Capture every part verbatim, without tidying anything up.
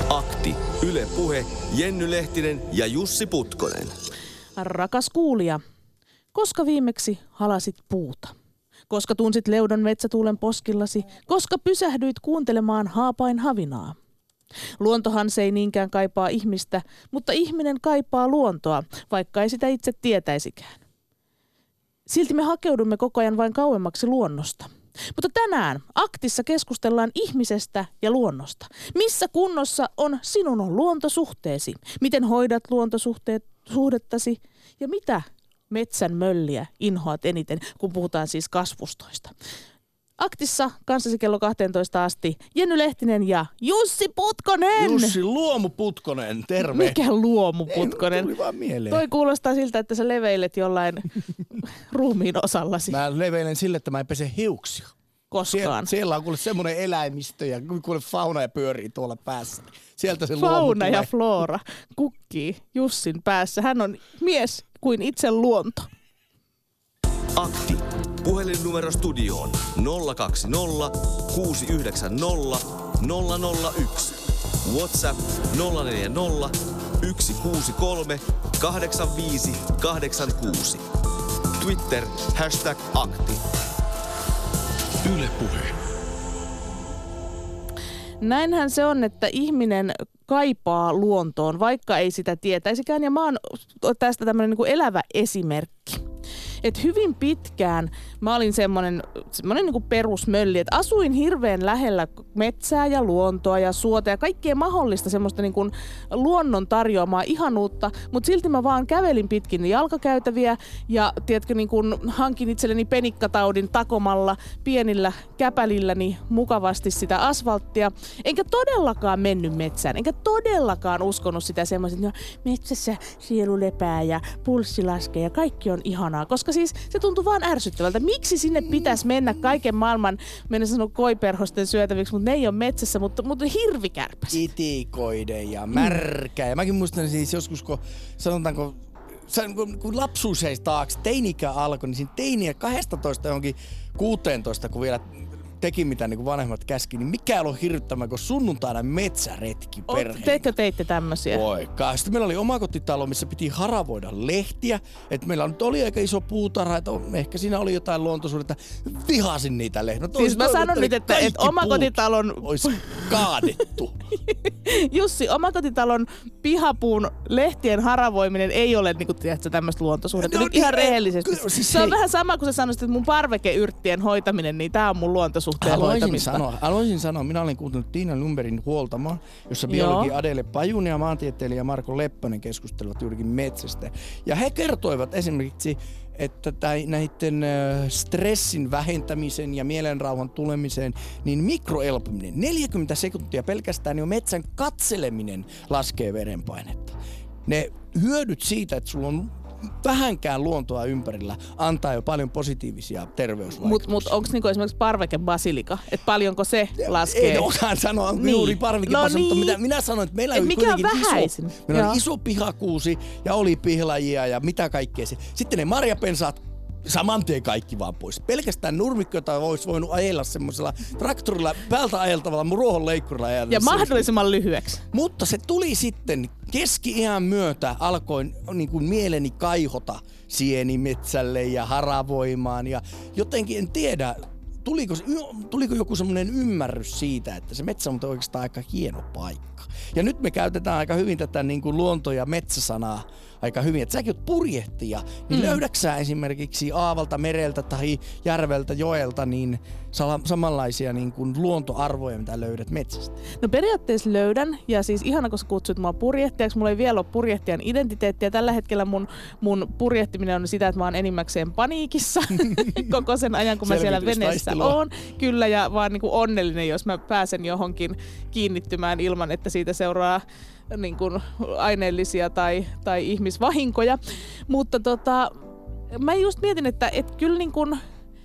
Akti, Yle Puhe, Jenny Lehtinen ja Jussi Putkonen. Rakas kuulija, koska viimeksi halasit puuta? Koska tunsit leudon metsätuulen poskillasi? Koska pysähdyit kuuntelemaan haapain havinaa? Luontohan se ei niinkään kaipaa ihmistä, mutta ihminen kaipaa luontoa, vaikka ei sitä itse tietäisikään. Silti me hakeudumme koko ajan vain kauemmaksi luonnosta. Mutta tänään Aktissa keskustellaan ihmisestä ja luonnosta. Missä kunnossa on sinun luontosuhteesi? Miten hoidat luontosuhdettasi? Ja mitä metsän mölliä inhoat eniten, kun puhutaan siis kasvustoista? Aktissa kanssasi kello kahteentoista asti Jenny Lehtinen ja Jussi Putkonen. Jussi Luomu Putkonen, terve. Mikä Luomu Putkonen? Ei, tuli vaan mieleen. Toi kuulostaa siltä, että sä leveilet jollain ruumiin osallasi. Mä leveilen sille, että mä en pese hiuksia. Koskaan. Siellä, siellä on kuule semmoinen eläimistö ja kuule fauna ja pyörii tuolla päässä. Sieltä se luomu Fauna tulee. ja flora kukkii Jussin päässä. Hän on mies kuin itse luonto. Akti. Puhelinnumero studioon nolla kaksi nolla kuusi yhdeksän nolla nolla nolla yksi. WhatsApp nolla neljä nolla yksi kuusi kolme kahdeksan viisi kahdeksan kuusi. Twitter hashtag akti. Yle Puhe. Näinhän se on, että ihminen kaipaa luontoon, vaikka ei sitä tietäisikään. Ja mä oon tästä tämmöinen niin kuin elävä esimerkki. Et hyvin pitkään mä olin semmoinen, semmoinen niin kuin perusmölli, että asuin hirveän lähellä metsää ja luontoa ja suota ja kaikkea mahdollista semmoista niin kuin luonnon tarjoamaa ihanuutta, mutta silti mä vaan kävelin pitkin jalkakäytäviä ja tiedätkö, niin kuin hankin itselleni penikkataudin takomalla pienillä käpälilläni mukavasti sitä asfalttia. Enkä todellakaan mennyt metsään, enkä todellakaan uskonut sitä semmoista, että no, metsässä sielu lepää ja pulssi laskee ja kaikki on ihanaa, koska siis se tuntui vaan ärsyttävältä. Miksi sinne pitäisi mennä kaiken maailman, mennä sanoa koiperhosten syötäviksi, mutta ne ei ole metsässä, mutta, mutta hirvikärpäset. Itikoiden ja märkä. Ja mäkin muistan siis joskus, kun sanotaanko, kun, kun lapsuus heisi taakse, teini-ikä alkoi, niin siinä teiniä kaksitoista johonkin kuusitoista, kun vielä teki mitä niin kuin vanhemmat käski, niin mikä on hirvittävää, kun sunnuntaina metsäretki perheen. Teikö teitte tämmöisiä? Voikaan. Sitten meillä oli omakotitalo, missä piti haravoida lehtiä. Et meillä nyt oli aika iso puutarha, että ehkä siinä oli jotain luontoisuudetta. Vihasin niitä lehtiä. No, siis mä sanon nyt, että, että omakotitalon olisi kaadettu. Jussi, omakotitalon pihapuun lehtien haravoiminen ei ole niin kuin, tiedätkö, tämmöistä luontosuhdetta. No, nyt niin, ihan rehellisesti. Kyllä, siis se on hei. Vähän sama kuin sä sanoisit, että mun parvekeyrttien hoitaminen, niin tää on mun luontosuhteen Aloisin hoitamista. Sanoa, aloisin sanoa, minä olen kuuntelut Tiina Lundbergin Huoltamo, jossa biologi Adele Pajun ja maantieteilijä Marko Leppänen keskustelivat juurikin metsästä. Ja he kertoivat esimerkiksi, että näiden stressin vähentämisen ja mielenrauhan tulemiseen, niin mikroelpyminen, neljäkymmentä sekuntia pelkästään jo metsän katseleminen laskee verenpainetta. Ne hyödyt siitä, että sulla on vähänkään luontoa ympärillä, antaa jo paljon positiivisia terveysvaikutuksia. Mutta mut onko niinku esimerkiksi parvekebasilika? Että paljonko se laskee? Ei osaan sanoa niin. Juuri parvekebasilika, no niin. mutta minä sanoin, että meillä Et oli mikä on iso, meillä oli iso pihakuusi ja oli pihlajia ja mitä kaikkea se. Sitten ne marjapensaat, saman tien kaikki vaan pois. Pelkästään nurmikko, jota olisi voinut ajella semmoisella traktorilla, päältä ajeltavalla ruohonleikkurilla. Ja mahdollisimman lyhyeksi. Mutta se tuli sitten keski-iän myötä, alkoin niin kuin mieleni kaihota sienimetsälle ja haravoimaan. Ja jotenkin en tiedä, tuliko, tuliko joku semmoinen ymmärrys siitä, että se metsä on oikeastaan aika hieno paikka. Ja nyt me käytetään aika hyvin tätä niin kuin luonto- ja metsäsanaa aika hyvin. Että säkin oot purjehtija, niin mm. löydäksä esimerkiksi aavalta, mereltä tai järveltä, joelta niin samanlaisia niin kuin luontoarvoja, mitä löydät metsästä? No periaatteessa löydän, ja siis ihana, kun sä kutsut mua purjehtijaksi. Mulla ei vielä ole purjehtijan identiteettiä. Tällä hetkellä mun, mun purjehtiminen on sitä, että mä oon enimmäkseen paniikissa koko sen ajan, kun mä siellä veneessä oon. Kyllä, ja vaan niin kuin onnellinen, jos mä pääsen johonkin kiinnittymään ilman, että siitä seuraa niin kuin aineellisia tai, tai ihmisvahinkoja. Mutta tota, mä just mietin, että et kyllä niin kuin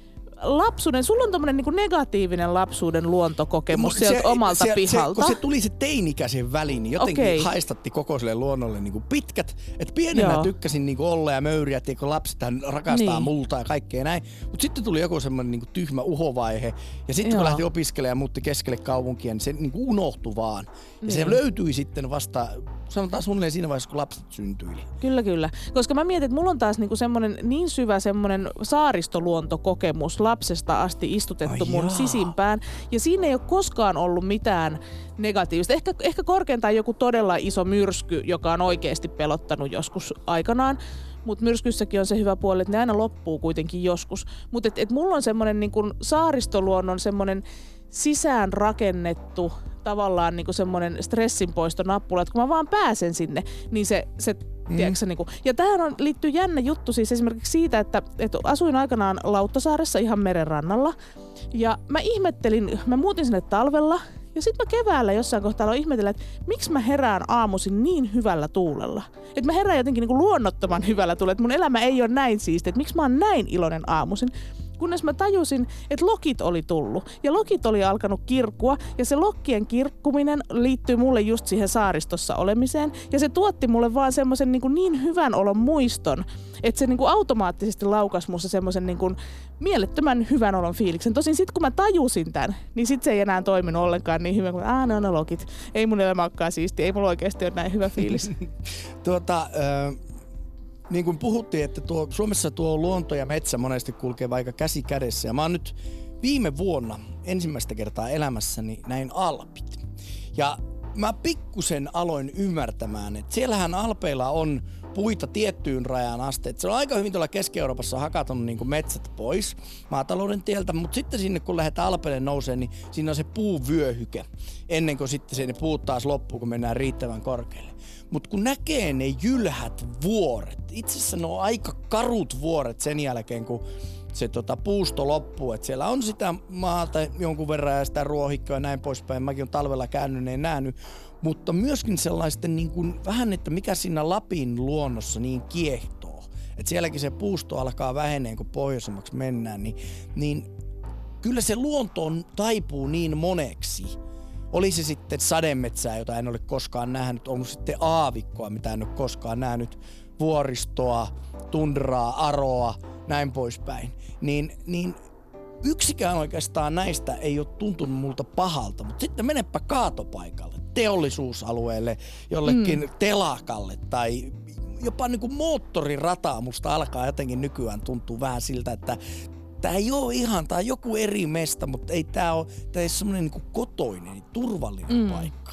lapsuuden, sulla on tommonen niinku negatiivinen lapsuuden luontokokemus se, sieltä omalta se, pihalta. Se, kun se tuli se teinikäisen väliin, niin jotenkin Okei. haistatti koko sille luonnolle niinku pitkät. Et pienenä Joo. tykkäsin niinku olla ja möyriä, että kun lapsethan rakastaa Niin. multaa ja kaikkea näin. Mutta sitten tuli joku semmoinen niinku tyhmä uhovaihe. Ja sitten kun Joo. lähti opiskelemaan ja muutti keskelle kaupunkia, niin se niinku unohtui vaan. Ja se Niin. löytyi sitten vasta, sanotaan suunnilleen siinä vaiheessa, kun lapset syntyili. Kyllä, kyllä. Koska mä mietin, että mulla on taas niinku semmonen niin syvä semmonen saaristoluontokokemus lapsesta asti istutettu Ai mun jaa. sisimpään. Ja siinä ei ole koskaan ollut mitään negatiivista. Ehkä, ehkä korkeintaan joku todella iso myrsky, joka on oikeasti pelottanut joskus aikanaan. Mutta myrskyssäkin on se hyvä puoli, että ne aina loppuu kuitenkin joskus. Mutta et, et mulla on semmoinen niinku saaristoluonnon semmoinen sisään rakennettu tavallaan niinku semmoinen stressinpoistonappula, että kun mä vaan pääsen sinne, niin se, se mm. tiedätkö, niinku. Ja tähän on, liittyy jännä juttu siis esimerkiksi siitä, että, että asuin aikanaan Lauttasaaressa ihan meren rannalla. Ja mä ihmettelin, mä muutin sinne talvella. Ja sitten mä keväällä jossain kohtaa aloin ihmetellä, että miksi mä herään aamuisin niin hyvällä tuulella. Että mä herään jotenkin niinku luonnottoman hyvällä tuulella, että mun elämä ei ole näin siistiä, että miksi mä oon näin iloinen aamuisin. Kunnes mä tajusin, että lokit oli tullut. Ja lokit oli alkanut kirkkua. Ja se lokkien kirkkuminen liittyy mulle just siihen saaristossa olemiseen. Ja se tuotti mulle vaan semmoisen niin, niin hyvän olon muiston, että se niin kuin automaattisesti laukasi musta semmoisen niin kuin mielettömän hyvän olon fiiliksen. Tosin sit kun mä tajusin tämän, niin sit se ei enää toiminut ollenkaan niin hyvin kuin aah, ne on ne lokit. Ei mun elämä olekaan siistiä. Ei mulla oikeasti ole näin hyvä fiilis. tuota... Äh... Niin kuin puhuttiin, että tuo, Suomessa tuo luonto ja metsä monesti kulkee vaikka käsi kädessä. Ja mä oon nyt viime vuonna ensimmäistä kertaa elämässäni näin Alpit. Ja mä pikkusen aloin ymmärtämään, että siellähän Alpeilla on puita tiettyyn rajaan asti. Et se on aika hyvin tuolla Keski-Euroopassa hakaton niin kuin metsät pois maatalouden tieltä, mutta sitten sinne kun lähdetään Alpeille nousee, niin siinä on se puuvyöhyke ennen kuin sitten se ne puut taas loppuu, kun mennään riittävän korkealle. Mutta kun näkee ne jylhät vuoret, itse asiassa ne on aika karut vuoret sen jälkeen, kun se tota, puusto loppuu. Et siellä on sitä maata jonkun verran ja sitä ruohikkoa ja näin poispäin. Mäkin on talvella käynyt, en nähnyt. Mutta myöskin sellaisten niin kuin, vähän, että mikä siinä Lapin luonnossa niin kiehtoo. Että sielläkin se puusto alkaa väheneen, kun pohjoisemmaksi mennään. Niin, niin kyllä se luonto taipuu niin moneksi. Oli se sitten sademetsää, jota en ole koskaan nähnyt, on sitten aavikkoa, mitä en ole koskaan nähnyt, vuoristoa, tundraa, aroa, näin poispäin. Niin, niin yksikään oikeastaan näistä ei ole tuntunut multa pahalta, mutta sitten menepä kaatopaikalle, teollisuusalueelle, jollekin mm. telakalle tai jopa niinku moottorirataa musta alkaa jotenkin nykyään tuntuu vähän siltä, että tää ei oo ihan, tää on joku eri mesta, mutta ei tää oo, tää ei oo semmonen niinku kotoinen, turvallinen mm. paikka.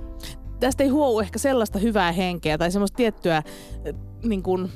Tästä ei huou ehkä sellaista hyvää henkeä tai semmoista tiettyä niin kuin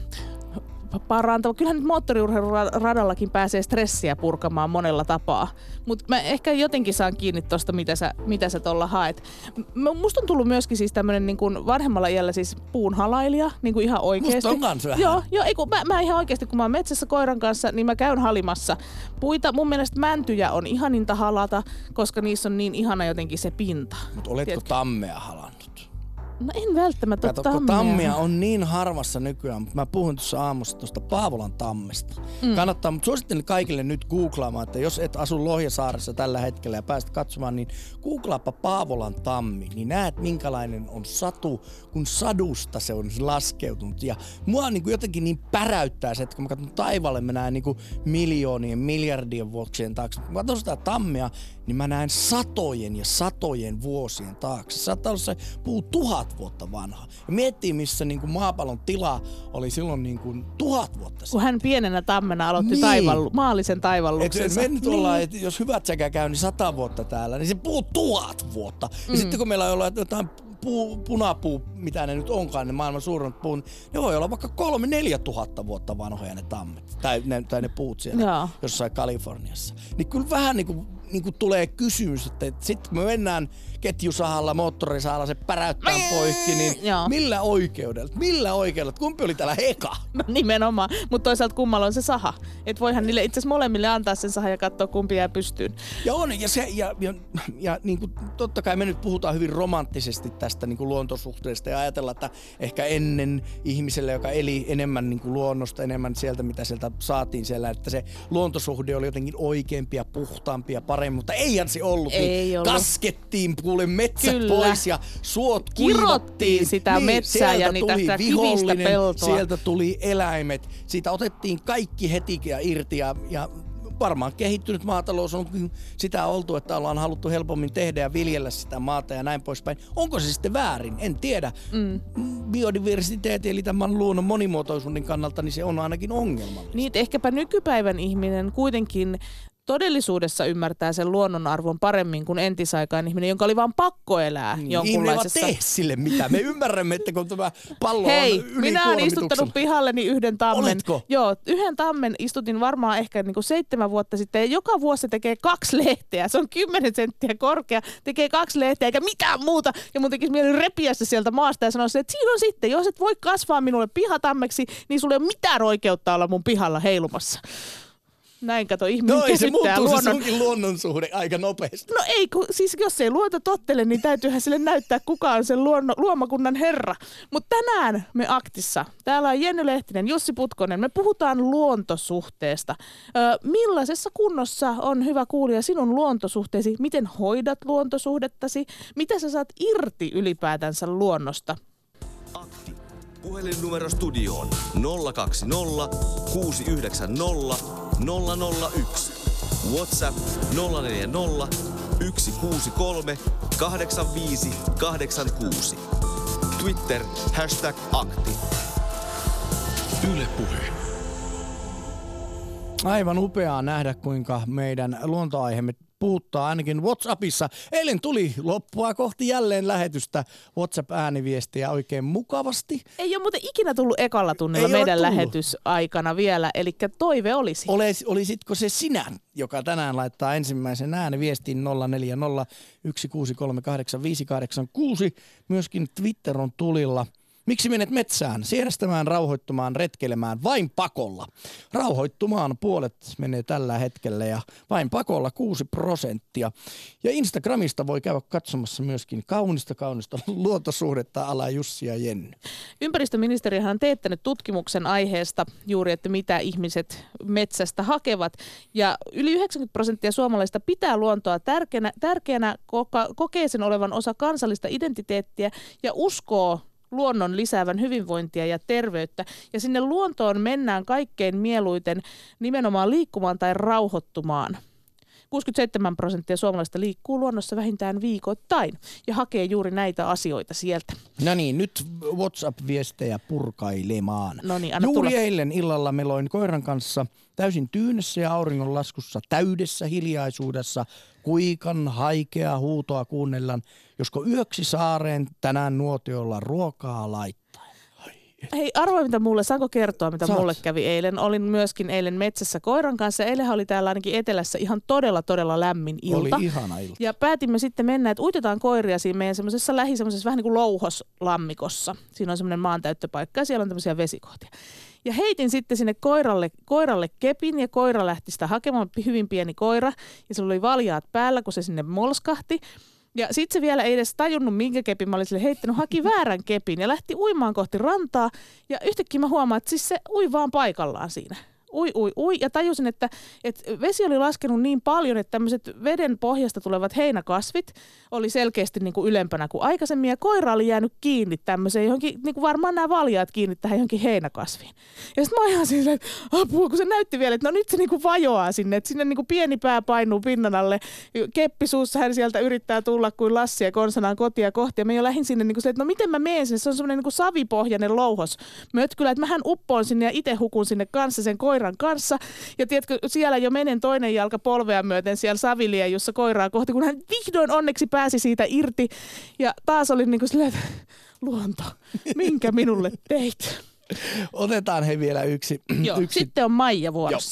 parantava. Kyllähän nyt moottoriurheiluradallakin pääsee stressiä purkamaan monella tapaa. Mutta mä ehkä jotenkin saan kiinni tosta, mitä sä, mitä sä tuolla haet. M- musta on tullut myöskin siis tämmönen niin kuin vanhemmalla iällä siis puunhalailija, niin kuin ihan oikeesti. Musta on kans vähän. Joo, joo ei kun mä, mä ihan oikeesti, kun mä oon metsässä koiran kanssa, niin mä käyn halimassa puita. Mun mielestä mäntyjä on ihaninta halata, koska niissä on niin ihana jotenkin se pinta. Mut oletko Tiedätkö? tammea halannut? No en välttämättä Kato, tammea. kun tammia on niin harvassa nykyään, mutta mä puhun tuossa aamussa tuosta Paavolan tammesta. Mm. Kannattaa, mutta suosittelen kaikille nyt googlaamaan, että jos et asu Lohjasaaressa tällä hetkellä ja pääset katsomaan, niin googlaappa Paavolan tammi, niin näet minkälainen on satu, kun sadusta se on laskeutunut. Ja mua niin kuin jotenkin niin päräyttää se, että kun mä katson taivaalle, mä näen niin kuin miljoonien, miljardien vuoksien taakse. Kun mä katson sitä tammia, niin mä näen satojen ja satojen vuosien taakse. Saattaa olla se puu tuhat vuotta vanha. Ja miettii, missä niin kuin maapallon tila oli silloin niin kuin tuhat vuotta sitten. Kun hän pienenä tammena aloitti niin. taivallu, maallisen taivalluksensa. Et me nyt ollaan, niin. että jos hyvät säkä käy, niin sata vuotta täällä, niin se puu tuhat vuotta. Ja mm. sitten kun meillä on ollut jotain puu, punapuu, mitä ne nyt onkaan, ne maailman suurimmat puut, ne voi olla vaikka kolme, neljä tuhatta vuotta vanhoja ne tammet. Tai ne, tai ne puut siellä Joo. jossain Kaliforniassa. Niin kyllä vähän niin kuin niin kuin tulee kysymys, että sitten kun me mennään ketjusahalla, moottorisahalla, se päräyttää poikki, niin Joo. millä oikeudella? Millä oikeudella? Kumpi oli täällä eka? No nimenomaan, mutta toisaalta kummalla on se saha. Et voihan niille itse asiassa molemmille antaa sen saha ja katsoa kumpi jää pystyyn. Ja on, ja, se, ja, ja, ja niin kuin, totta kai me nyt puhutaan hyvin romanttisesti tästä niin kuin luontosuhteesta ja ajatellaan, että ehkä ennen ihmiselle, joka eli enemmän niin kuin luonnosta, enemmän sieltä, mitä sieltä saatiin siellä, että se luontosuhde oli jotenkin oikeampi ja puhtaampi ja parempi, mutta eihän se ollut. Ei niin ollut. Kaskettiin kuule metsät Kyllä. pois ja suot Kirottiin kuivattiin. sitä niin, metsää ja niitä tuli sitä vihollinen, kivistä peltoa. sieltä tuli eläimet, siitä otettiin kaikki heti ja irti ja, ja varmaan kehittynyt maatalous on sitä oltu, että ollaan haluttu helpommin tehdä ja viljellä sitä maata ja näin poispäin. Onko se sitten väärin? En tiedä. Mm. Biodiversiteetti eli tämän luonnon monimuotoisuuden kannalta, niin se on ainakin ongelmallista. Niin, ehkäpä nykypäivän ihminen kuitenkin todellisuudessa ymmärtää sen luonnonarvon paremmin kuin entisaikaan ihminen, jonka oli vaan pakko elää niin, jonkunlaisessa... Ihminen tee sille mitään. Me ymmärrämme, että kun tämä pallo Hei, on yli minä olen istuttanut pihalleni yhden tammen. Oletko? Joo, yhden tammen istutin varmaan ehkä niin kuin seitsemän vuotta sitten. Ja joka vuosi se tekee kaksi lehteä. Se on kymmenen senttiä korkea, tekee kaksi lehteä eikä mitään muuta. Ja mun tekisi mieli repiä se sieltä maasta ja sanoa se, että siinä on sitten, jos et voi kasvaa minulle pihatammeksi, niin sulla ei ole mitään oikeutta olla mun pihalla heilumassa. Näin kato, ihminen no ei se käsittää muuttuu luonnon... se sunkin luonnonsuhde aika nopeasti. No ei, kun, siis jos ei luonto tottele, niin täytyyhän sille näyttää, kuka on sen luonno, luomakunnan herra. Mutta tänään me Aktissa, täällä on Jenny Lehtinen, Jussi Putkonen, me puhutaan luontosuhteesta. Ö, millaisessa kunnossa on, hyvä kuulija, sinun luontosuhteesi? Miten hoidat luontosuhdettasi? Mitä sä saat irti ylipäätänsä luonnosta? Akti. Puhelinnumero studioon nolla kaksi nolla kuusi yhdeksän nolla nolla nolla yksi. WhatsApp nolla neljä nolla yksi kuusi kolme kahdeksan viisi kahdeksan kuusi. Twitter hashtag akti. Yle Puhe. Aivan upeaa nähdä, kuinka meidän luontoaiheemme puhuttaa ainakin WhatsAppissa. Eilen tuli loppua kohti jälleen lähetystä WhatsApp-ääniviestiä oikein mukavasti. Ei ole muuten ikinä tullut ekalla tunnilla Ei meidän ole tullut. lähetysaikana vielä, eli toive olisi. Olis, olisitko se sinä, joka tänään laittaa ensimmäisen ääniviestin nolla neljä nolla yksi kuusi kolme kahdeksan viisi kahdeksan kuusi. Myöskin Twitter on tulilla. Miksi menet metsään? Sierästämään, rauhoittumaan, retkelemään vain pakolla. Rauhoittumaan puolet menee tällä hetkellä ja vain pakolla kuusi prosenttia. Ja Instagramista voi käydä katsomassa myöskin kaunista kaunista luontosuhdetta ala Jussi ja Jenny. Ympäristöministeriöhän on teettänyt tutkimuksen aiheesta juuri, että mitä ihmiset metsästä hakevat. Ja yli yhdeksänkymmentä prosenttia suomalaisista pitää luontoa tärkeänä, tärkeänä koka, kokee sen olevan osa kansallista identiteettiä ja uskoo luonnon lisäävän hyvinvointia ja terveyttä. Ja sinne luontoon mennään kaikkein mieluiten nimenomaan liikkumaan tai rauhoittumaan. kuusikymmentäseitsemän prosenttia suomalaisista liikkuu luonnossa vähintään viikoittain ja hakee juuri näitä asioita sieltä. No niin, nyt WhatsApp-viestejä purkailemaan. No niin, anna Juuri tulla. eilen illalla meloin koiran kanssa täysin tyynessä ja auringonlaskussa täydessä hiljaisuudessa kuikan haikea huutoa kuunnellaan, josko yöksi saareen tänään nuotiolla ruokaa laittaa. Hei, arvoa mitä mulle, saanko kertoa mitä Saat. mulle kävi eilen? Olin myöskin eilen metsässä koiran kanssa. Eilenhän oli täällä ainakin etelässä ihan todella todella lämmin ilta. Oli ihana ilta. Ja päätimme sitten mennä, että uitetaan koiria siinä meidän semmoisessa lähi semmoisessa vähän niin kuin louhoslammikossa. Siinä on semmoinen maantäyttöpaikka ja siellä on tämmöisiä vesikohtia. Ja heitin sitten sinne koiralle, koiralle kepin ja koira lähti sitä hakemaan, hyvin pieni koira. Ja sillä oli valjaat päällä, kun se sinne molskahti. Ja sitten se vielä ei edes tajunnut, minkä kepin mä olin sille heittänyt, haki väärän kepin ja lähti uimaan kohti rantaa. Ja yhtäkkiä mä huomaan, että siis se ui vaan paikallaan siinä. Ui, ui, ui. Ja tajusin, että, että vesi oli laskenut niin paljon, että tämmöiset veden pohjasta tulevat heinäkasvit oli selkeästi niin kuin ylempänä kuin aikaisemmin. Ja koira oli jäänyt kiinni tämmöiseen johonkin, niin kuin varmaan nämä valjaat kiinni tähän johonkin heinäkasviin. Ja sitten mä ihan silleen, että apua, kun se näytti vielä, että no nyt se niin kuin vajoaa sinne. Että sinne niin kuin pieni pää painuu pinnan alle. Keppisuussa hän sieltä yrittää tulla kuin Lassi ja konsanaan kotia kohti. Ja mä jo lähdin sinne niin kuin silleen, että no miten mä menen sinne. Se on semmoinen niin kuin savipohjainen louhos mötkylä, että mähän uppoon sinne ja itse hukun sinne kanssa sen koiran kanssa. Ja tiedätkö, siellä jo menen toinen jalka polvea myöten siellä saviliejussa koiraa kohti, kun hän vihdoin onneksi pääsi siitä irti. Ja taas oli niin kuin silleen, että luonto, minkä minulle teit? Otetaan he vielä yksi. Joo, yksi. sitten on Maija vuorossa. Joo.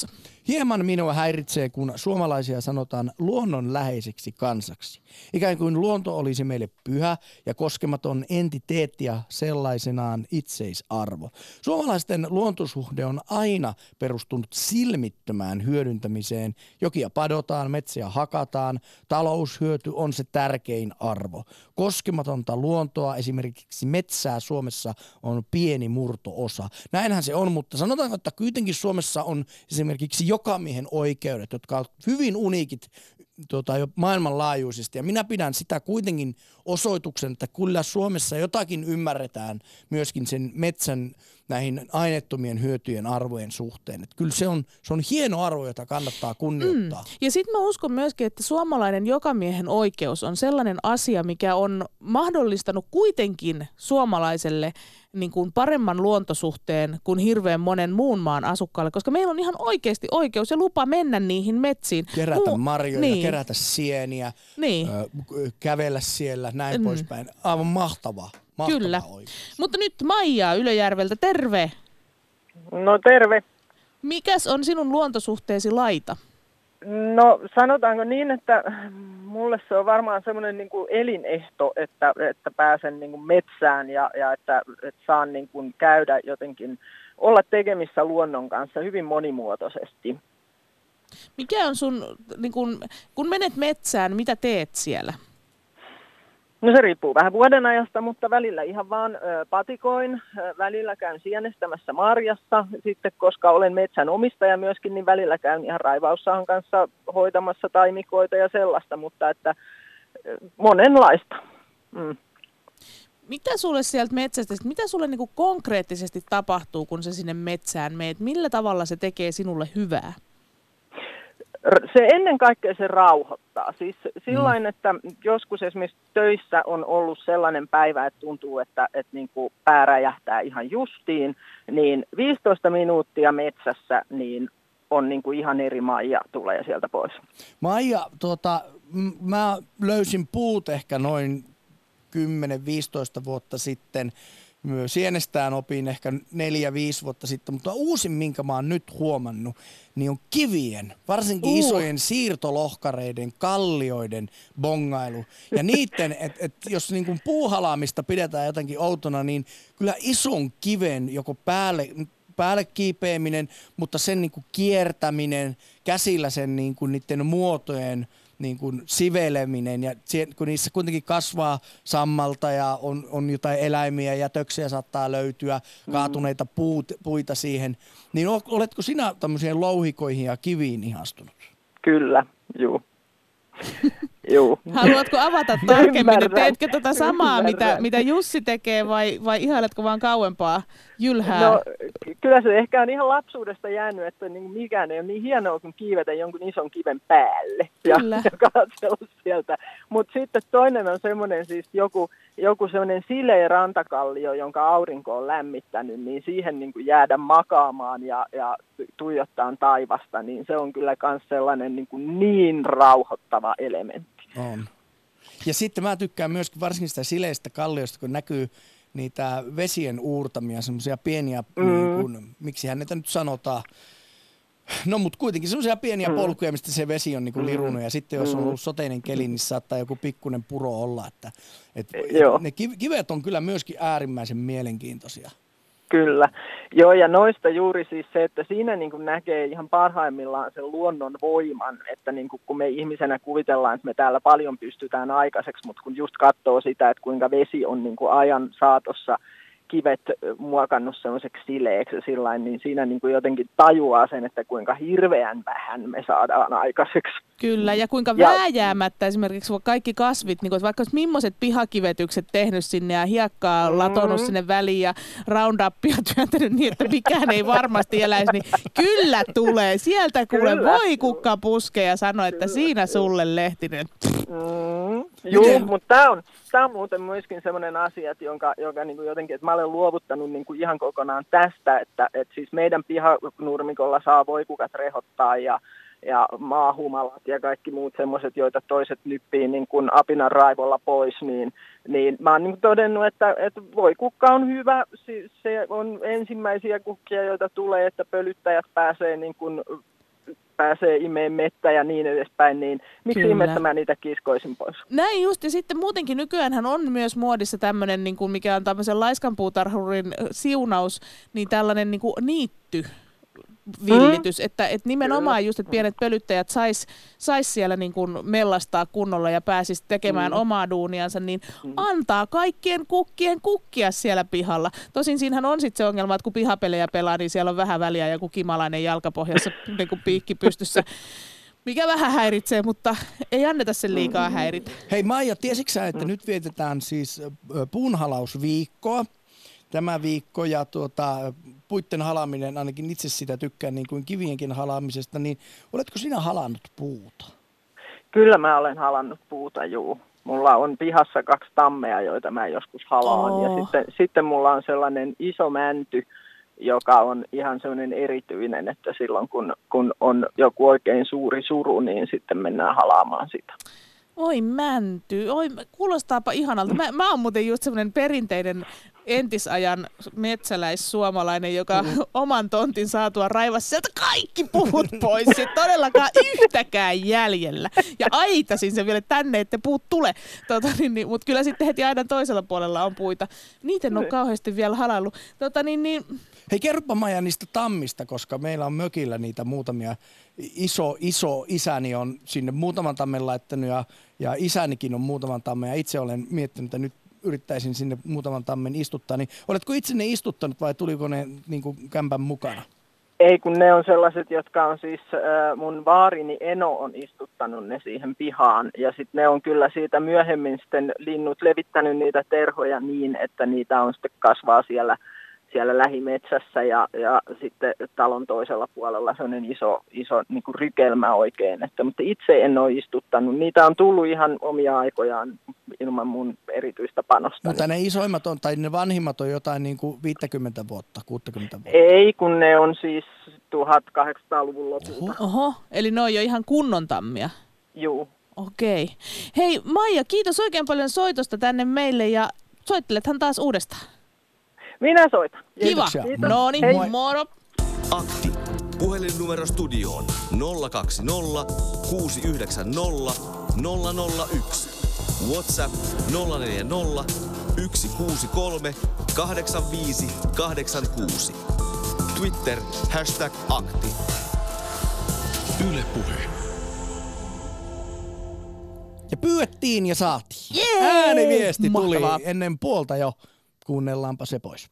Hieman minua häiritsee, kun suomalaisia sanotaan luonnonläheisiksi kansaksi. Ikään kuin luonto olisi meille pyhä ja koskematon entiteetti ja sellaisenaan itseisarvo. Suomalaisten luontosuhde on aina perustunut silmittömään hyödyntämiseen. Jokia padotaan, metsiä hakataan, taloushyöty on se tärkein arvo. Koskematonta luontoa, esimerkiksi metsää Suomessa on pieni murto-osa. Näinhän se on, mutta sanotaanko, että kuitenkin Suomessa on esimerkiksi jokamiehen oikeudet, jotka ovat hyvin uniikit tuota, jo maailmanlaajuisesti. Ja minä pidän sitä kuitenkin osoituksen, että kyllä Suomessa jotakin ymmärretään myöskin sen metsän näihin aineettomien hyötyjen arvojen suhteen. Että kyllä se on, se on hieno arvo, jota kannattaa kunnioittaa. Mm. Ja sitten mä uskon myöskin, että suomalainen jokamiehen oikeus on sellainen asia, mikä on mahdollistanut kuitenkin suomalaiselle niin kuin paremman luontosuhteen kuin hirveän monen muun maan asukkaalle, koska meillä on ihan oikeasti oikeus ja lupa mennä niihin metsiin. Kerätä Muu- marjoja, niin. kerätä sieniä, niin. ö, kävellä siellä, näin mm. poispäin. Aivan mahtavaa. Mahtava Kyllä. oikeus. Mutta nyt Maija Ylöjärveltä, terve. No terve. Mikäs on sinun luontosuhteesi laita? No sanotaanko niin, että mulle se on varmaan semmoinen niin kuin elinehto, että, että pääsen niin kuin metsään ja, ja että, että saan niin kuin käydä jotenkin, olla tekemissä luonnon kanssa hyvin monimuotoisesti. Mikä on sun, niin kun, kun menet metsään, mitä teet siellä? No se riippuu vähän vuodenajasta, mutta välillä ihan vaan ö, patikoin, ö, välillä käyn sienestämässä marjassa, sitten koska olen metsän omistaja myöskin, niin välillä käyn ihan raivaussahan kanssa hoitamassa taimikoita ja sellaista, mutta että ö, monenlaista. Mm. Mitä sulle sieltä metsästä, mitä sulle niin kuin konkreettisesti tapahtuu, kun sä sinne metsään meet? Millä tavalla se tekee sinulle hyvää? Se ennen kaikkea se rauhoittaa. Siis sillain, että joskus esimerkiksi töissä on ollut sellainen päivä, että tuntuu, että, että niin kuin pää räjähtää ihan justiin, niin viisitoista minuuttia metsässä niin on niin kuin ihan eri Maija tulee sieltä pois. Maija, tuota, m- mä löysin puut ehkä noin kymmenen viisitoista vuotta sitten. Sienestään opin ehkä neljä viisi vuotta sitten, mutta uusin, minkä mä oon nyt huomannut, niin on kivien, varsinkin uh. isojen siirtolohkareiden, kallioiden bongailu. Ja niiden, että et jos niin kuin puuhalaamista pidetään jotenkin outona, niin kyllä ison kiven joko päälle, päälle kiipeäminen, mutta sen niin kuin kiertäminen, käsillä sen niin kuin niiden muotojen niin kuin siveleminen ja kun niissä kuitenkin kasvaa sammalta ja on, on jotain eläimiä, jätöksiä saattaa löytyä, kaatuneita puut, puita siihen, niin oletko sinä tämmöisiin louhikoihin ja kiviin ihastunut? Kyllä, juu. Juu. Haluatko avata tarkemmin, teetkö tuota samaa, mitä, mitä Jussi tekee vai, vai ihailetko vaan kauempaa jylhää? No kyllä se ehkä on ihan lapsuudesta jäänyt, että niin mikään ei ole niin hienoa kuin kiivetä jonkun ison kiven päälle ja, ja katsella sieltä. Mutta sitten toinen on semmoinen siis joku, joku semmoinen sileä rantakallio, jonka aurinko on lämmittänyt, niin siihen niin kuin jäädä makaamaan ja, ja tuijottaa taivasta, niin se on kyllä myös sellainen niin, kuin niin rauhoittava elementti. On. Ja sitten mä tykkään myöskin varsinkin sitä sileistä kalliosta, kun näkyy niitä vesien uurtamia, semmoisia pieniä, mm. niin kuin, miksihän niitä nyt sanotaan, no mutta kuitenkin semmoisia pieniä mm. polkuja, mistä se vesi on niin kuin lirunut, ja sitten jos on ollut soteinen keli, niin saattaa joku pikkuinen puro olla, että, että ne kivet on kyllä myöskin äärimmäisen mielenkiintoisia. Kyllä. Joo, ja noista juuri siis se, että siinä niin kuin näkee ihan parhaimmillaan sen luonnon voiman, että niin kuin kun me ihmisenä kuvitellaan, että me täällä paljon pystytään aikaiseksi, mutta kun just katsoo sitä, että kuinka vesi on niin kuin ajan saatossa kivet muokannut semmoiseksi sileeksi ja sillain, niin siinä niin kuin jotenkin tajuaa sen, että kuinka hirveän vähän me saadaan aikaiseksi. Kyllä, ja kuinka ja vääjäämättä esimerkiksi kaikki kasvit, niin kuin, vaikka olisi millaiset pihakivetykset tehnyt sinne ja hiekkaa mm-hmm. latonut sinne väliin ja Roundupia työntänyt niin, että mikään ei varmasti eläisi, niin kyllä tulee. Sieltä kuule voi kukka puskee ja sanoo, että kyllä, siinä sulle Lehtinen. Mm, Joo, mutta tämä on, tää on muuten myöskin sellainen asia, että jonka, jonka niin kuin jotenkin, että mä olen luovuttanut niin kuin ihan kokonaan tästä, että, että siis meidän pihanurmikolla saa voikukat rehottaa ja, ja maahumalat ja kaikki muut semmoiset, joita toiset nyppii niin kuin apinan raivolla pois, niin, niin mä oon niin kuin todennut, että, että voikukka on hyvä, se on ensimmäisiä kukkia, joita tulee, että pölyttäjät pääsee niin kuin pääsee imeen mettä ja niin edespäin, niin miksi Kyllä. ihmettä mä niitä kiskoisin pois? Näin just, ja sitten muutenkin nykyäänhän on myös muodissa tämmöinen, niin kuin mikä on tämmöisen laiskanpuutarhurin siunaus, niin tällainen niin kuin niitty. Villitys, mm. että, että nimenomaan just, että pienet pölyttäjät sais, sais siellä niin kuin mellastaa kunnolla ja pääsis tekemään mm. omaa duuniansa, niin mm. antaa kaikkien kukkien kukkia siellä pihalla. Tosin siinähän on sitten se ongelma, että kun pihapelejä pelaa, niin siellä on vähän väliä joku kimalainen jalkapohjassa niin kuin piikki pystyssä, mikä vähän häiritsee, mutta ei anneta sen liikaa häiritä. Hei Maija, tiesitkö sä, että mm. nyt vietetään siis puunhalausviikkoa? Tämä viikko ja tuota, puitten halaaminen, ainakin itse sitä tykkään niin kuin kivienkin halaamisesta, niin oletko sinä halannut puuta? Kyllä mä olen halannut puuta, juu. Mulla on pihassa kaksi tammea, joita mä joskus halaan. Oh. Ja sitten, sitten mulla on sellainen iso mänty, joka on ihan sellainen erityinen, että silloin kun, kun on joku oikein suuri suru, niin sitten mennään halaamaan sitä. Oi mänty, oi, kuulostaapa ihanalta. Mä, mä oon muuten just semmoinen perinteinen entisajan metsäläissuomalainen, joka mm. oman tontin saatua raivasi sieltä kaikki puut pois. Ei todellakaan yhtäkään jäljellä. Ja aitasin sen vielä tänne, että puut tule. Tota, niin, niin, mutta kyllä sitten heti aidan toisella puolella on puita. Niitä en ole kauheasti vielä halaillut. Tota, niin, niin... Hei, kerropa Maija niistä tammista, koska meillä on mökillä niitä muutamia. Iso, iso isäni on sinne muutaman tammen laittanut ja, ja isänikin on muutaman tammen. Ja itse olen miettinyt, että nyt yrittäisin sinne muutaman tammen istuttaa. Niin oletko itse ne istuttanut vai tuliko ne niin kuin kämpän mukana? Ei, kun ne on sellaiset, jotka on siis, äh, mun vaarini Eno on istuttanut ne siihen pihaan. Ja sitten ne on kyllä siitä myöhemmin sitten linnut levittänyt niitä terhoja niin, että niitä on sitten kasvaa siellä siellä lähimetsässä ja, ja sitten talon toisella puolella sellainen iso, iso niin kuin rykelmä oikein. Että, mutta itse en ole istuttanut. Niitä on tullut ihan omia aikojaan ilman mun erityistä panosta. Mutta ne isoimmat on, tai ne vanhimmat on jotain niin kuin viisikymmentä vuotta, kuusikymmentä vuotta. Ei, kun ne on siis tuhatkahdeksansataaluvun lopulta. Oho, Oho. Eli ne on jo ihan kunnon tammia. Juu. Okei. Hei Maija, kiitos oikein paljon soitosta tänne meille ja soittelethan taas uudestaan. Minä soitan. Kiva. No niin, moro. Akti. Puhelinnumero studioon nolla kaksi nolla kuusi yhdeksän nolla nolla nolla yksi. WhatsApp nolla neljä nolla yksi kuusi kolme kahdeksan viisi kahdeksan kuusi. Twitter hashtag akti. Yle Puhe. Ja pyydettiin ja saatiin. Jee! Ääniviesti Mahtavaa. tuli ennen puolta jo. Kuunnellaanpa se pois.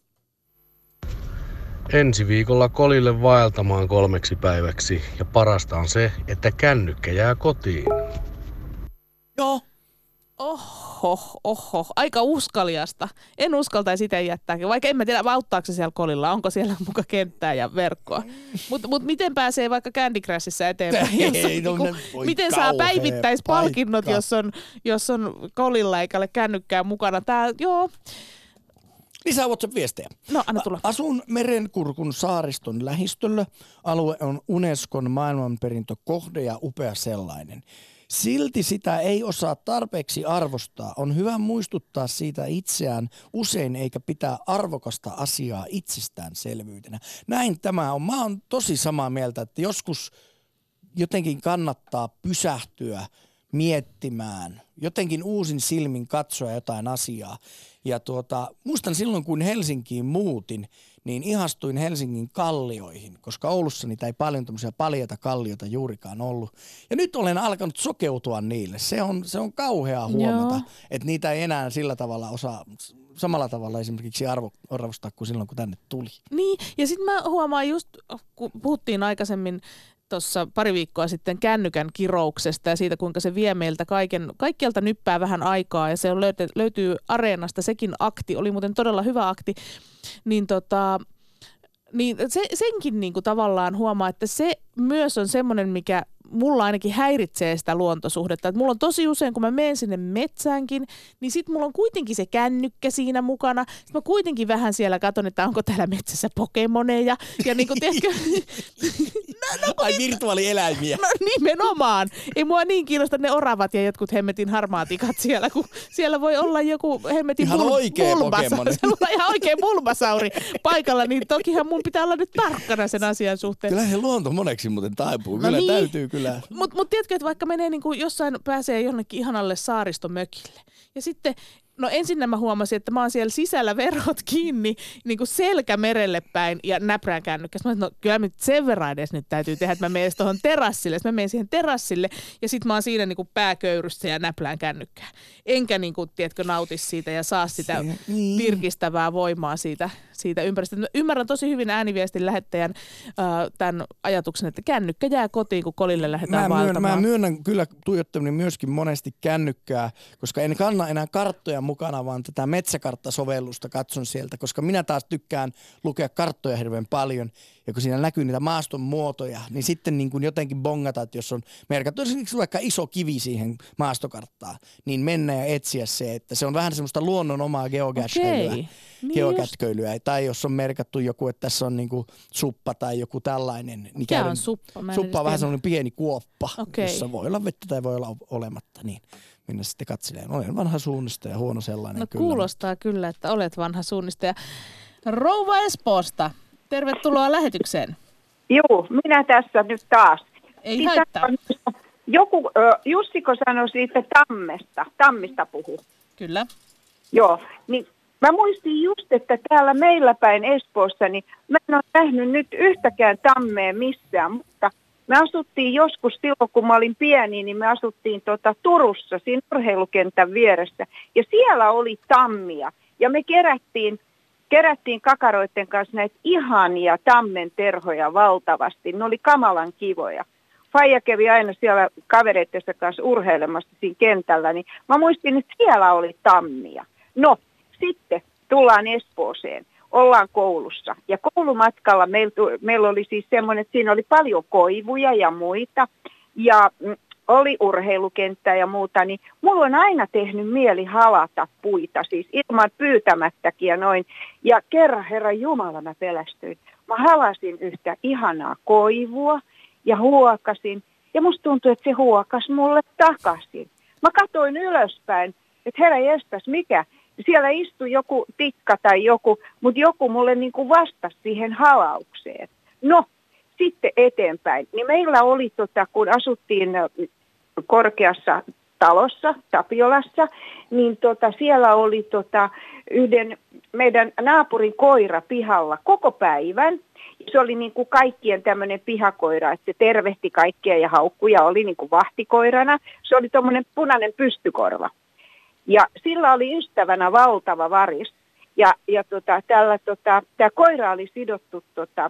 Ensi viikolla kolille vaeltamaan kolmeksi päiväksi ja parasta on se, että kännykkä jää kotiin. Joo. Oho, oho, aika uskaliasta. En uskaltaisi sitä jättää, vaikka en mä tiedä, auttaako se siellä kolilla, onko siellä muka kenttää ja verkkoa. Mutta mut miten pääsee vaikka Candy Crushissa eteenpäin? Jos on, no, niin kuin, miten saa päivittäispalkinnot, jos on, jos on kolilla eikä ole kännykkää mukana? Tää, joo. Lisää WhatsApp-viestejä. No, anna tulla. Asun Merenkurkun saariston lähistöllä. Alue on Unescon maailmanperintökohde ja upea sellainen. Silti sitä ei osaa tarpeeksi arvostaa. On hyvä muistuttaa siitä itseään usein eikä pitää arvokasta asiaa itsestäänselvyytenä. Näin tämä on. Mä oon tosi samaa mieltä, että joskus jotenkin kannattaa pysähtyä miettimään, jotenkin uusin silmin katsoa jotain asiaa. Ja tuota, muistan silloin, kun Helsinkiin muutin, niin ihastuin Helsingin kallioihin, koska Oulussa niitä ei paljon tämmöisiä paljaita kallioita juurikaan ollut. Ja nyt olen alkanut sokeutua niille. Se on, se on kauheaa huomata, Joo. että niitä ei enää sillä tavalla osaa, samalla tavalla esimerkiksi arvo, arvostaa kuin silloin, kun tänne tuli. Niin, ja sitten mä huomaan just, kun puhuttiin aikaisemmin tuossa pari viikkoa sitten kännykän kirouksesta ja siitä, kuinka se vie meiltä kaiken, kaikkialta nyppää vähän aikaa ja se on löyty, löytyy Areenasta sekin akti, oli muuten todella hyvä akti, niin, tota, niin se, senkin niinku tavallaan huomaa, että se myös on semmoinen, mikä mulla ainakin häiritsee sitä luontosuhdetta. Että mulla on tosi usein, kun mä menen sinne metsäänkin, niin sit mulla on kuitenkin se kännykkä siinä mukana. Sitten mä kuitenkin vähän siellä katson, että onko täällä metsässä Pokemoneja. Ja niin kuin, tiedätkö, no, no, Ai virtuaalieläimiä. No nimenomaan. Ei mua niin kiinnosta ne oravat ja jotkut hemmetin harmaatikat siellä, kun siellä voi olla joku hemmetin ihan bul- oikea bulbasa- Pokemon. Se on ihan oikea bulbasauri paikalla, niin tokihan mun pitää olla nyt tarkkana sen asian suhteen. Kyllä he luonto moneksi muuten taipuu. No Kyllä niin. täytyy kyllä. Mutta mut tiedätkö, että vaikka menee niin kuin jossain, pääsee jonnekin ihanalle saaristomökille. Ja sitten, no ensin mä huomasin, että mä oon siellä sisällä verhot kiinni niin kuin selkä merelle päin ja näprään kännykkässä. Mä sanoin, no kyllä nyt sen verran edes nyt täytyy tehdä, että mä menen tuohon terassille. Sitten mä menen siihen terassille ja sitten mä oon siinä niin kuin pääköyryssä ja näplään kännykkää. Enkä niin kuin, tiedätkö, nauti siitä ja saa sitä Se, niin. virkistävää voimaa siitä, siitä ympäristöstä. Mä ymmärrän tosi hyvin ääniviestin lähettäjän äh, tämän ajatuksen, että kännykkä jää kotiin, kun kolille lähdetään Mä, myönnän, vaeltamaan. mä myönnän kyllä tuijottaminen myöskin monesti kännykkää, koska en kanna enää karttoja mukana, vaan tätä metsäkarttasovellusta katson sieltä, koska minä taas tykkään lukea karttoja hirveän paljon. Ja kun siinä näkyy niitä maaston muotoja, niin sitten niin kuin jotenkin bongata, että jos on merkattu esimerkiksi vaikka iso kivi siihen maastokarttaan, niin mennä ja etsiä se, että se on vähän semmoista luonnon omaa geokätköilyä. Okei. Niin geokätköilyä. Tai jos on merkattu joku, että tässä on niinku suppa tai joku tällainen. Niin Mikä on suppa? Mä en suppa on edes vähän tiedä. semmoinen pieni kuoppa, Okei. jossa voi olla vettä tai voi olla olematta. Niin mennä sitten katselemaan. Olen vanha suunnista ja huono sellainen. No kyllä. kuulostaa kyllä, että olet vanha suunnistaja. Rouva Espoosta, tervetuloa lähetykseen. Joo, minä tässä nyt taas. Ei Sitä haittaa. on- Joku, ö, Jussiko sanoi siitä tammesta, tammista puhu. Kyllä. Joo, niin mä muistin just, että täällä meillä päin Espoossa, niin mä en ole nähnyt nyt yhtäkään tammea missään, mutta me asuttiin joskus silloin, kun mä olin pieni, niin me asuttiin tota Turussa, siinä urheilukentän vieressä, ja siellä oli tammia, ja me kerättiin, kerättiin kakaroiden kanssa näitä ihania tammen terhoja valtavasti, ne oli kamalan kivoja. Faija kävi aina siellä kavereittensa kanssa urheilemassa siinä kentällä, niin mä muistin, että siellä oli tammia. No, sitten tullaan Espooseen, ollaan koulussa. Ja koulumatkalla meillä, meillä oli siis semmoinen, että siinä oli paljon koivuja ja muita. Ja mm, oli urheilukenttä ja muuta, niin mulla on aina tehnyt mieli halata puita, siis ilman pyytämättäkin ja noin. Ja kerran, herra Jumala, mä pelästyin. Mä halasin yhtä ihanaa koivua ja huokasin. Ja musta tuntui, että se huokas mulle takaisin. Mä katsoin ylöspäin, että herra jestas, mikä? Siellä istui joku tikka tai joku, mutta joku mulle niin kuin vastasi siihen halaukseen. No, sitten eteenpäin. Niin meillä oli, tota, kun asuttiin korkeassa talossa, Tapiolassa, niin tota, siellä oli tota, yhden meidän naapurin koira pihalla koko päivän. Se oli niin kuin kaikkien tämmöinen pihakoira, että se tervehti kaikkia ja haukkuja oli niin kuin vahtikoirana. Se oli tuommoinen punainen pystykorva. Ja sillä oli ystävänä valtava varis. Ja, ja tota, tällä, tota, tämä koira oli sidottu tota,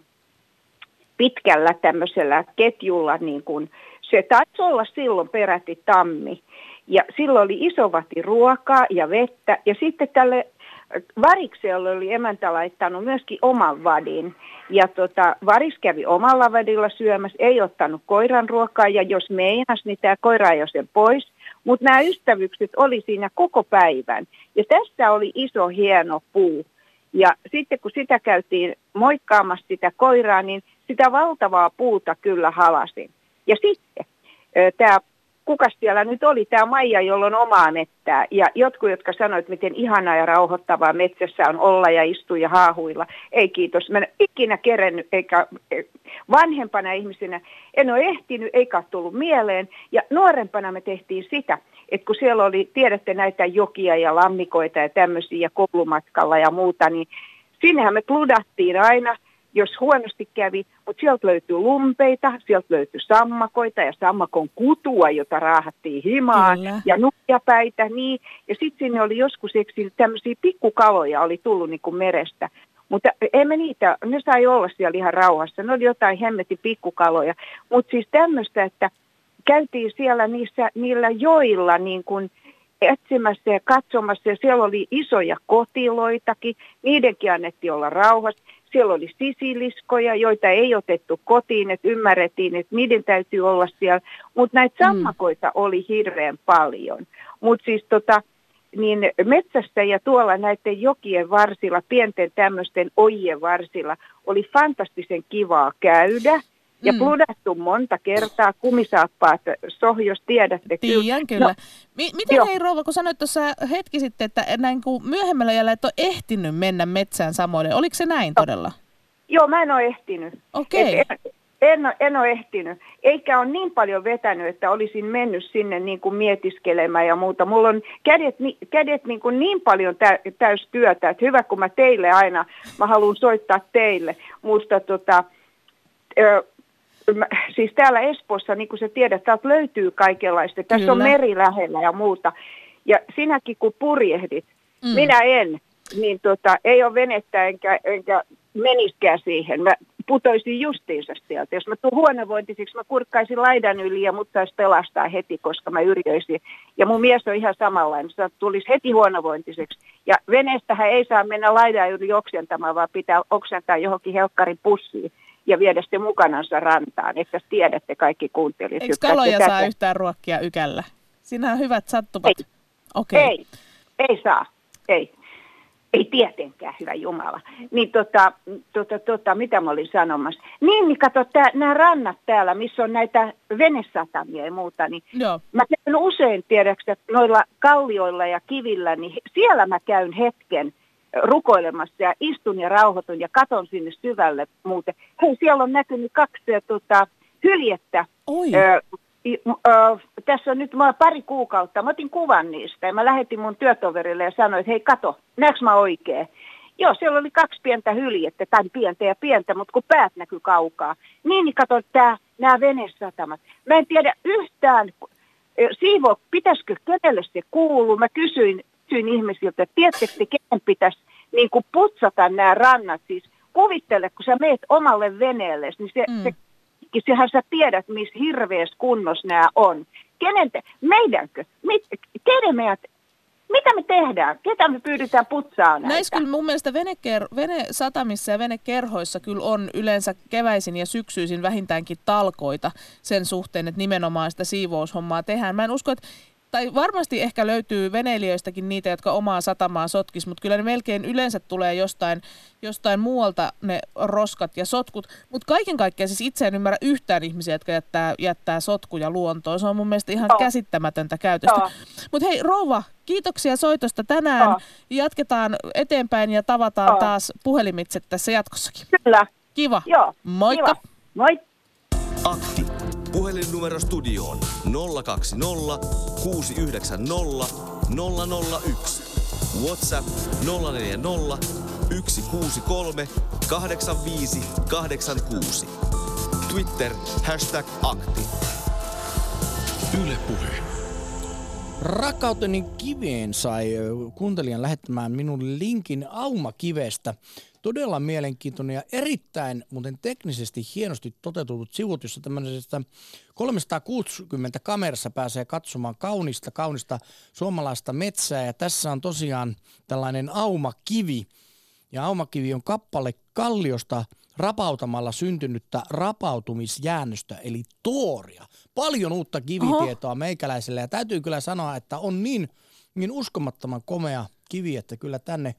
pitkällä tämmöisellä ketjulla, niin kuin, se taisi olla silloin peräti tammi. Ja silloin oli iso vati ruokaa ja vettä. Ja sitten tälle varikselle oli emäntä laittanut myöskin oman vadin. Ja tota, varis kävi omalla vadilla syömässä, ei ottanut koiran ruokaa. Ja jos meinas, niin tämä koira ajoi sen pois. Mutta nämä ystävykset oli siinä koko päivän. Ja tässä oli iso hieno puu. Ja sitten kun sitä käytiin moikkaamassa sitä koiraa, niin sitä valtavaa puuta kyllä halasin. Ja sitten tämä, kukas siellä nyt oli, tämä Maija, jolla on omaa mettää. Ja jotkut, jotka sanoivat, miten ihanaa ja rauhoittavaa metsässä on olla ja istua ja haahuilla. Ei kiitos, mä en ikinä kerennyt, eikä vanhempana ihmisenä en ole ehtinyt, eikä ole tullut mieleen. Ja nuorempana me tehtiin sitä, että kun siellä oli, tiedätte näitä jokia ja lammikoita ja tämmöisiä ja koulumatkalla ja muuta, niin sinnehän me pludattiin aina, jos huonosti kävi, mutta sieltä löytyi lumpeita, sieltä löytyi sammakoita ja sammakon kutua, jota raahattiin himaan. Kyllä. Ja nuijapäitä, niin. Ja sitten sinne oli joskus tämmöisiä pikkukaloja oli tullut niin kuin merestä. Mutta emme niitä, ne sai olla siellä ihan rauhassa. Ne oli jotain hemmetin pikkukaloja. Mutta siis tämmöistä, että käytiin siellä niissä, niillä joilla niin kuin etsimässä ja katsomassa. Ja siellä oli isoja kotiloitakin. Niidenkin annettiin olla rauhassa. Siellä oli sisiliskoja, joita ei otettu kotiin, että ymmärrettiin, että niiden täytyy olla siellä. Mutta näitä sammakoita mm. oli hirveän paljon. Mutta siis tota, niin metsästäjä tuolla näiden jokien varsilla, pienten tämmöisten ojien varsilla, oli fantastisen kivaa käydä. Ja mm. pludattu monta kertaa, kumisaappaat, soh, jos tiedätte. Tiedän kyllä. No, M- miten joo. hei rouva, kun sanoit tuossa hetki sitten, että näin kuin myöhemmällä jäljellä et ole ehtinyt mennä metsään samoille. Oliko se näin no. todella? Joo, mä en ole ehtinyt. Okei. Okay. En, en, en ole ehtinyt. Eikä ole niin paljon vetänyt, että olisin mennyt sinne niin kuin mietiskelemään ja muuta. Mulla on kädet, kädet niin, kuin niin paljon tä, täys työtä, että hyvä kun mä teille aina, mä haluan soittaa teille. Mutta tota... Ö, Siis täällä Espoossa, niin kuin sä tiedät, täältä löytyy kaikenlaista. Tässä Kyllä. on meri lähellä ja muuta. Ja sinäkin kun purjehdit, mm. minä en, niin tota, ei ole venettä enkä, enkä meniskään siihen. Mä putoisin justiinsa sieltä. Jos mä tuun huonovointisiksi, mä kurkkaisin laidan yli ja mut saisi pelastaa heti, koska mä yriöisin. Ja mun mies on ihan samanlainen. Se tulisi heti huonovointiseksi. Ja veneestähän ei saa mennä laidan yli oksentamaan, vaan pitää oksentaa johonkin helkkarin pussiin ja viedä sitten mukanansa rantaan, että tiedätte kaikki kuuntelijat. Eikö kaloja saa yhtään ruokkia ykällä? Siinä on hyvät sattumat. Ei, okay. ei, ei saa, ei. Ei tietenkään, hyvä Jumala. Niin tota, tota, tota, mitä mä olin sanomassa? Niin, niin kato, nämä rannat täällä, missä on näitä venesatamia ja muuta, niin Joo. mä käyn usein, tiedäksä, noilla kallioilla ja kivillä, niin siellä mä käyn hetken rukoilemassa ja istun ja rauhoitun ja katon sinne syvälle muuten. Hei, siellä on näkynyt kaksi tota, hyljettä. Oi. Ö, ö, tässä on nyt mä pari kuukautta. Mä otin kuvan niistä ja mä lähetin mun työtoverille ja sanoin, että hei kato, näetkö mä oikein? Joo, siellä oli kaksi pientä hyljettä, tai pientä ja pientä, mutta kun päät näkyy kaukaa. Niin, niin kato, nämä venesatamat. Mä en tiedä yhtään, Siivo, pitäisikö kenelle se kuuluu? Mä kysyin, kysyin ihmisiltä, että tiedättekö te, kenen pitäisi niin kuin putsata nämä rannat? Siis kuvittele, kun sä meet omalle veneelle, niin se, mm. se, sehän sä tiedät, missä hirveässä kunnossa nämä on. Kenen te, meidänkö? Mit, kenen meidät, mitä me tehdään? Ketä me pyydetään putsaamaan näitä? Näissä kyllä mun mielestä veneker- venesatamissa ja venekerhoissa kyllä on yleensä keväisin ja syksyisin vähintäänkin talkoita sen suhteen, että nimenomaan sitä siivoushommaa tehdään. Mä en usko, että tai varmasti ehkä löytyy veneilijöistäkin niitä, jotka omaa satamaa sotkis, mutta kyllä ne melkein yleensä tulee jostain, jostain muualta ne roskat ja sotkut. Mutta kaiken kaikkiaan siis itse en ymmärrä yhtään ihmisiä, jotka jättää, jättää sotkuja luontoon. Se on mun mielestä ihan oh. käsittämätöntä käytöstä. Oh. Mutta hei rouva, kiitoksia soitosta tänään. Oh. Jatketaan eteenpäin ja tavataan oh. taas puhelimitse tässä jatkossakin. Kyllä. Kiva. Joo. Moikka. Kiva. Moi. Akti. Puhelinnumero studioon nolla kaksi nolla kuusi yhdeksän nolla nolla nolla yksi. WhatsApp nolla neljä nolla yksi kuusi kolme kahdeksan viisi kahdeksan kuusi. Twitter hashtag akti. Yle Puhe. Rakkauteni kiveen sai kuuntelijan lähettämään minun linkin Auma-kivestä. Todella mielenkiintoinen ja erittäin muuten teknisesti hienosti toteutetut sivut, jossa tämmöisestä kolmesataakuusikymmentä kamerassa pääsee katsomaan kaunista, kaunista suomalaista metsää. Ja tässä on tosiaan tällainen Auma-kivi. Ja Auma-kivi on kappale kalliosta rapautamalla syntynyttä rapautumisjäännöstä, eli tooria. Paljon uutta kivitietoa Oho. meikäläiselle. Ja täytyy kyllä sanoa, että on niin, niin uskomattoman komea kivi, että kyllä tänne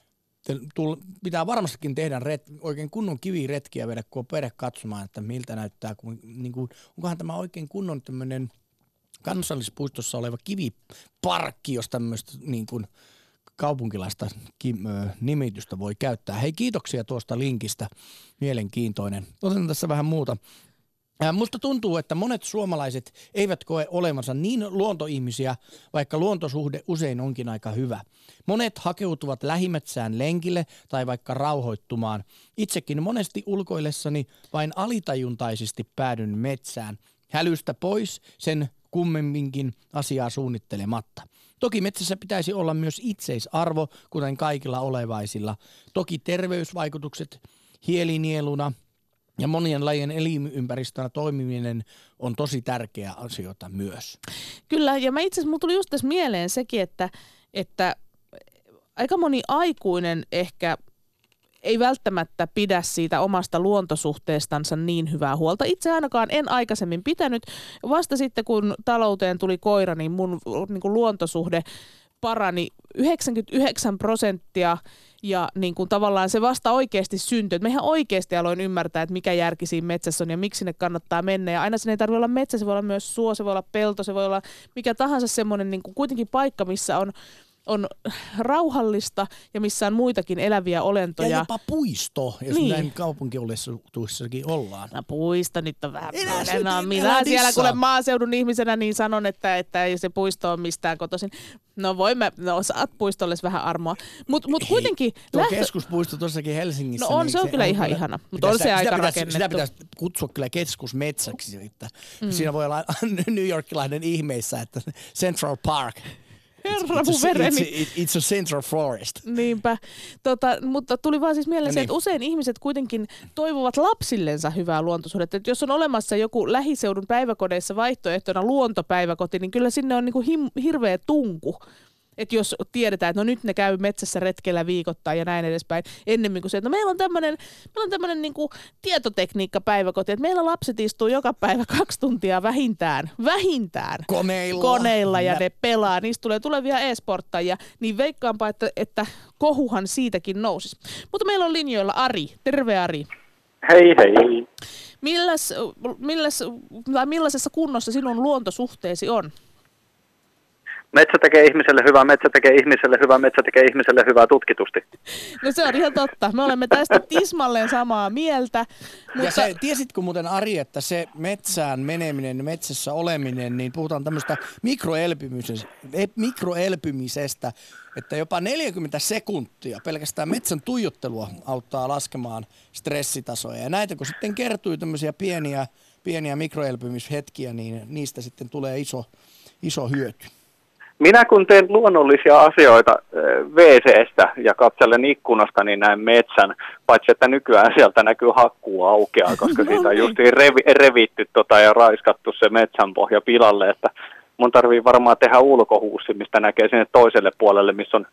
pitää varmastikin tehdä ret, oikein kunnon kiviretkiä viedä koko perhe katsomaan, että miltä näyttää, kun, niin kuin, onkohan tämä oikein kunnon tämmöinen kansallispuistossa oleva kiviparkki, jos tämmöistä niin kuin kaupunkilaista kim, ö, nimitystä voi käyttää. Hei, kiitoksia tuosta linkistä, mielenkiintoinen. Otetaan tässä vähän muuta. Musta tuntuu, että monet suomalaiset eivät koe olevansa niin luontoihmisiä, vaikka luontosuhde usein onkin aika hyvä. Monet hakeutuvat lähimetsään lenkille tai vaikka rauhoittumaan. Itsekin monesti ulkoillessani vain alitajuntaisesti päädyn metsään. Hälystä pois sen kummemminkin asiaa suunnittelematta. Toki metsässä pitäisi olla myös itseisarvo, kuten kaikilla olevaisilla. Toki terveysvaikutukset hielinieluna ja monien lajien elinympäristönä toimiminen on tosi tärkeä asioita myös. Kyllä, ja mä itse asiassa, mulla tuli just tässä mieleen sekin, että, että aika moni aikuinen ehkä ei välttämättä pidä siitä omasta luontosuhteestansa niin hyvää huolta. Itse ainakaan en aikaisemmin pitänyt. Vasta sitten, kun talouteen tuli koira, niin mun niin kuin luontosuhde parani yhdeksänkymmentäyhdeksän prosenttia ja niin kuin tavallaan se vasta oikeasti syntyi. Et mä ihan oikeasti aloin ymmärtää, että mikä järki siinä metsässä on ja miksi sinne kannattaa mennä. Ja aina sinne ei tarvitse olla metsä, se voi olla myös suo, se voi olla pelto, se voi olla mikä tahansa semmoinen niin kuin kuitenkin paikka, missä on on rauhallista ja missä on muitakin eläviä olentoja. Ja jopa puisto, jos niin. näin kaupunkiolosuhteissakin ollaan. No puisto nyt on vähän... Enää No, no, nyt, minä älä siellä dissaa. kuule maaseudun ihmisenä niin sanon, että, että ei se puisto ole mistään kotoisin. No voimme, no saat puistolle vähän armoa. Mutta mut kuitenkin... Tuo lähtö... keskuspuisto tuossakin Helsingissä. No on, niin se on kyllä ihan kyllä, ihana, mutta on sitä, se aika sitä pitäisi, rakennettu. sitä pitäisi kutsua kyllä keskusmetsäksi. Että mm. Siinä voi olla New Yorkilainen ihmeissä, että Central Park. Herra It's mun a, vereni. it's, a, it's a central forest. Niinpä. Tota, mutta tuli vaan siis mieleen se, niin. että usein ihmiset kuitenkin toivovat lapsillensa hyvää luontosuhdetta. Että jos on olemassa joku lähiseudun päiväkodeissa vaihtoehtona luontopäiväkoti, niin kyllä sinne on niinku him- hirveä tunku. Että jos tiedetään, että no nyt ne käy metsässä retkellä viikoittain ja näin edespäin, ennemmin kuin se, että no meillä on tämmöinen meillä on tämmöinen niinku tietotekniikkapäiväkoti, että meillä lapset istuu joka päivä kaksi tuntia vähintään, vähintään Koneilla. koneilla ja ja ne pelaa, niistä tulee tulevia e-sporttajia, niin veikkaanpa, että, että kohuhan siitäkin nousisi. Mutta meillä on linjoilla Ari. Terve Ari. Hei hei. Milläs, milläs, tai millaisessa kunnossa sinun luontosuhteesi on? Metsä tekee ihmiselle hyvää, metsä tekee ihmiselle hyvää, metsä tekee ihmiselle hyvää tutkitusti. No se on ihan totta. Me olemme tästä tismalleen samaa mieltä. Mutta... Ja se, tiesitkö muuten Ari, että se metsään meneminen, metsässä oleminen, niin puhutaan tämmöistä mikroelpymisestä, mikroelpymisestä, että jopa neljäkymmentä sekuntia pelkästään metsän tuijottelua auttaa laskemaan stressitasoja. Ja näitä kun sitten kertyy tämmöisiä pieniä, pieniä mikroelpymishetkiä, niin niistä sitten tulee iso, iso hyöty. Minä kun teen luonnollisia asioita W C:stä ja katselen ikkunasta, niin näen metsän, paitsi että nykyään sieltä näkyy hakkuu aukeaa, koska siitä on justiin revi, revitty tota ja raiskattu se metsänpohja pilalle, että mun tarvii varmaan tehdä ulkohuussi, mistä näkee sinne toiselle puolelle, missä on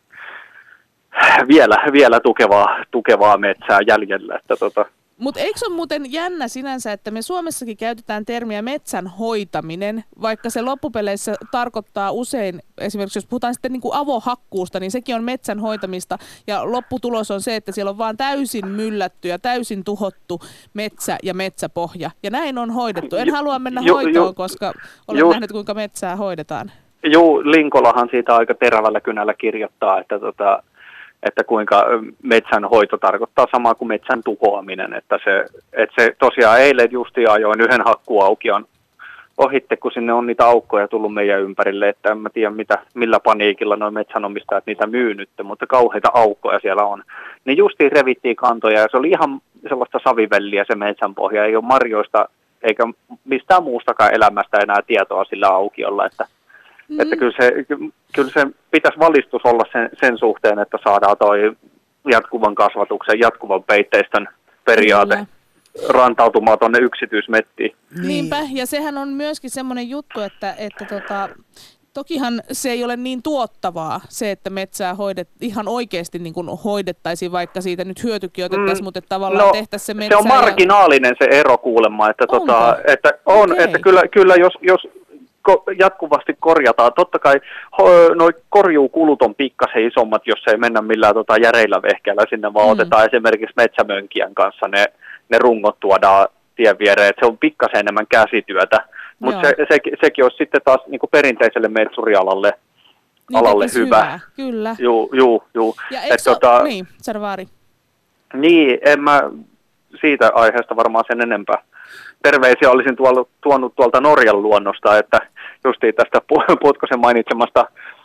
vielä, vielä tukevaa, tukevaa metsää jäljellä, että tota... Mutta eikö ole muuten jännä sinänsä, että me Suomessakin käytetään termiä metsän hoitaminen, vaikka se loppupeleissä tarkoittaa usein, esimerkiksi jos puhutaan sitten niin kuin avohakkuusta, niin sekin on metsän hoitamista ja lopputulos on se, että siellä on vaan täysin myllätty ja täysin tuhottu metsä ja metsäpohja. Ja näin on hoidettu. En halua mennä ju, hoitoon, ju, koska olen ju, nähnyt, kuinka metsää hoidetaan. Joo, Linkolahan siitä aika terävällä kynällä kirjoittaa, että tota... että kuinka metsän hoito tarkoittaa samaa kuin metsän tuhoaminen. Että se, että se tosiaan eilen justiin ajoin yhden hakkuaukion ohitte, kun sinne on niitä aukkoja tullut meidän ympärille, että en mä tiedä mitä, millä paniikilla nuo metsänomistajat niitä myy nyt, mutta kauheita aukkoja siellä on. Niin justiin revittiin kantoja ja se oli ihan sellaista savivelliä se metsänpohja, ei ole marjoista eikä mistään muustakaan elämästä enää tietoa sillä aukiolla, että Mm. Että kyllä se, kyllä se pitäisi valistus olla sen, sen suhteen, että saadaan toi jatkuvan kasvatuksen, jatkuvan peitteistön periaate kyllä rantautumaan tuonne yksityismettiin. Niinpä, ja sehän on myöskin semmoinen juttu, että, että tota, tokihan se ei ole niin tuottavaa, se, että metsää hoidet, ihan oikeasti niin kuin hoidettaisiin, vaikka siitä nyt hyötykin otettaisiin, mm. mutta tavallaan no, tehtäisiin se metsä. Se on marginaalinen ja... se ero kuulemma, että, tota, että on, okay. Että kyllä, kyllä jos... jos jatkuvasti korjataan. Totta kai noi korjuukulut on pikkasen isommat, jos ei mennä millään tota järeillä vehkeillä sinne, vaan mm. otetaan esimerkiksi metsämönkien kanssa ne, ne rungot tuodaan tien viereen. Se on pikkasen enemmän käsityötä, mutta se, se, sekin olisi sitten taas niin kuin perinteiselle metsurialalle niin alalle hyvä. hyvä. Kyllä. Juu, juu, juu. Ja eikö so, tota, niin, Sarvaari? Niin, en mä siitä aiheesta varmaan sen enempää. Terveisiä olisin tuollut, tuonut tuolta Norjan luonnosta, että justiin tästä Putkosen mainitsemasta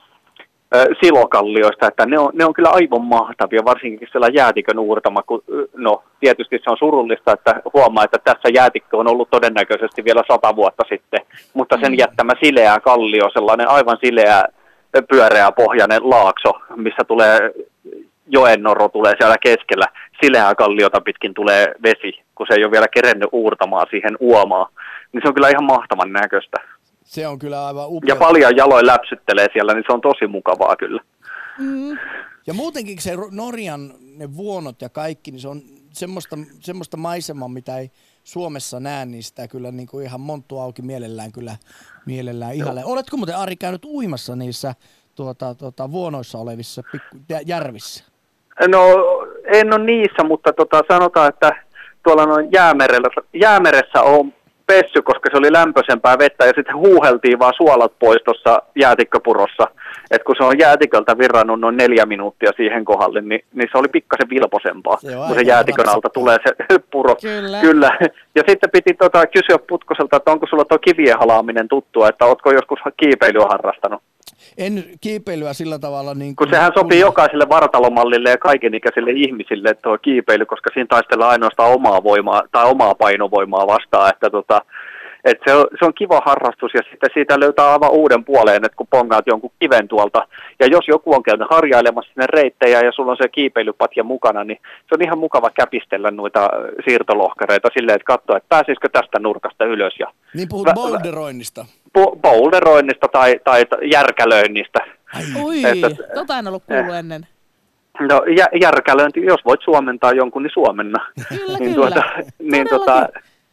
ä, silokallioista, että ne on, ne on kyllä aivan mahtavia, varsinkin siellä jäätikön uurtama, kun no tietysti se on surullista, että huomaa, että tässä jäätikkö on ollut todennäköisesti vielä sata vuotta sitten, mutta sen jättämä sileä kallio, sellainen aivan sileä pyöreä pohjainen laakso, missä tulee joennorro tulee siellä keskellä, sileää kalliota pitkin tulee vesi, kun se ei ole vielä kerennyt uurtamaan siihen uomaan, niin se on kyllä ihan mahtavan näköistä. Se on kyllä aivan upea. Ja paljon jaloin läpsyttelee siellä, niin se on tosi mukavaa kyllä. Mm. Ja muutenkin se Norjan ne vuonot ja kaikki, niin se on semmoista, semmoista maisemaa, mitä ei Suomessa näe, niin sitä kyllä niin kuin ihan monttu auki mielellään kyllä mielellään ihalle. Oletko muuten, Ari, käynyt uimassa niissä tuota, tuota, vuonoissa olevissa pikku, järvissä? No en ole niissä, mutta tota, sanotaan, että tuolla noin jäämerellä, jäämeressä on pessy, koska se oli lämpöisempää vettä ja sitten huuheltiin vaan suolat pois tuossa jäätikköpurossa. Et kun se on jäätiköltä virrannut noin neljä minuuttia siihen kohdalle, niin, niin se oli pikkasen vilposempaa, se kun se jäätikön alta tulee se puro. Kyllä. Kyllä. Ja sitten piti tota, kysyä Putkoselta, että onko sulla tuo kivien halaaminen tuttua, että ootko joskus kiipeilyä harrastanut? En kiipeilyä sillä tavalla. Niin kun sehän sopii jokaiselle vartalomallille ja kaikenikäisille ihmisille tuo kiipeily, koska siinä taistellaan ainoastaan omaa voimaa tai omaa painovoimaa vastaan, että tota, et se, on, se on kiva harrastus ja sitten siitä löytää aivan uuden puoleen, että kun pongaat jonkun kiven tuolta ja jos joku on käynyt harjailemassa sinne reittejä ja sulla on se kiipeilypatja mukana, niin se on ihan mukava käpistellä noita siirtolohkareita silleen, että katsoa, että pääsisikö tästä nurkasta ylös. Ja niin puhut vä- boulderoinnista. Bu- boulderoinnista tai, tai järkälöinnistä. Oi, että, tota en ollut kuullut ennen. No jä, järkälöinti, jos voit suomentaa jonkun, niin suomenna. Kyllä, niin, kyllä. Tuota, niin, tota,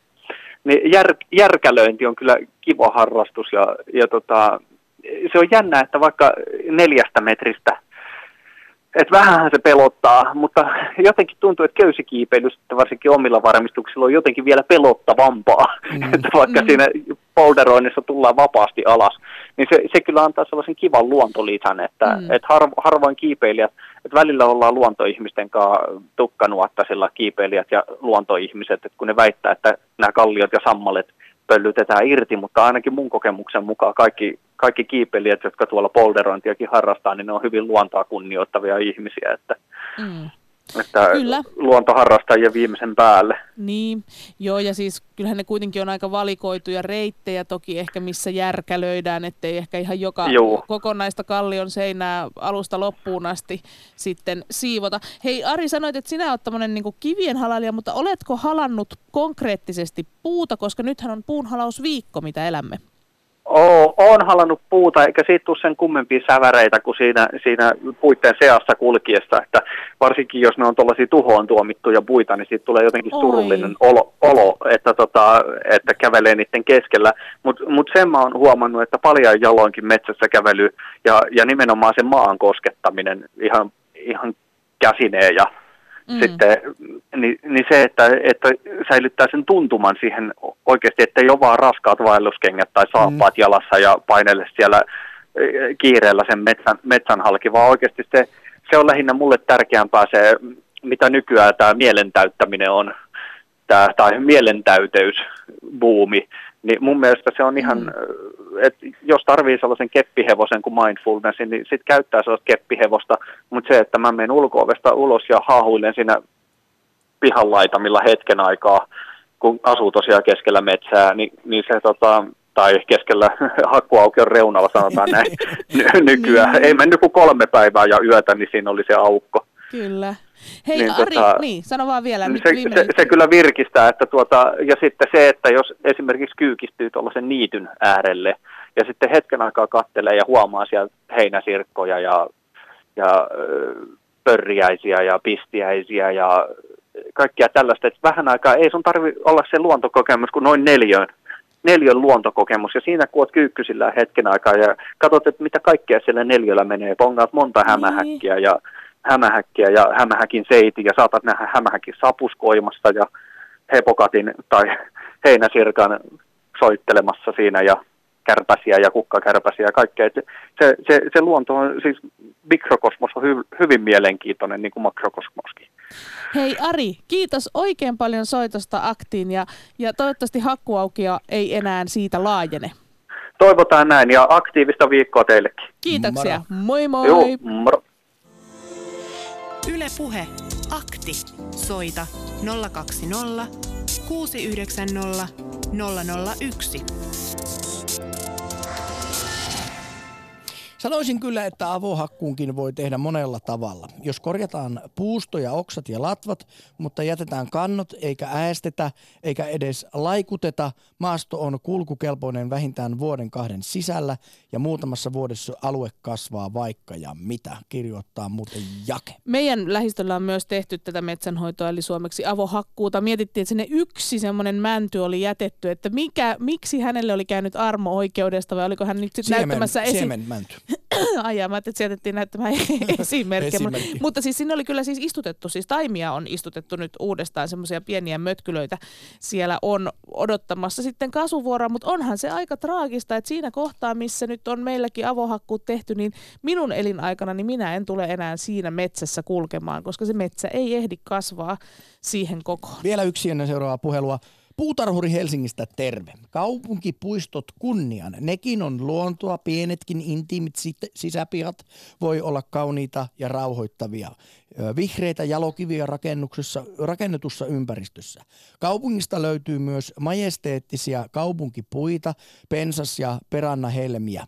niin jär, järkälöinti on kyllä kiva harrastus ja, ja tota, se on jännä, että vaikka neljästä metristä, että vähänhän se pelottaa, mutta jotenkin tuntuu, että köysikiipeily sitten varsinkin omilla varmistuksilla on jotenkin vielä pelottavampaa, mm. että vaikka mm. siinä polderoinnissa tullaan vapaasti alas, niin se, se kyllä antaa sellaisen kivan luontolisän, että mm. et har, harvoin kiipeilijät, että välillä ollaan luontoihmisten kanssa tukkanuottasilla kiipeilijät ja luontoihmiset, että kun ne väittää, että nämä kalliot ja sammalet pöllytetään irti, mutta ainakin mun kokemuksen mukaan kaikki, kaikki kiipeilijät, jotka tuolla polderointiakin harrastaa, niin ne on hyvin luontoa kunnioittavia ihmisiä, että, mm. että luontoharrastajia viimeisen päälle. Niin, joo, ja siis kyllähän ne kuitenkin on aika valikoituja reittejä toki ehkä, missä järkälöidään, ettei ehkä ihan joka Joo. kokonaista kallion seinää alusta loppuun asti sitten siivota. Hei Ari, sanoit, että sinä olet tämmöinen niin kuin kivien halailija, mutta oletko halannut konkreettisesti puuta, koska nythän on puunhalausviikko, mitä elämme? Oo, oon halannut puuta, eikä siitä tule sen kummempia säväreitä kuin siinä, siinä puitten seassa kulkiessa, että varsinkin jos ne on tuollaisia tuhoon tuomittuja puita, niin siitä tulee jotenkin Oi. surullinen olo, olo että, tota, että kävelee niiden keskellä, mutta mut sen mä oon huomannut, että paljon jaloinkin metsässä kävely ja, ja nimenomaan se maan koskettaminen ihan, ihan käsineen ja Mm. Sitten niin, niin se, että, että säilyttää sen tuntuman siihen oikeasti, että ei ole vaan raskaat vaelluskengät tai saappaat mm. jalassa ja painelle siellä kiireellä sen metsän, metsän halki, vaan oikeasti se, se on lähinnä mulle tärkeämpää se, mitä nykyään tämä mielentäyttäminen on, tämä, tai mielentäyteysbuumi. Niin mun mielestä se on ihan, mm. että jos tarvii sellaisen keppihevosen kuin mindfulnessin, niin sit käyttää sellaista keppihevosta, mutta se, että mä menen ulko-ovesta ulos ja haahuilen siinä pihan laitamilla hetken aikaa, kun asuu tosiaan keskellä metsää, niin, niin se tota, tai keskellä hakkuaukion reunalla sanotaan näin ny- nykyään. Niin. Ei mennyt kuin kolme päivää ja yötä, niin siinä oli se aukko. Kyllä. Hei niin, Ari, tota, niin, sano vaan vielä. Se, se, se kyllä virkistää, että tuota, ja sitten se, että jos esimerkiksi kyykistyy tuollaisen niityn äärelle, ja sitten hetken aikaa kattelee ja huomaa siellä heinäsirkkoja ja, ja pörriäisiä ja pistiäisiä ja kaikkia tällaista, että vähän aikaa ei sun tarvitse olla se luontokokemus kuin noin neljön, neljön luontokokemus, ja siinä kun oot kyykkysillä hetken aikaa ja katsot, että mitä kaikkea siellä neljöllä menee, pongaat monta hämähäkkiä ja hämähäkkiä ja hämähäkin seiti ja saatat nähdä hämähäkin sapuskoimassa ja hepokatin tai heinäsirkan soittelemassa siinä ja kärpäsiä ja kukkakärpäsiä ja kaikkea. Se, se, se luonto on, siis mikrokosmos on hy, hyvin mielenkiintoinen, niin kuin makrokosmoskin. Hei Ari, kiitos oikein paljon soitosta Aktiin ja, ja toivottavasti hakkuaukia ei enää siitä laajene. Toivotaan näin ja aktiivista viikkoa teillekin. Kiitoksia. Moro. Moi moi. Joo, moro. Yle Puhe. Akti. Soita nolla kaksi nolla kuusi yhdeksän nolla nolla nolla yksi. Sanoisin kyllä, että avohakkuunkin voi tehdä monella tavalla. Jos korjataan puustoja, oksat ja latvat, mutta jätetään kannot eikä äästetä eikä edes laikuteta, maasto on kulkukelpoinen vähintään vuoden kahden sisällä ja muutamassa vuodessa alue kasvaa vaikka ja mitä, kirjoittaa muuten Jake. Meidän lähistöllä on myös tehty tätä metsänhoitoa, eli suomeksi avohakkuuta. Mietittiin, että sinne yksi semmoinen mänty oli jätetty, että mikä, miksi hänelle oli käynyt armo oikeudesta vai oliko hän nyt sitten näyttämässä esi- Siemenmänty. Ai jaa, mä ajattelin, että jätettiin näyttämään esimerkkejä. Mutta siis sinne oli kyllä siis istutettu, siis taimia on istutettu nyt uudestaan, semmoisia pieniä mötkylöitä siellä on odottamassa sitten kasvuvuoroa, mutta onhan se aika traagista, että siinä kohtaa, missä nyt on meilläkin avohakkuut tehty, niin minun elinaikana niin minä en tule enää siinä metsässä kulkemaan, koska se metsä ei ehdi kasvaa siihen kokoon. Vielä yksi ennen seuraavaa puhelua. Puutarhuri Helsingistä terve. Kaupunkipuistot kunnian. Nekin on luontoa, pienetkin intiimit sisäpihat voi olla kauniita ja rauhoittavia. Vihreitä jalokiviä rakennuksessa, rakennetussa ympäristössä. Kaupungista löytyy myös majesteettisia kaupunkipuita, pensas- ja perannahelmiä,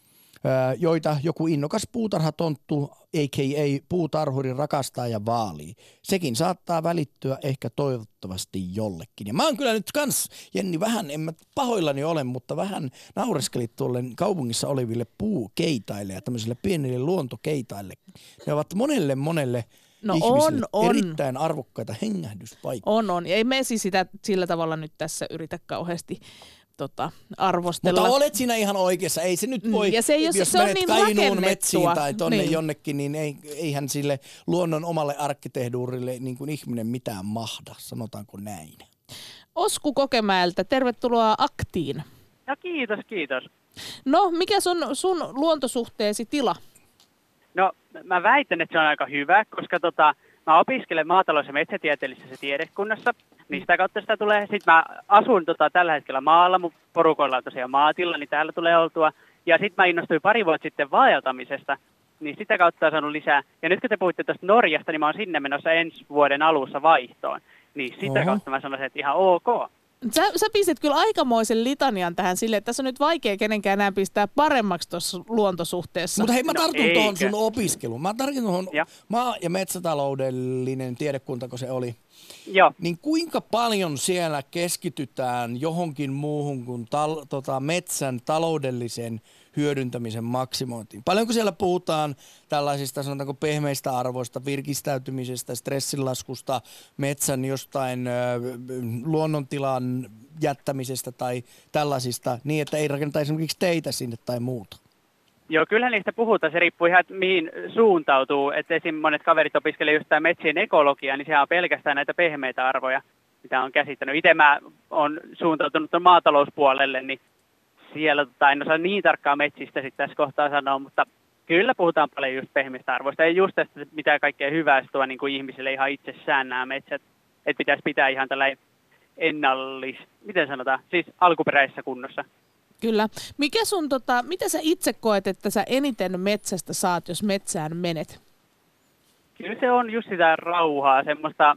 joita joku innokas puutarhatonttu, a k a puutarhuri, rakastaa ja vaalii. Sekin saattaa välittyä ehkä toivottavasti jollekin. Ja mä oon kyllä nyt kans, Jenni, vähän, en mä pahoillani ole, mutta vähän naureskelit tuolle kaupungissa oleville puukeitaille ja tämmöisille pienille luontokeitaille. Ne ovat monelle monelle No ihmisille on, on. erittäin arvokkaita hengähdyspaikkoja. On, on. Ei me siis sitä sillä tavalla nyt tässä yritä kauheasti tota, arvostella. Mutta olet siinä ihan oikeassa. Ei se nyt voi, ja se ei, jos, jos se on menet niin Kainuun metsiin tai tonne niin. jonnekin, niin ei, eihän sille luonnon omalle arkkitehtuurille niin kuin ihminen mitään mahda, sanotaanko näin. Osku Kokemäeltä, tervetuloa Aktiin. No kiitos, kiitos. No, mikä on sun luontosuhteesi tila? No, mä väitän, että se on aika hyvä, koska tota, mä opiskelen maatalous- ja metsätieteellisessä tiedekunnassa, niin sitä kautta sitä tulee. Sitten mä asun tota, tällä hetkellä maalla, mun porukoilla on tosiaan maatilla, niin täällä tulee oltua. Ja sitten mä innostuin pari vuotta sitten vaeltamisesta, niin sitä kautta on saanut lisää. Ja nyt kun te puhutte tuosta Norjasta, niin mä oon sinne menossa ensi vuoden alussa vaihtoon. Niin sitä Oho. kautta mä sanoisin, että ihan ok. Sä, sä pistit kyllä aikamoisen litanian tähän silleen, että tässä on nyt vaikea kenenkään enää pistää paremmaksi tuossa luontosuhteessa. Mutta hei, mä tartun no, tuohon sun opiskeluun. Mä tartun tuohon maa- ja metsätaloudellinen tiedekunta, kun se oli. Joo. Niin kuinka paljon siellä keskitytään johonkin muuhun kuin tal- tota metsän taloudellisen hyödyntämisen maksimointiin? Paljonko siellä puhutaan tällaisista, sanotaanko, pehmeistä arvoista, virkistäytymisestä, stressinlaskusta, metsän jostain ö, luonnontilan jättämisestä tai tällaisista, niin että ei rakenneta esimerkiksi teitä sinne tai muuta? Joo, kyllä niistä puhutaan. Se riippuu ihan, että mihin suuntautuu. Että esim. Monet kaverit opiskelevat just tämän metsien ekologiaa, niin sehän on pelkästään näitä pehmeitä arvoja, mitä on käsittänyt. Itse mä oon suuntautunut tuon maatalouspuolelle, niin siellä tota, en osaa niin tarkkaa metsistä sitten tässä kohtaa sanoa, mutta kyllä puhutaan paljon just pehmeistä arvoista. Ei just tästä mitään kaikkea hyvää se tuo niin kuin ihmisille ihan itsessään nämä metsät. Että pitäisi pitää ihan tällainen ennallis, miten sanotaan, siis alkuperäisessä kunnossa. Kyllä. Mikä sun, tota, mitä sä itse koet, että sä eniten metsästä saat, jos metsään menet? Kyllä se on just sitä rauhaa, semmoista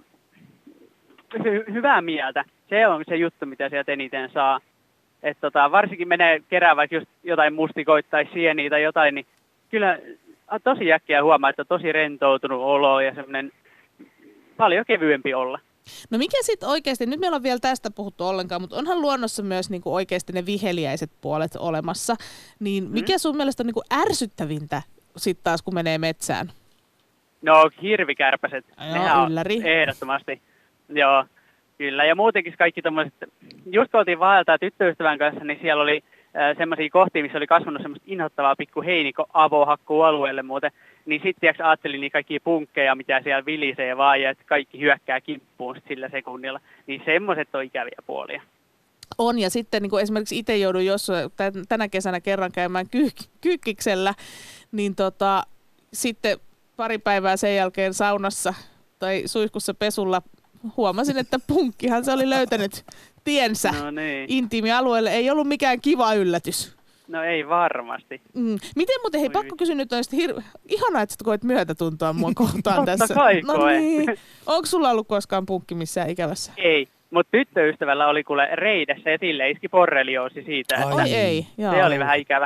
hy- hyvää mieltä. Se on se juttu, mitä sieltä eniten saa. Et tota, varsinkin menee kerää vaikka just jotain mustikoita tai sieniä tai jotain, niin kyllä tosi äkkiä huomaa, että on tosi rentoutunut olo ja semmoinen paljon kevyempi olla. No mikä sitten oikeasti, nyt meillä on vielä tästä puhuttu ollenkaan, mutta onhan luonnossa myös niinku oikeasti ne viheliäiset puolet olemassa, niin mikä sun mielestä on niinku ärsyttävintä sitten taas, kun menee metsään? No hirvikärpäset, nehän on ylläri. Ehdottomasti, joo, kyllä. Ja muutenkin kaikki tommoset, just kun oltiin vaeltaa tyttöystävän kanssa, niin siellä oli äh, semmoisia kohtia, missä oli kasvanut semmoista inhottavaa pikku heinikko avohakkuualueelle muuten. Niin sitten ajattelin niin kaikkia punkkeja, mitä siellä vilisee vaan, ja että kaikki hyökkää kimppuun sillä sekunnilla. Niin semmoiset on ikäviä puolia. On, ja sitten niin kuin esimerkiksi itse joudun jossain tänä kesänä kerran käymään kyy- kyykkiksellä, niin tota, sitten pari päivää sen jälkeen saunassa tai suihkussa pesulla huomasin, että punkkihan se oli löytänyt tiensä no niin. intiimialueelle. Ei ollut mikään kiva yllätys. No ei varmasti. Mm. Miten muuten, hei, pakko kysyä nyt, hir- ihanaa, että sä koet myötätuntoa mua kohtaan Totta tässä. kai No koe. niin. Onko sulla ollut koskaan punkki missään ikävässä? Ei, mutta tyttöystävällä oli kuule reidessä ja sille iski borrelioosi siitä. Ai ei, se oli vähän ikävä.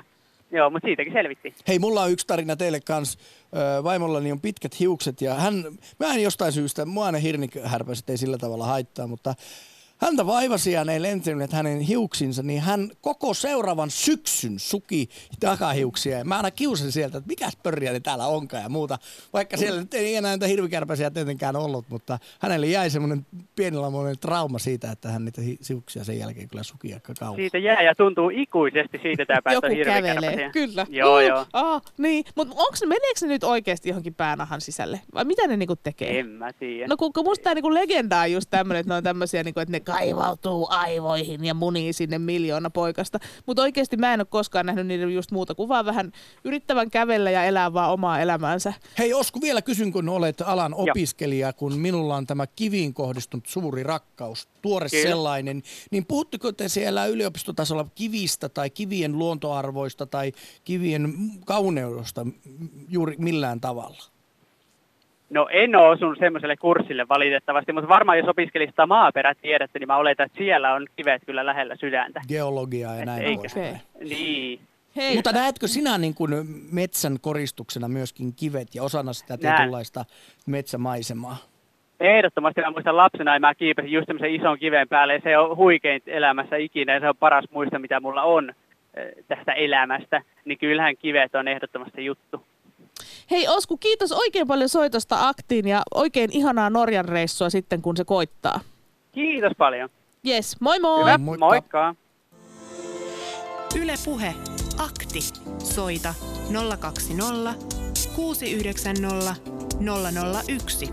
Joo, mutta siitäkin selvittiin. Hei, mulla on yksi tarina teille kanssa. Vaimollani on pitkät hiukset ja hän, mä en jostain syystä, mua ne hirnikärpäset ei sillä tavalla haittaa, mutta häntä vaivasi ja ne ei lentänyt hänen hiuksinsa, niin hän koko seuraavan syksyn suki takahiuksia. Ja mä aina kiusin sieltä, että mikäs pörriä ne täällä onkaan ja muuta. Vaikka siellä nyt ei enää niitä hirvikärpäsiä tietenkään ollut, mutta hänelle jäi semmoinen pienilamoinen trauma siitä, että hän niitä hiuksia sen jälkeen kyllä suki aika kauan. Siitä jää ja tuntuu ikuisesti siitä tämä päästä hirvikärpäsiä. Joku kävelee, kyllä. Joo, uh, joo. Ah, niin, mutta meneekö ne nyt oikeasti johonkin päänahan sisälle? Vai mitä ne niinku tekee? En mä tiedä. No kun, kun musta tämä niinku legenda on just tämmöinen, että ne on tämmöisiä, niinku, että ne kaivautuu aivoihin ja munii sinne miljoona poikasta. Mutta oikeasti mä en ole koskaan nähnyt niiden just muuta kuin vaan vähän yrittävän kävellä ja elää vaan omaa elämäänsä. Hei Osku, vielä kysyn, kun olet alan opiskelija, ja. kun minulla on tämä kiviin kohdistunut suuri rakkaus, tuore Kyllä. sellainen, niin puhutteko te siellä yliopistotasolla kivistä tai kivien luontoarvoista tai kivien kauneudesta juuri millään tavalla? No en ole osunut semmoiselle kurssille valitettavasti, mutta varmaan jos opiskelisi sitä maaperätiedettä, niin mä oletan, että siellä on kivet kyllä lähellä sydäntä. Geologiaa ja näin poispäin. Niin. Hei. Mutta näetkö sinä niin kuin metsän koristuksena myöskin kivet ja osana sitä tietynlaista metsämaisemaa? Ehdottomasti. Mä muistan lapsena, ja mä kiipesin just semmoisen ison kiven päälle, ja se on huikein elämässä ikinä, ja se on paras muista, mitä mulla on tästä elämästä. Niin kyllähän kivet on ehdottomasti juttu. Hei Osku, kiitos oikein paljon soitosta Aktiin ja oikein ihanaa Norjan reissua sitten, kun se koittaa. Kiitos paljon. Yes, moi moi. Hyvä, moikka. moikka. Yle Puhe, Akti. Soita nolla kaksi nolla kuusi yhdeksän nolla nolla nolla yksi.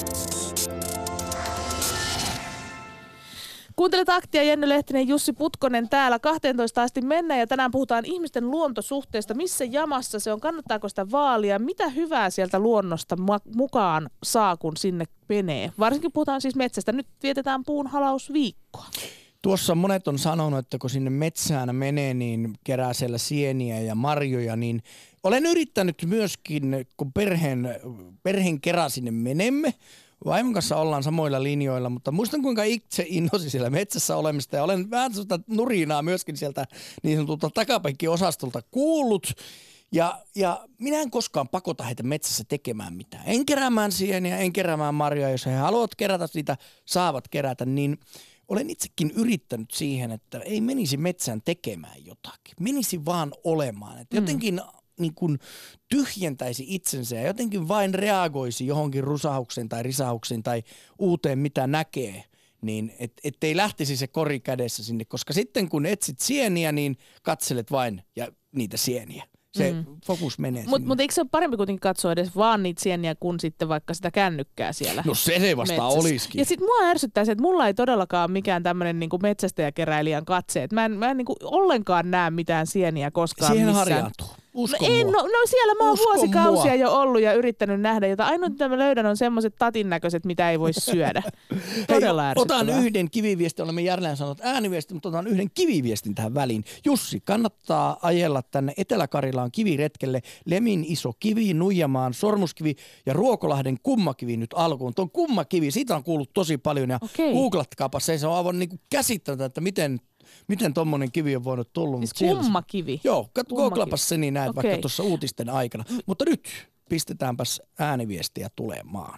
Kuuntelet Aktia, Jenny Lehtinen, Jussi Putkonen täällä kahteentoista asti mennään ja tänään puhutaan ihmisten luontosuhteesta. Missä jamassa se on? Kannattaako sitä vaalia? Mitä hyvää sieltä luonnosta mukaan saa, kun sinne menee? Varsinkin puhutaan siis metsästä. Nyt vietetään puunhalausviikkoa. Tuossa monet on sanonut, että kun sinne metsään menee, niin kerää siellä sieniä ja marjoja, niin olen yrittänyt myöskin, kun perheen, perheen kerran sinne menemme, vaimon kanssa ollaan samoilla linjoilla, mutta muistan kuinka itse innosin siellä metsässä olemista ja olen vähän sellaista nurinaa myöskin sieltä niin sanotulta takapenkki-osastolta kuullut. Ja, ja minä en koskaan pakota heitä metsässä tekemään mitään. En keräämään sieniä, en keräämään marjoja. Jos he haluavat kerätä sitä, saavat kerätä, niin olen itsekin yrittänyt siihen, että ei menisi metsään tekemään jotakin. Menisi vaan olemaan. Että jotenkin mm. niin kuin tyhjentäisi itsensä ja jotenkin vain reagoisi johonkin rusaukseen tai risaukseen tai uuteen, mitä näkee. Niin et, ettei lähtisi se kori kädessä sinne, koska sitten kun etsit sieniä, niin katselet vain ja niitä sieniä. Se mm. fokus menee Mutta mut eikö se ole parempi kuitenkin katsoa edes vaan niitä sieniä kuin sitten vaikka sitä kännykkää siellä? No se se vasta metsässä olisikin. Ja sitten mua ärsyttää se, että mulla ei todellakaan ole mikään tämmöinen niinku metsästäjäkeräilijän katse. Mä en, mä en niinku ollenkaan näe mitään sieniä koskaan siihen missään. Siihen harjaantuu. Usko no, en, no, no siellä mä oon Usko vuosikausia mua. jo ollut ja yrittänyt nähdä jotain. Ainoa mitä mä löydän on semmoiset tatin näköiset, mitä ei voi syödä. Todella Hei, otan yhden kiviviestin, olemme Järleen sanonut ääniviestin, mutta otan yhden kiviviestin tähän väliin. Jussi, kannattaa ajella tänne Etelä-Karilaan kiviretkelle. Lemin iso kivi, Nuijamaan sormuskivi ja Ruokolahden kummakivi nyt alkuun. Tuon kummakivi, siitä on kuullut tosi paljon ja okay. googlatkaapa se, se on aivan niin kuin käsittämätöntä, että miten Miten tommonen kivi on voinut tulla? Siis kummakivi? Joo, googlapas se niin näet okay. vaikka tuossa uutisten aikana. Mm. Mutta nyt pistetäänpäs ääniviestiä tulemaan.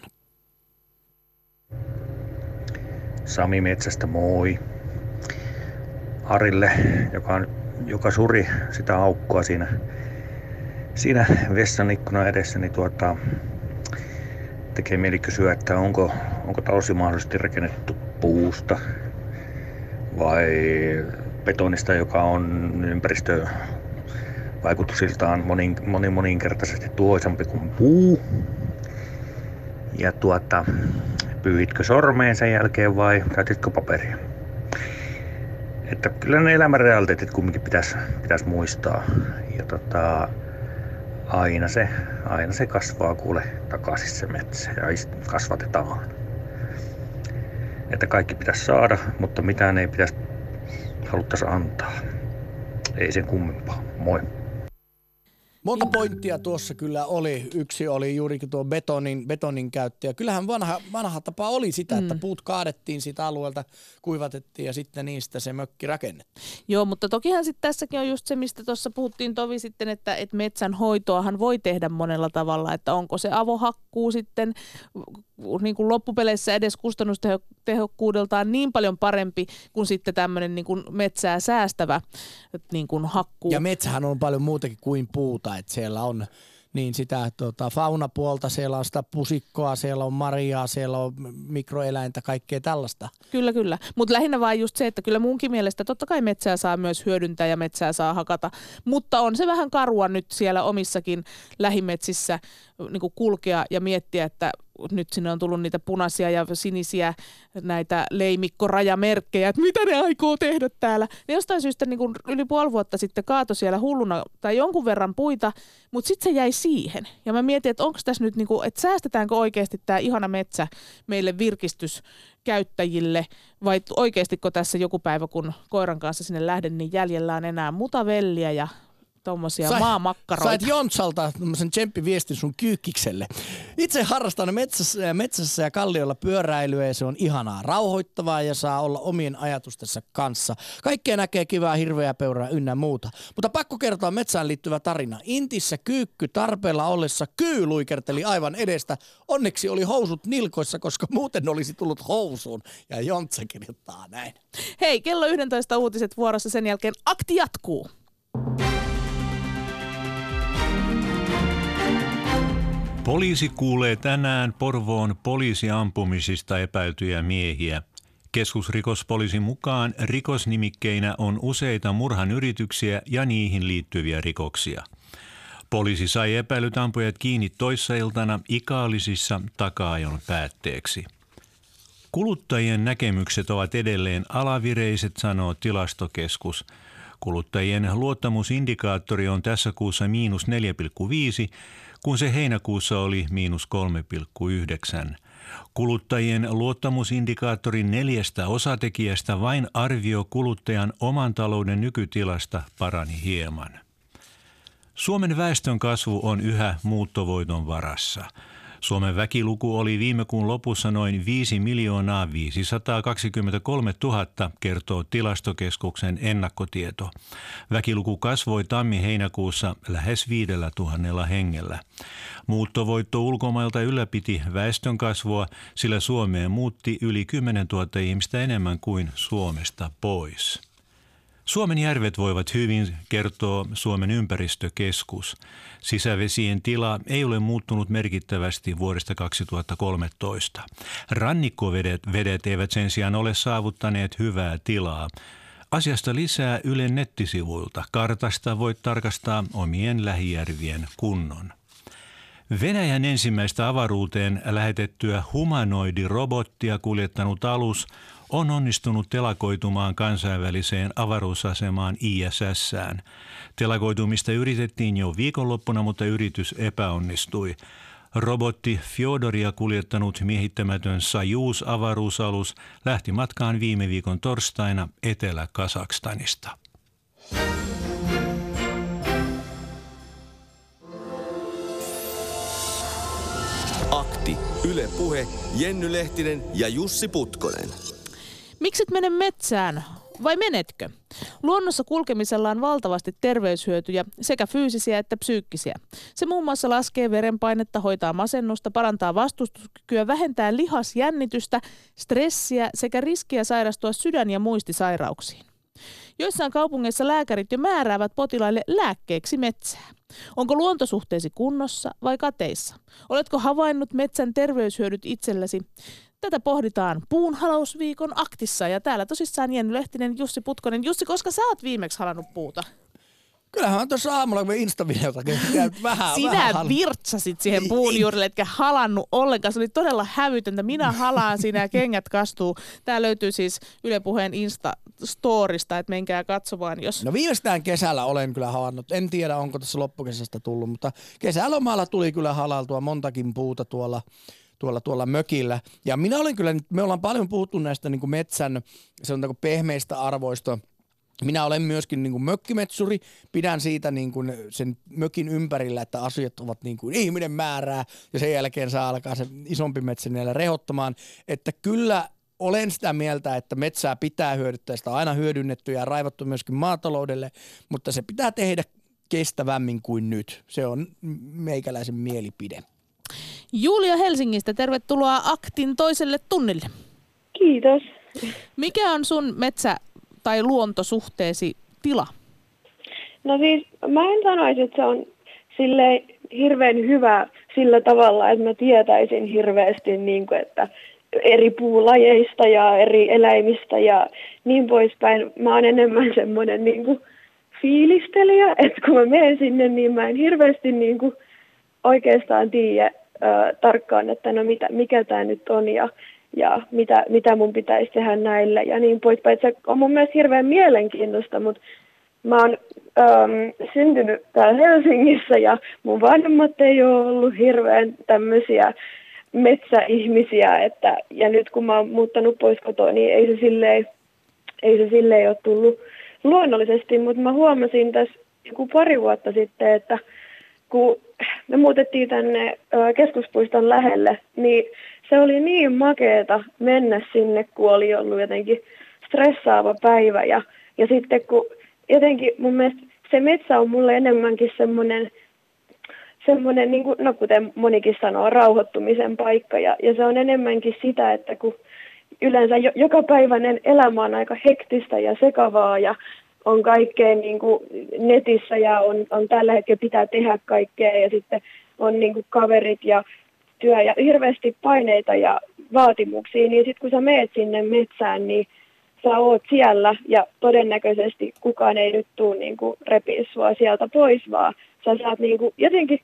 Sami Metsästä moi. Arille, joka, on, joka suri sitä aukkoa siinä, siinä vessan ikkunan edessä, niin tuota, tekee mieli kysyä, että onko, onko talosi mahdollisesti rakennettu puusta vai betonista, joka on ympäristövaikutuksiltaan monin, monin, moninkertaisesti tuhoisampi kuin puu. Ja tuota, pyyhitkö sormeen sen jälkeen vai käytitkö paperia? Että kyllä ne elämän realiteetit kumminkin pitäisi, pitäisi muistaa. Ja tota, aina, se, aina se kasvaa kuule takaisin se metsä ja kasvatetaan. Että kaikki pitäisi saada, mutta mitään ei pitäisi haluttaisi antaa. Ei sen kummempaa. Moi. Monta pointtia tuossa kyllä oli. Yksi oli juurikin tuo betonin, betonin käyttö. Ja kyllähän vanha, vanha tapa oli sitä, mm. että puut kaadettiin siitä alueelta, kuivatettiin ja sitten niistä se mökki rakennettiin. Joo, mutta tokihan sitten tässäkin on just se, mistä tuossa puhuttiin Tovi sitten, että, että metsän hoitoahan voi tehdä monella tavalla, että onko se avohakkuu sitten niin kuin loppupeleissä edes kustannustehokkuudeltaan niin paljon parempi kuin sitten tämmöinen niin kuin metsää säästävä niin kuin hakkuu. Ja metsähän on paljon muutakin kuin puuta, että siellä on niin sitä tota, faunapuolta, siellä on sitä pusikkoa, siellä on marjaa, siellä on mikroeläintä, kaikkea tällaista. Kyllä, kyllä. Mutta lähinnä vaan just se, että kyllä munkin mielestä totta kai metsää saa myös hyödyntää ja metsää saa hakata, mutta on se vähän karua nyt siellä omissakin lähimetsissä niin kuin kulkea ja miettiä, että nyt sinne on tullut niitä punaisia ja sinisiä näitä leimikkorajamerkkejä, että mitä ne aikoo tehdä täällä. Ne jostain syystä niin kuin yli puoli vuotta sitten kaato siellä hulluna tai jonkun verran puita, mutta sitten se jäi siihen. Ja mä mietin, että onko tässä nyt, niin kuin, että säästetäänkö oikeasti tämä ihana metsä meille virkistyskäyttäjille vai oikeastiko tässä joku päivä, kun koiran kanssa sinne lähden, niin jäljellä on enää mutavelliä ja tommosia Sai, maamakkaroita. Sait Jontsalta tämmöisen tsemppiviestin sun kyykkikselle. Itse harrastan metsässä, metsässä ja kalliolla pyöräilyä ja se on ihanaa, rauhoittavaa ja saa olla omien ajatustensa kanssa. Kaikkea näkee kivää, hirveää, peuraa ynnä muuta. Mutta pakko kertoa metsään liittyvä tarina. Intissä kyykky tarpeella ollessa kyy luikerteli aivan edestä. Onneksi oli housut nilkoissa, koska muuten olisi tullut housuun. Ja Jontsa kirjoittaa näin. Hei, kello yksitoista uutiset vuorossa, sen jälkeen akti jatkuu. Poliisi kuulee tänään Porvoon poliisiampumisista epäiltyjä miehiä. Keskusrikospoliisin mukaan rikosnimikkeinä on useita murhan yrityksiä ja niihin liittyviä rikoksia. Poliisi sai epäilyt ampujat kiinni toissailtana Ikaalisissa taka-ajon päätteeksi. Kuluttajien näkemykset ovat edelleen alavireiset, sanoo Tilastokeskus. Kuluttajien luottamusindikaattori on tässä kuussa miinus neljä pilkku viisi, kun se heinäkuussa oli miinus kolme pilkku yhdeksän. Kuluttajien luottamusindikaattorin neljästä osatekijästä vain arvio kuluttajan oman talouden nykytilasta parani hieman. Suomen väestön kasvu on yhä muuttovoiton varassa. Suomen väkiluku oli viime kuun lopussa noin viisi miljoonaa viisisataakaksikymmentäkolmetuhatta, kertoo Tilastokeskuksen ennakkotieto. Väkiluku kasvoi tammi-heinäkuussa lähes viidellä tuhannella hengellä. Muuttovoitto ulkomailta ylläpiti väestön kasvua, sillä Suomeen muutti yli kymmenentuhatta ihmistä enemmän kuin Suomesta pois. Suomen järvet voivat hyvin, kertoo Suomen ympäristökeskus. Sisävesien tila ei ole muuttunut merkittävästi vuodesta kaksituhattakolmetoista. Rannikkovedet vedet eivät sen sijaan ole saavuttaneet hyvää tilaa. Asiasta lisää Ylen nettisivuilta. Kartasta voit tarkastaa omien lähijärvien kunnon. Venäjän ensimmäistä avaruuteen lähetettyä humanoidirobottia kuljettanut alus on onnistunut telakoitumaan kansainväliseen avaruusasemaan I S S:ään. Telakoitumista yritettiin jo viikonloppuna, mutta yritys epäonnistui. Robotti Fjodoria kuljettanut miehittämätön Sajuz-avaruusalus lähti matkaan viime viikon torstaina Etelä-Kazakstanista. Akti, Yle Puhe, Jenny Lehtinen ja Jussi Putkonen. Mikset mene metsään? Vai menetkö? Luonnossa kulkemisella on valtavasti terveyshyötyjä, sekä fyysisiä että psyykkisiä. Se muun muassa laskee verenpainetta, hoitaa masennusta, parantaa vastustuskykyä, vähentää lihasjännitystä, stressiä sekä riskiä sairastua sydän- ja muistisairauksiin. Joissain kaupungeissa lääkärit jo määräävät potilaille lääkkeeksi metsää. Onko luontosuhteesi kunnossa vai kateissa? Oletko havainnut metsän terveyshyödyt itsellesi? Tätä pohditaan Puunhalausviikon aktissa ja täällä tosissaan Jenny Lehtinen, Jussi Putkonen. Jussi, koska sä oot viimeksi halannut puuta? Kyllähän on tuossa aamulla, kun Insta-videotakin vähän Sinä vähän virtsasit siihen puun juurelle, etkä halannut ollenkaan. Se oli todella hävytöntä. Minä halaan siinä ja kengät kastuu. Tää löytyy siis Yle Puheen Insta-storista, että menkää katsomaan, jos... No viimeistään kesällä olen kyllä havainnut. En tiedä, onko tässä loppukesästä tullut, mutta kesälomalla tuli kyllä halaltua montakin puuta tuolla... Tuolla, tuolla mökillä. Ja minä olen kyllä, me ollaan paljon puhuttu näistä niin kuin metsän, se on niin kuin pehmeistä arvoista, minä olen myöskin niin kuin mökkimetsuri, pidän siitä niin kuin sen mökin ympärillä, että asiat ovat niin kuin ihminen määrää ja sen jälkeen saa alkaa se isompi metsä niillä rehottamaan, että kyllä olen sitä mieltä, että metsää pitää hyödyttää, sitä on aina hyödynnetty ja raivattu myöskin maataloudelle, mutta se pitää tehdä kestävämmin kuin nyt. Se on meikäläisen mielipide. Julia Helsingistä, tervetuloa Aktin toiselle tunnille. Kiitos. Mikä on sun metsä- tai luontosuhteesi tila? No siis mä en sanoisi, että se on silleen hirveän hyvä sillä tavalla, että mä tietäisin hirveästi, niin kuin, että eri puulajeista ja eri eläimistä ja niin poispäin. Mä oon enemmän semmoinen niin kuin fiilistelijä, että kun mä menen sinne, niin mä en hirveästi niin kuin oikeastaan tiedä äh, tarkkaan, että no mitä, mikä tämä nyt on ja, ja mitä, mitä mun pitäisi tehdä näille ja niin poispäin. Se on mun mielestä hirveän mielenkiintoista, mutta mä oon ähm, syntynyt täällä Helsingissä ja mun vanhemmat ei ole ollut hirveän tämmöisiä metsäihmisiä, että, ja nyt kun mä oon muuttanut pois kotoa, niin ei se silleen, ei se silleen ole tullut luonnollisesti, mutta mä huomasin tässä joku pari vuotta sitten, että kun me muutettiin tänne keskuspuiston lähelle, niin se oli niin makeeta mennä sinne, kun oli ollut jotenkin stressaava päivä, ja, ja sitten kun jotenkin mun mielestä se metsä on mulle enemmänkin semmoinen, semmoinen, niin kuin, no kuten monikin sanoo, rauhoittumisen paikka. Ja, ja se on enemmänkin sitä, että kun yleensä jo, jokapäiväinen elämä on aika hektistä ja sekavaa ja on kaikkea niin kuin netissä ja on, on tällä hetkellä pitää tehdä kaikkea ja sitten on niin kuin kaverit ja työ ja hirveästi paineita ja vaatimuksia, niin sitten kun sä meet sinne metsään, niin sä oot siellä ja todennäköisesti kukaan ei nyt tule niin kuin repiä sua sieltä pois, vaan sä saat niin kuin jotenkin,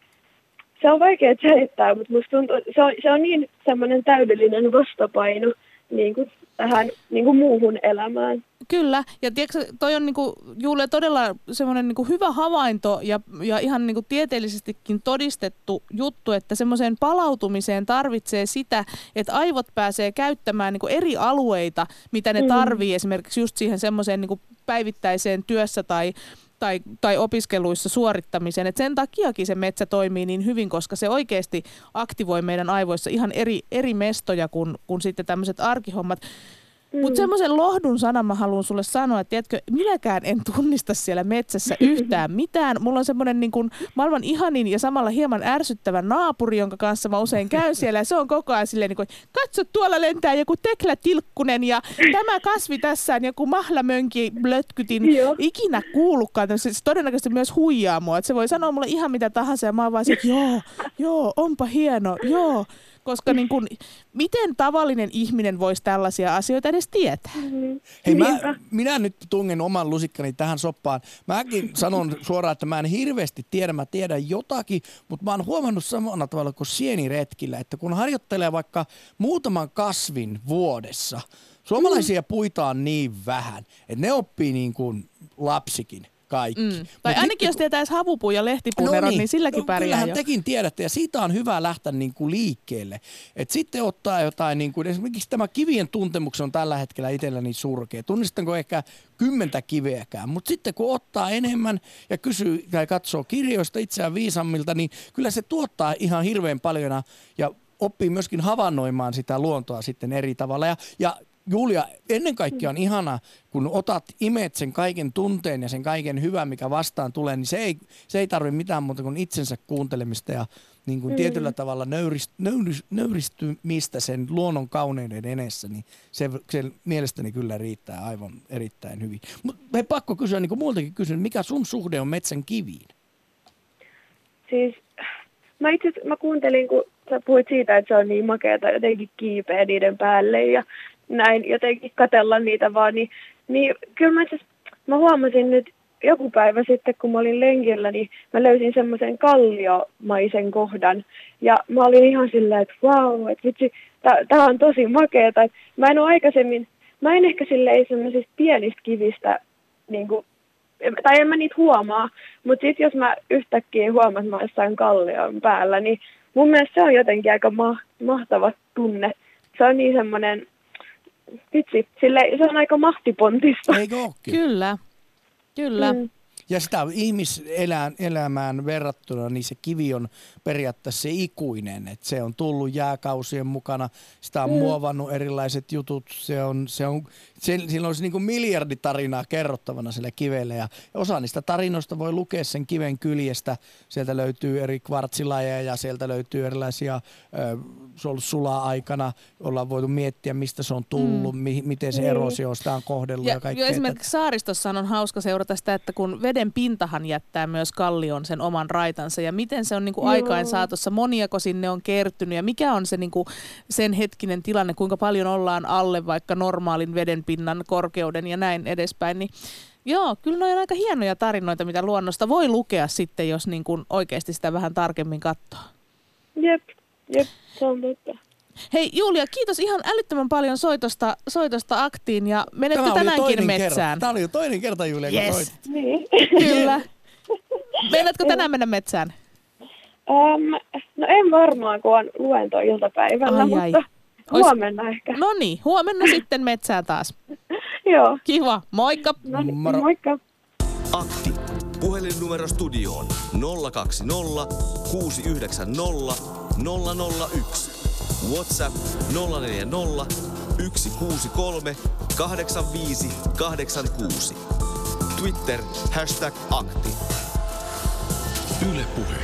se on vaikea selittää, mutta musta tuntuu, se on, se on niin semmoinen täydellinen vastapaino niin kuin tähän niin kuin muuhun elämään. Kyllä, ja tiedätkö, toi on niinku, Julia todella semmoinen niinku hyvä havainto ja, ja ihan niinku tieteellisestikin todistettu juttu, että semmoiseen palautumiseen tarvitsee sitä, että aivot pääsee käyttämään niinku eri alueita, mitä ne tarvii, mm. esimerkiksi just siihen semmoiseen niinku päivittäiseen työssä tai Tai, tai opiskeluissa suorittamiseen. Et sen takiakin se metsä toimii niin hyvin, koska se oikeasti aktivoi meidän aivoissa ihan eri, eri mestoja kuin, kuin sitten tämmöiset arkihommat. Mm. Mutta semmoisen lohdun sanan mä haluan sulle sanoa, että tiedätkö, minäkään en tunnista siellä metsässä yhtään mitään. Mulla on semmoinen niin kuin maailman ihanin ja samalla hieman ärsyttävä naapuri, jonka kanssa mä usein käyn siellä. Ja se on koko ajan silleen, niin kuin, katso tuolla lentää joku teklätilkkunen ja tämä kasvi tässä on joku mahlamönki blötkytin. Ikinä kuullutkaan. Se todennäköisesti myös huijaa mua. Et se voi sanoa mulle ihan mitä tahansa ja mä oon vaan se, että joo, joo, onpa hieno, joo. Koska niin kun, miten tavallinen ihminen voisi tällaisia asioita edes tietää? Mm-hmm. Hei, mä, minä nyt tungen oman lusikkani tähän soppaan. Mäkin sanon suoraan, että mä en hirveästi tiedä, mä tiedän jotakin, mutta mä oon huomannut samalla tavalla kuin sieniretkillä, että kun harjoittelee vaikka muutaman kasvin vuodessa, suomalaisia puita on niin vähän, että ne oppii niin kuin lapsikin. Kaikki. Mm. Tai Mut ainakin nyt, jos tietää havupuun ja lehtipuunerot, no niin, niin silläkin no, pärjää kyllähän jo. tekin tiedätte, ja siitä on hyvä lähteä niin kuin liikkeelle. Et sitten ottaa jotain, niin kuin, esimerkiksi tämä kivien tuntemuksen on tällä hetkellä itselläni surkea. Tunnistanko ehkä kymmentä kiveäkään, mutta sitten kun ottaa enemmän ja kysyy tai katsoo kirjoista itseään viisammilta, niin kyllä se tuottaa ihan hirveän paljon ja oppii myöskin havainnoimaan sitä luontoa sitten eri tavalla. Ja, ja Julia, ennen kaikkea on ihana, kun otat, imet sen kaiken tunteen ja sen kaiken hyvän, mikä vastaan tulee, niin se ei, se ei tarvitse mitään muuta kuin itsensä kuuntelemista ja niin kuin mm. tietyllä tavalla nöyrist, nöyrist, nöyristymistä sen luonnon kauneuden edessä, niin se, se mielestäni kyllä riittää aivan erittäin hyvin. Mutta hei, pakko kysyä, niin kuin muultakin kysyn, mikä sun suhde on metsän kiviin? Siis mä itse mä kuuntelin, kun sä puhuit siitä, että se on niin makeata jotenkin kiipeä niiden päälle ja näin jotenkin katsella niitä vaan, niin, niin kyllä mä, itse, mä huomasin nyt joku päivä sitten, kun mä olin lenkillä, niin mä löysin semmoisen kalliomaisen kohdan. Ja mä olin ihan silleen, että vau, että vitsi, tää on tosi makeeta. Mä en ole aikaisemmin, mä en ehkä silleen semmoisista pienistä kivistä, niin kuin, tai en mä niitä huomaa, mutta sitten jos mä yhtäkkiä huomaan, että mä jossain kallion päällä, niin mun mielestä se on jotenkin aika ma- mahtava tunne. Se on niin semmoinen, vitsi, sille, se on aika mahtipontista. Eikö ookin? Kyllä. Kyllä. Mm. Ja sitä ihmiselämään verrattuna, niin se kivi on periaatteessa se ikuinen. Että se on tullut jääkausien mukana, sitä on mm. muovannut erilaiset jutut. Se on, se on, se, sillä on niin kuin miljarditarinaa kerrottavana sillä kivellä. Ja osa niistä tarinoista voi lukea sen kiven kyljestä. Sieltä löytyy eri kvartsilajeja ja sieltä löytyy erilaisia, äh, se on ollut sulaa-aikana. Ollaan voitu miettiä, mistä se on tullut, mm. mi, miten se erosio sitä on kohdellut ja, ja kaikkea. Esimerkiksi saaristossa on hauska seurata sitä, että kun veden pintahan jättää myös kallioon sen oman raitansa ja miten se on niin kuin aikain saatossa, moniako sinne on kertynyt ja mikä on se niin kuin sen hetkinen tilanne, kuinka paljon ollaan alle vaikka normaalin vedenpinnan korkeuden ja näin edespäin, niin joo, kyllä ne on aika hienoja tarinoita, mitä luonnosta voi lukea sitten, jos niin kuin oikeasti sitä vähän tarkemmin katsoo. Jep, jep, se on totta. Hei Julia, kiitos ihan älyttömän paljon soitosta, soitosta Aktiin ja menette tänäänkin metsään. Kerta. Tämä oli jo toinen kerta, Julia, yes. kun soitit. Niin. Kyllä. Meinaatko tänään mennä metsään? Um, no en varmaan, kun on luento iltapäivällä, ai, ai. Mutta huomenna Ois... ehkä. No niin, huomenna sitten metsään taas. Joo. Kiva, moikka. No, moikka. Akti. Puhelinnumero studioon nolla kaksi nolla kuusi yhdeksän nolla nolla nolla yksi. WhatsApp nolla neljä nolla yksi kuusi kolme kahdeksan viisi kahdeksan kuusi. Twitter hashtag akti. Yle Puhe.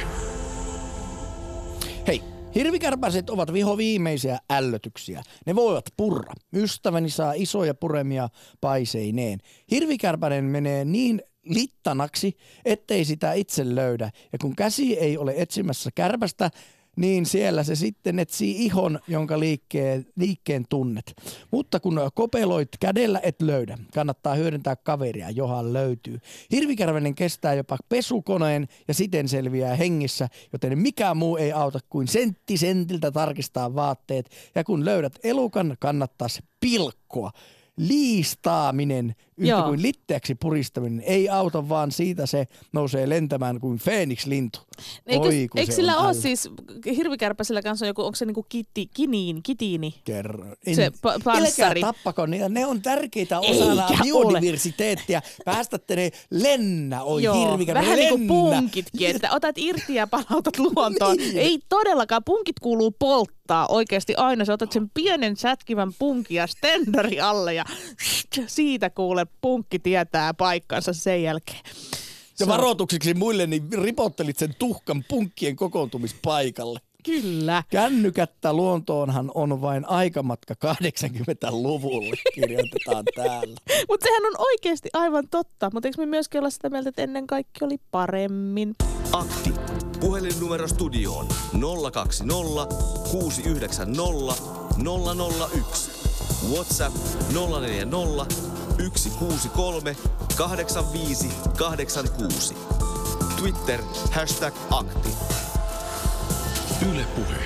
Hei, hirvikärpäset ovat vihoviimeisiä ällötyksiä. Ne voivat purra. Ystäväni saa isoja puremia paiseineen. Hirvikärpänen menee niin littanaksi, ettei sitä itse löydä. Ja kun käsi ei ole etsimässä kärpästä, niin siellä se sitten etsii ihon, jonka liikkeen, liikkeen tunnet. Mutta kun kopeloit kädellä, et löydä. Kannattaa hyödyntää kaveria, johan löytyy. Hirvikärpänen kestää jopa pesukoneen ja siten selviää hengissä, joten mikään muu ei auta kuin sentti sentiltä tarkistaa vaatteet. Ja kun löydät elukan, kannattaa se pilkkoa. Liistaaminen, yhtä Joo. kuin litteäksi puristaminen, ei auta, vaan siitä se nousee lentämään kuin Feeniks-lintu. Eikö, Oi, eikö sillä ole siis, hirvikärpäsillä kanssa joku, onko se niinku kiti, kiniin, kitiini? Kerro. Se pa- panssari. Älkää tappako niitä, ne on tärkeitä osana biodiversiteettiä. Päästätte ne lennä, oi hirvikärpänen, vähän lennä. niin kuin punkitkin, että otat irti ja palautat luontoon. Niin. Ei todellakaan, punkit kuuluu polttaa oikeasti aina. Sä otat sen pienen sätkivän punkin ja stendari alle ja siitä kuule punkki tietää paikkansa sen jälkeen. Ja varoitukseksi muille, niin ripottelit sen tuhkan punkkien kokoontumispaikalle. Kyllä. Kännykättä luontoonhan on vain aikamatka kahdeksankymmentäluvulle, kirjoitetaan täällä. Mutta sehän on oikeasti aivan totta. Mutta eikö me myöskin olla sitä mieltä, että ennen kaikki oli paremmin? Akti. Puhelinnumero studioon nolla kaksi nolla kuusi yhdeksän nolla nolla nolla yksi. WhatsApp nolla neljä nolla yksi kuusi kolme kahdeksan viisi kahdeksan kuusi. Twitter hashtag akti. Yle Puhe.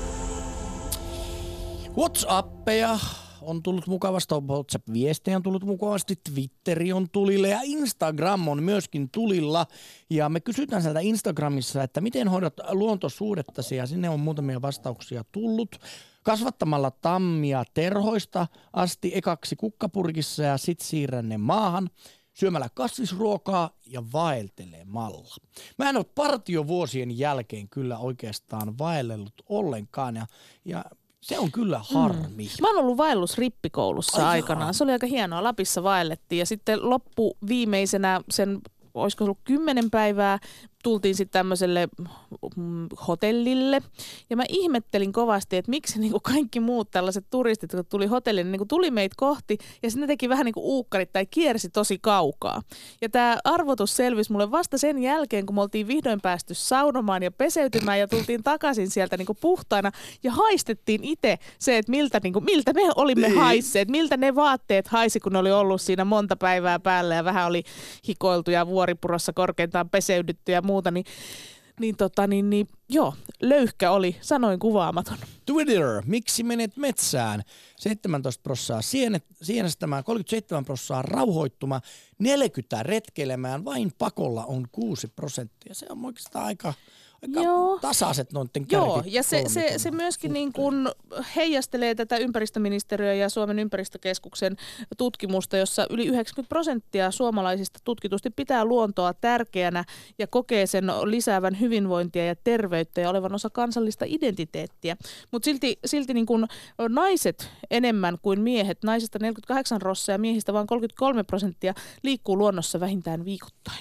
WhatsAppeja on tullut mukavasti, WhatsApp-viestejä on tullut mukavasti, Twitteri on tulilla ja Instagram on myöskin tulilla. Ja me kysytään sieltä Instagramissa, että miten hoidat luontosuhdettasi, ja sinne on muutamia vastauksia tullut. Kasvattamalla tammia terhoista asti ekaksi kukkapurkissa ja sit siirrän ne maahan. Syömällä kasvisruokaa ja vaeltelemalla. Mä en ole partiovuosien jälkeen kyllä oikeastaan vaellellut ollenkaan ja, ja se on kyllä harmi. Mm. Mä oon ollut vaellus rippikoulussa Ai aikanaan. Jaa. Se oli aika hienoa. Lapissa vaellettiin ja sitten loppu viimeisenä sen, olisiko ollut kymmenen päivää, tultiin sitten tämmöiselle mm, hotellille. Ja mä ihmettelin kovasti, että miksi niinku kaikki muut tällaiset turistit, jotka tuli hotellille, niinku tuli meitä kohti. Ja sitten ne teki vähän niin kuin uukkarit tai kiersi tosi kaukaa. Ja tämä arvotus selvisi mulle vasta sen jälkeen, kun me oltiin vihdoin päästy saunomaan ja peseytymään ja tultiin takaisin sieltä niinku puhtaina. Ja haistettiin itse se, että miltä, niinku, miltä me olimme haisseet, miltä ne vaatteet haisi, kun ne oli ollut siinä monta päivää päällä ja vähän oli hikoiltu ja vuoripurossa korkeintaan peseydytty ja muuta, niin, niin, tota, niin, niin joo, löyhkä oli, sanoin kuvaamaton. Twitter, miksi menet metsään? seitsemäntoista prosenttia sienet, sienestämään, kolmekymmentäseitsemän prosenttia rauhoittuma, neljäkymmentä retkeilemään, vain pakolla on kuusi prosenttia. Se on oikeastaan aika, aika tasaiset noiden kärki. Joo, ja se, se, se myöskin niin kuin heijastelee tätä ympäristöministeriön ja Suomen ympäristökeskuksen tutkimusta, jossa yli yhdeksänkymmentä prosenttia suomalaisista tutkitusti pitää luontoa tärkeänä ja kokee sen lisäävän hyvinvointia ja terveyttä ja olevan osa kansallista identiteettiä. Mutta silti, silti niin kuin naiset enemmän kuin miehet, naisista neljäkymmentäkahdeksan prosenttia ja miehistä vain kolmekymmentäkolme prosenttia liikkuu luonnossa vähintään viikoittain.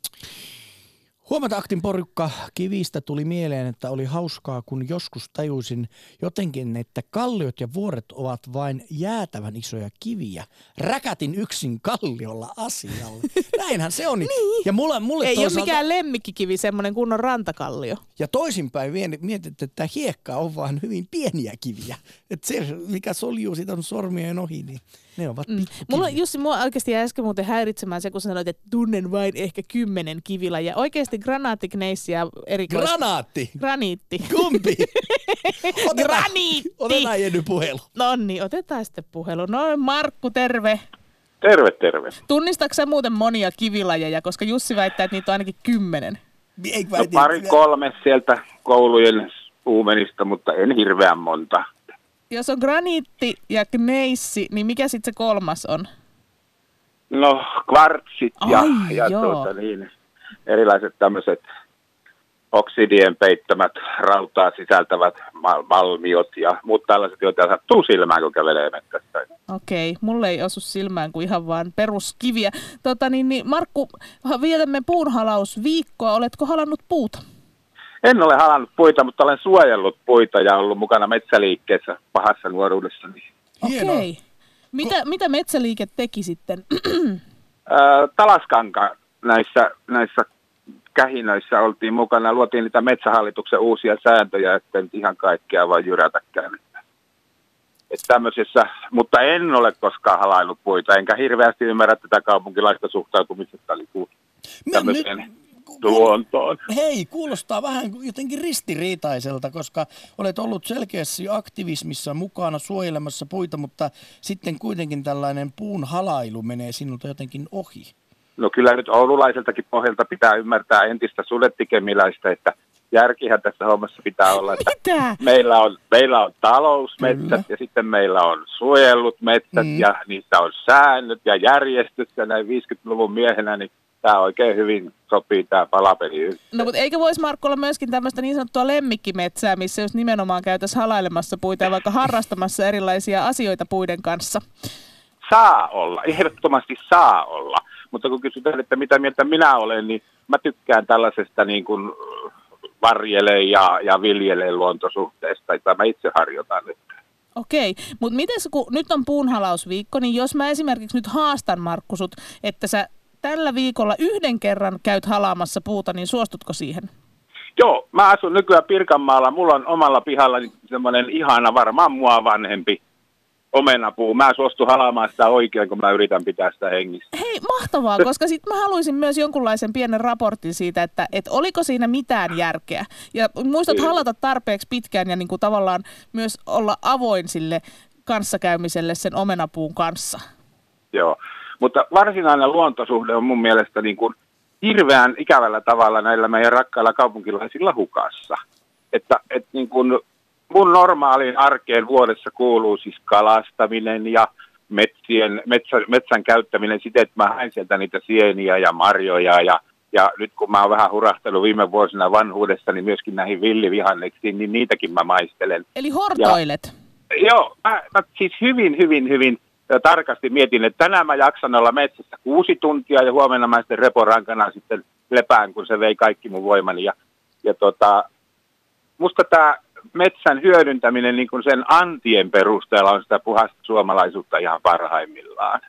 Huomata Aktin porukka, kivistä tuli mieleen, että oli hauskaa, kun joskus tajusin jotenkin, että kalliot ja vuoret ovat vain jäätävän isoja kiviä. Räkätin yksin kalliolla asialle. Näinhän se on. Niin. Ja mulle, mulle ei toisaalta... ole mikään lemmikkikivi, semmoinen kunnon rantakallio. Ja toisinpäin mietit, että hiekka on vaan hyvin pieniä kiviä. Että se, mikä soljuu siitä on sormien ohi, niin ne ovat mm. pikkukiviä. Mulla Jussi, mua oikeasti äsken muuten häiritsemään se, kun sanoit, että tunnen vain ehkä kymmenen kivilajia. Oikeasti granaattikneissi ja erikois... Granaatti? Graniitti. Kumpi? Otetaan, Graniitti. Otetaan Jenny puhelu. No niin, otetaan sitten puhelu. No Markku, terve. Terve, terve. Tunnistatko sä muuten monia kivilajeja, koska Jussi väittää, että niitä on ainakin kymmenen? No, pari kolme sieltä koulujen uumenista, mutta en hirveän monta. Jos on graniitti ja gneissi, niin mikä sitten se kolmas on? No kvartsit ja, Ai, ja tuota, niin, erilaiset tämmöiset oksidien peittämät rautaa sisältävät mal- malmiot ja muut tällaiset, joita sattuu silmään, kun kävelee mettässä. Okei, mulle ei osu silmään kuin ihan vaan peruskiviä. Tota, niin, niin, Markku, vietämme puunhalausviikkoa. Oletko halannut puuta? En ole halannut puita, mutta olen suojellut puita ja ollut mukana metsäliikkeessä pahassa nuoruudessani. Okei. Mitä, mitä metsäliike teki sitten? Ää, Talaskanka näissä, näissä kähinöissä oltiin mukana. Luotiin niitä metsähallituksen uusia sääntöjä, että nyt ihan kaikkea vaan jyrätäkään. Että tämmöisessä, mutta en ole koskaan halaillut puita, enkä hirveästi ymmärrä tätä kaupunkilaista suhtautumista tämmöiseen luontoon. Hei, kuulostaa vähän jotenkin ristiriitaiselta, koska olet ollut selkeästi aktivismissa mukana suojelemassa puita, mutta sitten kuitenkin tällainen puun halailu menee sinulta jotenkin ohi. No kyllä nyt oululaiseltakin pohjalta pitää ymmärtää entistä sulettikemiläistä, että järkihän tässä hommassa pitää olla, että Mitä? Meillä on, meillä on talousmetsät kyllä. Ja sitten meillä on suojellut metsät mm. ja niissä on säännöt ja järjestys ja näin viisikymmentäluvun miehenä, niin tämä oikein hyvin sopii tämä palapeli yhteen. No mutta eikö voisi Markku olla myöskin tämmöistä niin sanottua lemmikkimetsää, missä jos nimenomaan käytäisiin halailemassa puita ja vaikka harrastamassa erilaisia asioita puiden kanssa? Saa olla, ehdottomasti saa olla. Mutta kun kysytään, että mitä mieltä minä olen, niin mä tykkään tällaisesta niin kuin varjelee ja, ja viljelee luontosuhteesta, jota mä itse harjoitan nyt. Okei, mutta mites kun nyt on puunhalausviikko, niin jos mä esimerkiksi nyt haastan Markku sut, että sä tällä viikolla yhden kerran käyt halaamassa puuta, niin suostutko siihen? Joo, mä asun nykyään Pirkanmaalla. Mulla on omalla pihalla semmoinen ihana, varmaan mua vanhempi omenapuu. Mä suostun halaamaan sitä oikein, kun mä yritän pitää sitä hengissä. Hei, mahtavaa, koska sit mä haluaisin myös jonkunlaisen pienen raportin siitä, että et oliko siinä mitään järkeä. Ja muistat Kyllä. halata tarpeeksi pitkään ja niin kuin tavallaan myös olla avoin sille kanssakäymiselle sen omenapuun kanssa. Joo, mutta varsinainen luontosuhde on mun mielestä niin kuin hirveän ikävällä tavalla näillä meidän rakkailla kaupunkilaisilla hukassa. Että et niin kuin mun normaaliin arkeen vuodessa kuuluu siis kalastaminen ja metsien, metsä, metsän käyttäminen siten, että mä haen sieltä niitä sieniä ja marjoja. Ja, ja nyt kun mä oon vähän hurahtellut viime vuosina vanhuudessa, niin myöskin näihin villivihanneksiin, niin niitäkin mä maistelen. Eli hortoilet? Ja, joo, mä, mä siis hyvin, hyvin, hyvin tarkasti mietin, että tänään mä jaksan olla metsässä kuusi tuntia ja huomenna mä sitten reporankana sitten lepään, kun se vei kaikki mun voimani. Ja, ja tota, musta tämä metsän hyödyntäminen niin kuin sen antien perusteella on sitä puhasta suomalaisuutta ihan parhaimmillaan.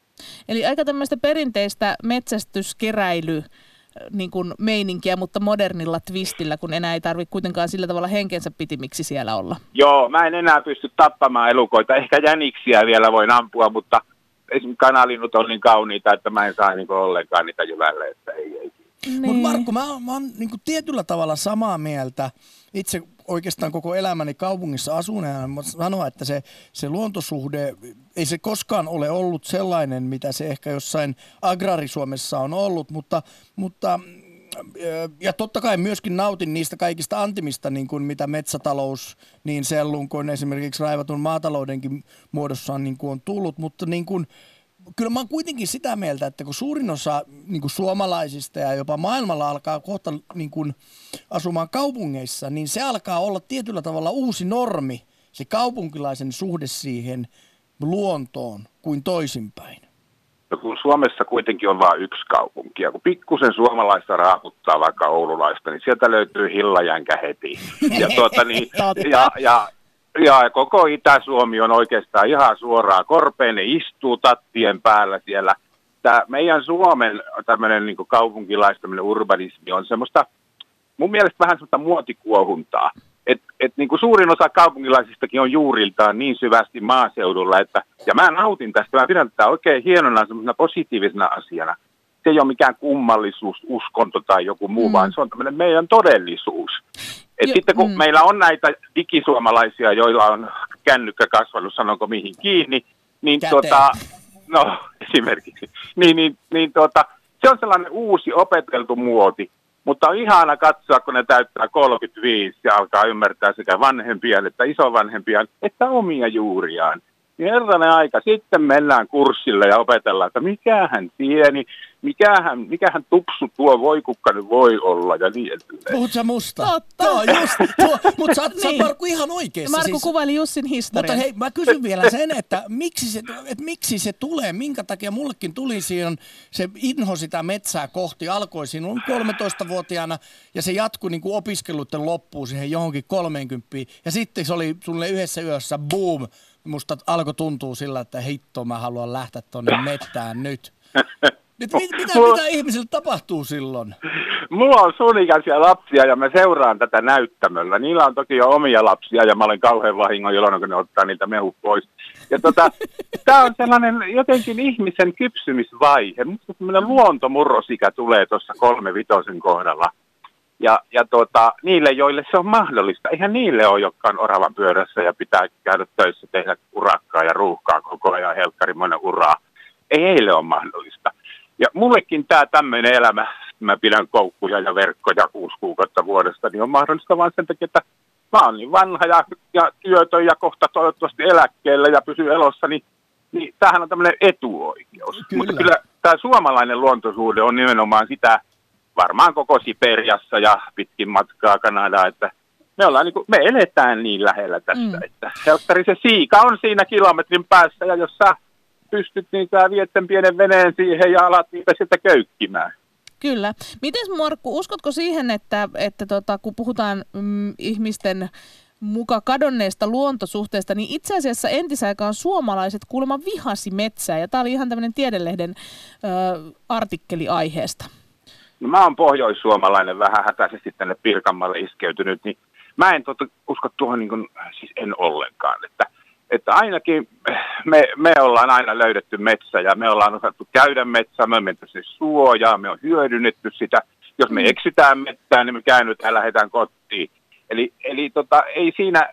Eli aika tämmöistä perinteistä metsästyskeräily niin kuin meininkiä, mutta modernilla twistillä, kun enää ei tarvitse kuitenkaan sillä tavalla henkensä pitimiksi siellä olla. Joo, mä en enää pysty tappamaan elukoita. Ehkä jäniksiä vielä voin ampua, mutta esimerkiksi kanalinut on niin kauniita, että mä en saa niin kuin ollenkaan niitä jyvälle, että ei, ei. Niin. Mutta Markku, mä oon, mä oon niin kuin tietyllä tavalla samaa mieltä. Itse oikeastaan koko elämäni kaupungissa asuneena sanoa, että se, se luontosuhde, ei se koskaan ole ollut sellainen, mitä se ehkä jossain agrarisuomessa on ollut, mutta, mutta ja totta kai myöskin nautin niistä kaikista antimista, niin kuin mitä metsätalous niin sellun kuin esimerkiksi raivatun maataloudenkin muodossa on, niin kuin on tullut, mutta niin kuin, kyllä mä oon kuitenkin sitä mieltä, että kun suurin osa niin kuin suomalaisista ja jopa maailmalla alkaa kohta niin kuin asumaan kaupungeissa, niin se alkaa olla tietyllä tavalla uusi normi, se kaupunkilaisen suhde siihen luontoon kuin toisinpäin. No kun Suomessa kuitenkin on vain yksi kaupunki, ja kun pikkusen suomalaista raaputtaa vaikka oululaista, niin sieltä löytyy Hillajänkä heti. Ja, tuota, niin, ja, ja, ja koko Itä-Suomi on oikeastaan ihan suoraan korpeen, ne istuu tattien päällä siellä. Tämä meidän Suomen tämmöinen niin kuin kaupunkilaistaminen urbanismi on semmoista, mun mielestä vähän semmoista muotikuohuntaa. Et, et niin kuin suurin osa kaupunkilaisistakin on juuriltaan niin syvästi maaseudulla, että, ja mä nautin tästä, mä pidän tätä oikein hienona semmoisena positiivisena asiana. Se ei ole mikään kummallisuus, uskonto tai joku muu, mm. vaan se on tämmöinen meidän todellisuus. Et jo, sitten kun mm. meillä on näitä digisuomalaisia, joilla on kännykkä kasvanut, sanonko mihin kiinni, niin tota, no esimerkiksi, niin, niin, niin tota, se on sellainen uusi opeteltu muoti. Mutta on ihana katsoa, kun ne täyttää kolmekymmentäviisi ja alkaa ymmärtää sekä vanhempiaan että isovanhempiaan, että omia juuriaan. Niin herranen aika, sitten mennään kurssille ja opetellaan, että mikähän sieni, mikähän, mikähän tupsu tuo voikukka nyt voi olla ja niin edelleen. Puhut sä musta? Totta. Joo, just tuo, mutta sä, niin. sä oot Markku ihan oikeassa. Markku siis, kuvaili Jussin historian. Mutta hei, mä kysyn vielä sen, että miksi se, että miksi se tulee, minkä takia mullekin tuli siihen, se inho sitä metsää kohti, alkoi sinun kolmetoistavuotiaana ja se jatkui niin kuin opiskeluiden loppuun siihen johonkin kolmeenkymppiin ja sitten se oli sulle yhdessä yössä boom. Musta alkoi tuntua sillä, että hitto, mä haluan lähteä tonne mettään nyt. Nyt mit, mitä, mulla, mitä ihmisille tapahtuu silloin? Mulla on sun ikäisiä lapsia ja mä seuraan tätä näyttämöllä. Niillä on toki jo omia lapsia ja mä olen kauhean vahingon iloinen, kun ne ottaa niiltä mehut pois. Ja tota, tää on sellainen jotenkin ihmisen kypsymisvaihe. Musta semmoinen luontomurrosikä tulee tuossa kolme vitosen kohdalla. Ja, ja tuota, niille, joille se on mahdollista, eihän niille ole, jotka on oravan pyörässä ja pitää käydä töissä, tehdä urakkaa ja ruuhkaa koko ajan, helkkarimoinen uraa. Ei heille ole mahdollista. Ja mullekin tämä tämmöinen elämä, mä pidän koukkuja ja verkkoja kuusi kuukautta vuodesta, niin on mahdollista vain sen takia, että mä oon niin vanha ja, ja työtön ja kohta toivottavasti eläkkeellä ja pysyy elossa, niin, niin tämähän on tämmöinen etuoikeus. Kyllä. Mutta kyllä tämä suomalainen luontosuhde on nimenomaan sitä, varmaan koko Siperiassa ja pitkin matkaa Kanadaan, että me, ollaan niin kuin, me eletään niin lähellä tästä, mm. että helkkari se siika on siinä kilometrin päässä ja jos sä pystyt, niin sä viet sen pienen veneen siihen ja alat niitä sieltä köykkimään. Kyllä. Mites Markku, uskotko siihen, että, että tota, kun puhutaan mm, ihmisten muka kadonneesta luontosuhteesta, niin itse asiassa entisaikaan suomalaiset kuulemma vihasi metsää ja tämä oli ihan tämmöinen Tiedelehden ö, artikkeli aiheesta. No mä oon pohjoissuomalainen vähän hätäisesti tänne Pirkanmaalle iskeytynyt, niin mä en totta usko tuohon niin kuin, siis en ollenkaan, että, että ainakin me, me ollaan aina löydetty metsä ja me ollaan osattu käydä metsää, me on menty se suojaa, me on hyödynnetty sitä, jos me eksytään metsään, niin me käännytään ja lähdetään kotiin. Eli, eli tota, ei siinä,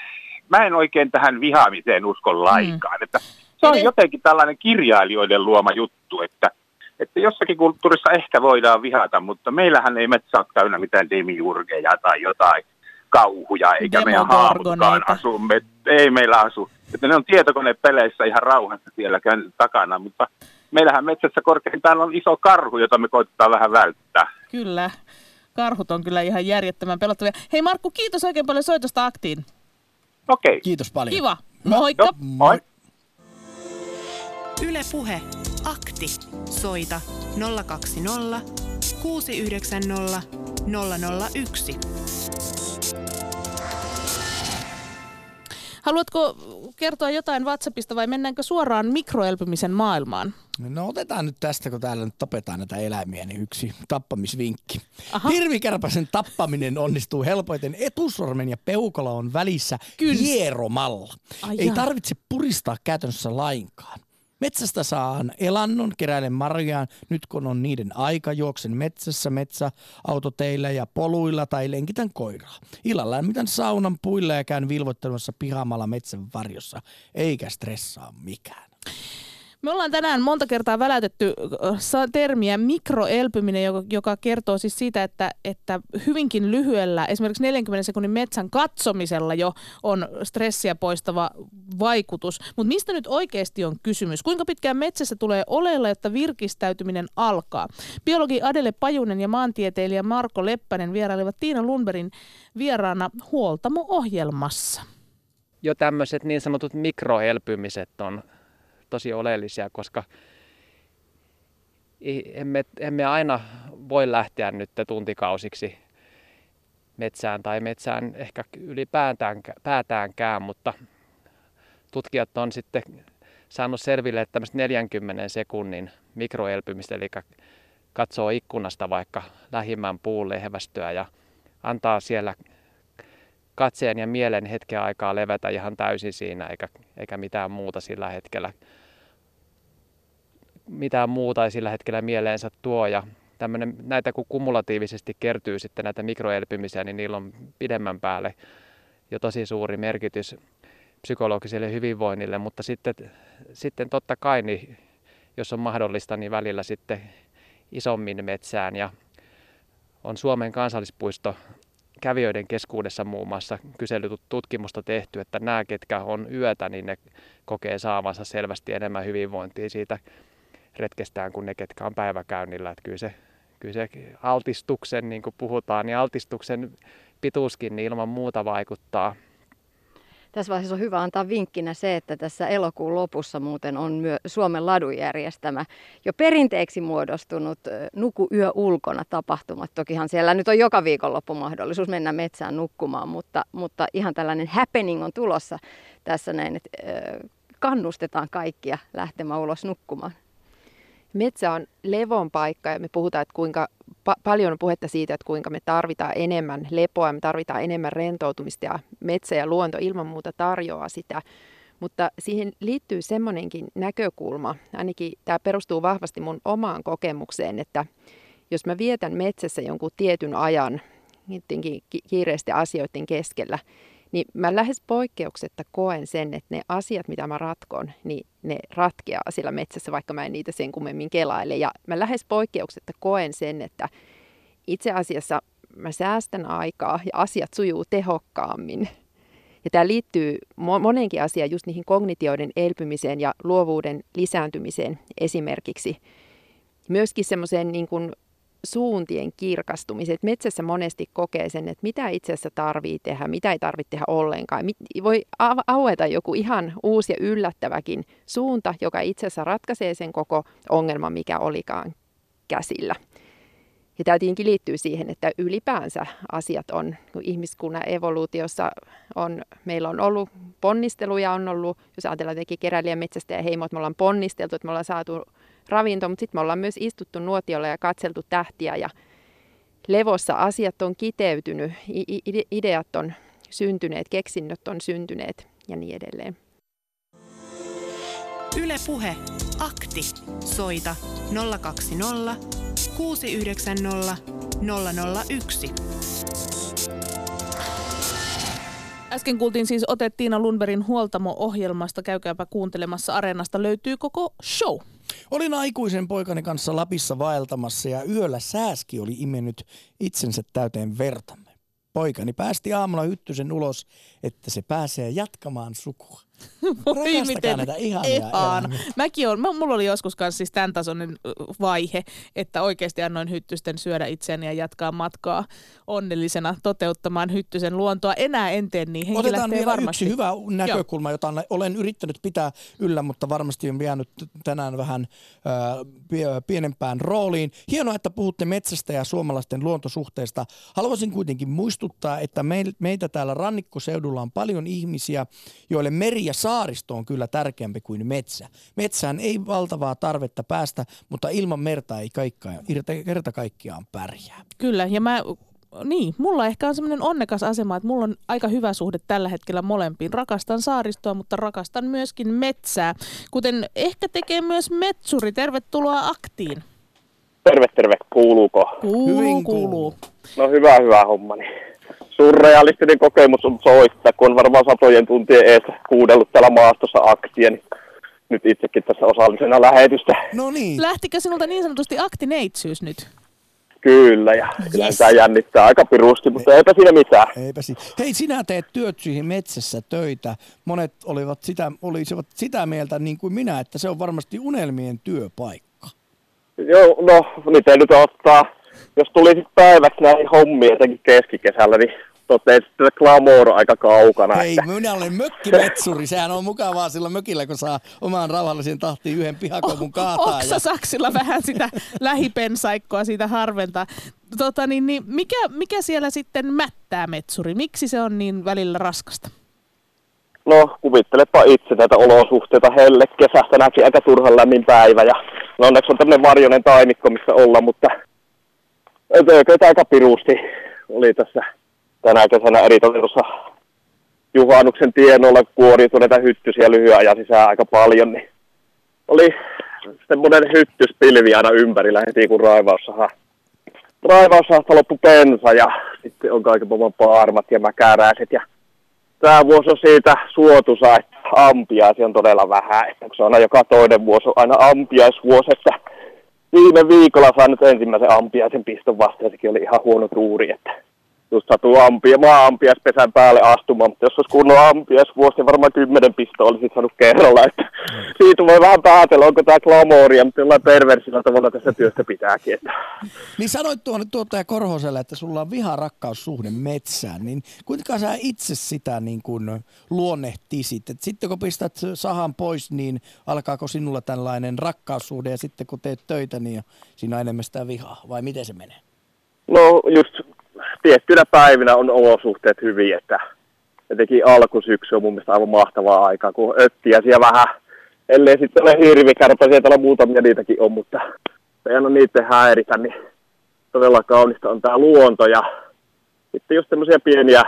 mä en oikein tähän vihaamiseen usko lainkaan, mm. että se on jotenkin tällainen kirjailijoiden luoma juttu, että Että jossakin kulttuurissa ehkä voidaan vihata, mutta meillähän ei metsä ole täynnä mitään demiurgeja tai jotain kauhuja, eikä meidän haamutkaan asu. Me, ei meillä asu. Että ne on tietokonepeleissä ihan rauhassa siellä takana, mutta meillähän metsässä korkeintaan on iso karhu, jota me koitetaan vähän välttää. Kyllä. Karhut on kyllä ihan järjettömän pelottavia. Hei Markku, kiitos oikein paljon soitosta Aktiin. Okei. Okay. Kiitos paljon. Kiva. Moikka. No, moi. Yle Puhe. Akti. Soita nolla kaksi nolla kuusi yhdeksän nolla nolla nolla yksi. Haluatko kertoa jotain WhatsAppista vai mennäänkö suoraan mikroelpymisen maailmaan? No otetaan nyt tästä, kun täällä nyt tapetaan näitä eläimiä, niin yksi tappamisvinkki. Aha. Hirvikärpäsen tappaminen onnistuu helpoiten etusormen ja peukalon välissä hieromalla. Ai Ei jaa. tarvitse puristaa käytännössä lainkaan. Metsästä saan elannon, keräilen marjaan, nyt kun on niiden aika, juoksen metsässä, metsäautoteillä ja poluilla tai lenkitän koiraa. Illalla lämmitän saunan puilla ja käyn vilvoittelemassa pihamalla metsän varjossa, eikä stressaa mikään. Me ollaan tänään monta kertaa välätetty termiä mikroelpyminen, joka, joka kertoo siis siitä, että, että hyvinkin lyhyellä, esimerkiksi neljänkymmenen sekunnin metsän katsomisella jo on stressiä poistava vaikutus. Mutta mistä nyt oikeasti on kysymys? Kuinka pitkään metsässä tulee oleella, jotta virkistäytyminen alkaa? Biologi Adele Pajunen ja maantieteilijä Marko Leppänen vierailivat Tiina Lundbergin vieraana Huoltamo-ohjelmassa. Jo tämmöiset niin sanotut mikroelpymiset on tosi oleellisia, koska emme, emme aina voi lähteä nyt tuntikausiksi metsään tai metsään ehkä ylipäätäänkään, mutta tutkijat on sitten saanut selville, että tämmöistä neljänkymmenen sekunnin mikroelpymistä, eli katsoo ikkunasta vaikka lähimmän puun lehvästöä ja antaa siellä katseen ja mielen hetken aikaa levätä ihan täysin siinä, eikä, eikä mitään muuta sillä hetkellä. Mitään muuta ei sillä hetkellä mieleensä tuo. Ja näitä kun kumulatiivisesti kertyy sitten näitä mikroelpymisiä, niin niillä on pidemmän päälle jo tosi suuri merkitys psykologiselle hyvinvoinnille. Mutta sitten, sitten totta kai, niin, jos on mahdollista, niin välillä sitten isommin metsään. Ja on Suomen kansallispuisto kävijöiden keskuudessa muun muassa kyselytutkimusta tehty, että nämä, ketkä on yötä, niin ne kokee saavansa selvästi enemmän hyvinvointia siitä retkestään kuin ne, ketkä on päiväkäynnillä. Että kyllä se, kyllä se altistuksen, niin kuin puhutaan, niin altistuksen pituuskin niin ilman muuta vaikuttaa. Tässä vaiheessa on hyvä antaa vinkkinä se, että tässä elokuun lopussa muuten on myös Suomen Ladun järjestämä jo perinteeksi muodostunut Nuku yö ulkona -tapahtumat. Tokihan siellä nyt on joka viikonloppu mahdollisuus mennä metsään nukkumaan, mutta, mutta ihan tällainen happening on tulossa tässä näin, että kannustetaan kaikkia lähtemään ulos nukkumaan. Metsä on levon paikka ja me puhutaan, että kuinka pa- paljon on puhetta siitä, että kuinka me tarvitaan enemmän lepoa, me tarvitaan enemmän rentoutumista ja metsä ja luonto ilman muuta tarjoaa sitä. Mutta siihen liittyy semmoinenkin näkökulma, ainakin tämä perustuu vahvasti mun omaan kokemukseen, että jos mä vietän metsässä jonkun tietyn ajan jotenkin kiireisten asioiden keskellä, niin mä lähes poikkeuksetta koen sen, että ne asiat, mitä mä ratkon, niin ne ratkeaa siellä metsässä, vaikka mä en niitä sen kummemmin kelaile. Ja mä lähes poikkeuksetta koen sen, että itse asiassa mä säästän aikaa ja asiat sujuu tehokkaammin. Ja tämä liittyy moneenkin asiaan, just niihin kognitioiden elpymiseen ja luovuuden lisääntymiseen esimerkiksi. Myöskin semmoiseen niin kuin suuntien kirkastumiseen. Metsässä monesti kokee sen, että mitä itse asiassa tarvii tehdä, mitä ei tarvitse tehdä ollenkaan. Voi aueta joku ihan uusi ja yllättäväkin suunta, joka itse asiassa ratkaisee sen koko ongelman, mikä olikaan käsillä. Ja tämä tietenkin liittyy siihen, että ylipäänsä asiat on, kun ihmiskunnan evoluutiossa on, meillä on ollut ponnisteluja, on ollut, jos ajatellaan jotenkin keräilijä, metsästä ja heimo, että me ollaan ponnisteltu, että me ollaan saatu ravinto, mutta sitten me ollaan myös istuttu nuotiolla ja katseltu tähtiä ja levossa asiat on kiteytynyt, ideat on syntyneet, keksinnöt on syntyneet ja niin edelleen. Yle Puhe. Akti. Soita nolla kaksi nolla kuusi yhdeksän nolla nolla nolla yksi. Äsken kuultiin siis ote Tiina Lundbergin Huoltamo-ohjelmasta. Käykääpä kuuntelemassa. Areenasta löytyy koko show. Olin aikuisen poikani kanssa Lapissa vaeltamassa ja yöllä sääski oli imennyt itsensä täyteen vertamme. Poikani päästi aamulla hyttysen ulos, että se pääsee jatkamaan sukua. Voi miten ihana. Mäkin on, mulla oli joskus kanssa siis tämän tasoinen vaihe, että oikeasti annoin hyttysten syödä itseäni ja jatkaa matkaa onnellisena toteuttamaan hyttysen luontoa. Enää en tee niin. Henki Otetaan vielä varmasti. Yksi hyvä näkökulma, Joo. jota olen yrittänyt pitää yllä, mutta varmasti on jäänyt tänään vähän äh, pienempään rooliin. Hienoa, että puhutte metsästä ja suomalaisten luontosuhteista. Haluaisin kuitenkin muistuttaa, että meitä täällä rannikkoseudulla on paljon ihmisiä, joille meri ja saaristo on kyllä tärkeämpi kuin metsä. Metsään ei valtavaa tarvetta päästä, mutta ilman merta ei kaikkea, kerta kaikkiaan pärjää. Kyllä, ja mä, niin, mulla ehkä on semmoinen onnekas asema, että mulla on aika hyvä suhde tällä hetkellä molempiin. Rakastan saaristoa, mutta rakastan myöskin metsää, kuten ehkä tekee myös metsuri. Tervetuloa Aktiin. Terve, terve. Kuuluuko? Kuuluu, kuuluu. No hyvä, hyvä hommani. Surrealistinen kokemus on soittaa, kun on varmaan satojen tuntien eessä kuudellut täällä maastossa Aktia, niin nyt itsekin tässä osallisena lähetystä. No niin. Lähtikö sinulta niin sanotusti aktineitsyys nyt? Kyllä, ja Yes. kyllä tämä jännittää aika pirusti, mutta eipä siinä mitään. Eipä si- Hei, sinä teet työtsyihin metsässä töitä. Monet olivat sitä, olisivat sitä mieltä niin kuin minä, että se on varmasti unelmien työpaikka. Joo, no miten nyt ottaa, jos tulisit päiväksi näihin hommiin jotenkin keskikesällä, niin totesit, että Glamour on aika kaukana. Hei, että... minä olen mökkimetsuri. Sehän on mukavaa sillä mökillä, kun saa omaan rauhallisen tahtiin yhden pihakoukun kaataa. Oksa saksilla vähän sitä lähipensaikkoa siitä harventaa. Tota, niin, niin, mikä, mikä siellä sitten mättää metsuri? Miksi se on niin välillä raskasta? No, kuvittelepa itse näitä olosuhteita helle. Kesästä näki aika turhan lämmin päivä ja no onneksi on tämmöinen varjoinen taimikko, missä olla, mutta ötököitä aika pirusti oli tässä tänä kesänä eritoten tuossa juhannuksen tienoilla kuoriutuneita hyttysiä lyhyen ajan sisään aika paljon, niin oli semmoinen hyttyspilvi aina ympärillä heti kun raivaussaha. Raivaussaasta loppui bensa ja sitten on kaiken maailman paarmat ja mäkäräiset ja tämä vuosi on siitä suotuisa, että ampiaisia on todella vähän, että se on aina joka toinen vuosi on aina ampiaisvuosi, että viime viikolla sain nyt ensimmäisen ampiaisen piston vasta ja sekin oli ihan huono tuuri, että just satuu ampia, maa ampiaispesän päälle astumaan, mutta jos olisi kunnon ampiaisvuosi, niin varmaan kymmenen pistoa olisi saanut kerralla, että siitä voi vähän päätellä, onko tämä glamouria, mutta jollain perversillä tavalla tässä työstä pitääkin. Että. Niin sanoit tuonne tuottaja Korhoselle, että sulla on viha-rakkaussuhde metsään, niin kuinka sä itse sitä niin kuin luonnehtisit? Et sitten kun pistät sahan pois, niin alkaako sinulla tällainen rakkaussuhde ja sitten kun teet töitä, niin siinä on enemmän sitä vihaa, vai miten se menee? No just tiettyinä päivinä on olosuhteet hyviä, että jotenkin alkusyksy on mun mielestä aivan mahtavaa aikaa, kun öttiäisiä vähän, ellei sitten ole hirvikärpäisiä, täällä muutamia niitäkin on, mutta ei aina niiden häiritä, niin todella kaunista on tää luonto ja sitten just tämmöisiä pieniä,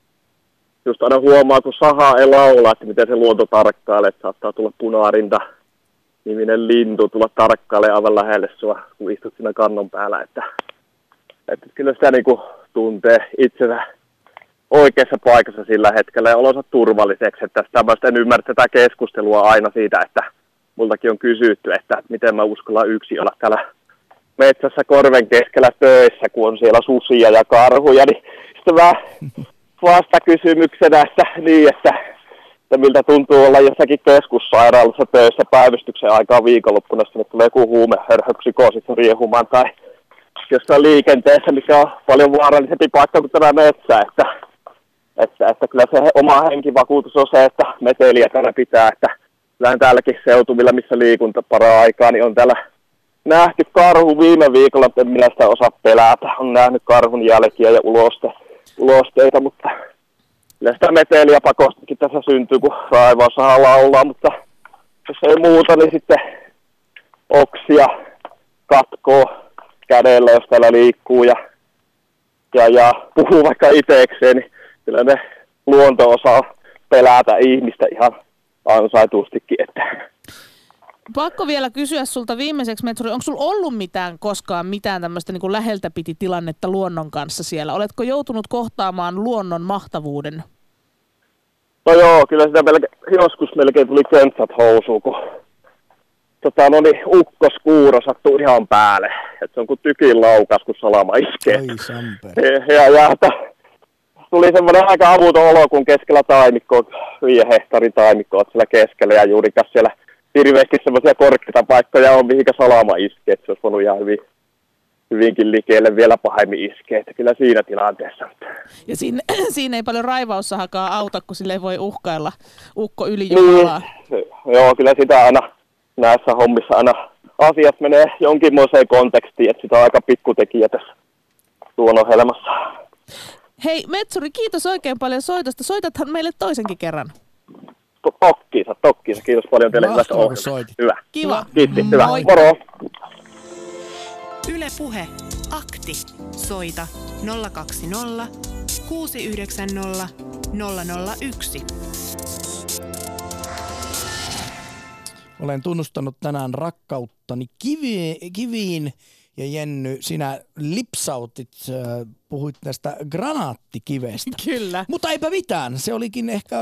just aina huomaa, kun saha ei laula, että miten se luonto tarkkailee, että saattaa tulla punaarinta niminen lintu tulla tarkkailemaan aivan lähelle sua, kun istut siinä kannon päällä, että, että kyllä sitä niinku tuntee itsensä oikeassa paikassa sillä hetkellä ja olonsa turvalliseksi. Että tästä en ymmärrä tätä keskustelua aina siitä, että multakin on kysytty, että miten mä uskallan yksin olla täällä metsässä korven keskellä töissä, kun on siellä susia ja karhuja. Niin sitten vähän vastakysymyksenä, että niin, että, että miltä tuntuu olla jossakin keskussairaalassa töissä päivystyksen aikaa viikonloppuna, sitten tulee joku huumehörhöpsykoosissa riehumaan tai jossain liikenteessä, mikä on paljon vaarallisempi paikka kuin tämä metsä, että, että, että kyllä se oma henkivakuutus on se, että meteliä täällä pitää, että kyllähän täälläkin seutuvilla, missä liikunta para-aikaa, niin on täällä nähty karhu viime viikolla, mutta en minä sitä osaa pelätä, on nähnyt karhun jälkiä ja uloste, ulosteita, mutta kyllä sitä meteliä pakostakin tässä syntyy, kun raivaussaha laulaa, mutta jos ei muuta, niin sitten oksia katkoo kädellä, jos täällä liikkuu ja, ja, ja puhuu vaikka itsekseen, niin kyllä ne luonto osaa pelätä ihmistä ihan ansaitustikin. Että. Pakko vielä kysyä sulta viimeiseksi, Metsuri, onko sulla ollut mitään koskaan mitään tämmöistä niin kuin läheltä piti tilannetta luonnon kanssa siellä? Oletko joutunut kohtaamaan luonnon mahtavuuden? No joo, kyllä sitä melkein, joskus melkein tuli köntsät housuun, kun Tota, no niin, ukkoskuuro sattuu ihan päälle. Et se on kuin tykin laukas, kun salama iskee. Ja, ja, ja että tuli semmoinen aika avuton olo, kun keskellä taimikkoa, viiden hehtaarin taimikkoa siellä keskellä. Ja juurikas siellä hirveästi semmoisia korkeita paikkoja on, mihinkä salama iskee. Et se olisi voinut ihan hyvin, hyvinkin liikkeelle vielä pahemmin iskeä. Että kyllä siinä tilanteessa. Ja siinä, siinä ei paljon raivaussahakaan auta, kun sille ei voi uhkailla ukko yli Jumalaa. Niin, joo, kyllä sitä aina näissä hommissa aina asiat menee jonkinmoiseen kontekstiin, että sitä on aika pikkutekijä tässä luonnonhelmassa. Hei Metsuri, kiitos oikein paljon soitosta. Soitathan meille toisenkin kerran. Tokkiisa, tokkiisa. Kiitos paljon teille hyvästä ohjelmasta. Hyvä. Kiva. Kiitti, hyvä. Moi. Moro. Yle Puhe. Akti. Soita nolla kaksi nolla kuusi yhdeksän nolla nolla nolla yksi. Olen tunnustanut tänään rakkauttani kivi, kiviin ja Jenny, sinä lipsautit äh, puhuit tästä granaattikivestä. Kyllä. Mutta eipä mitään, se olikin ehkä,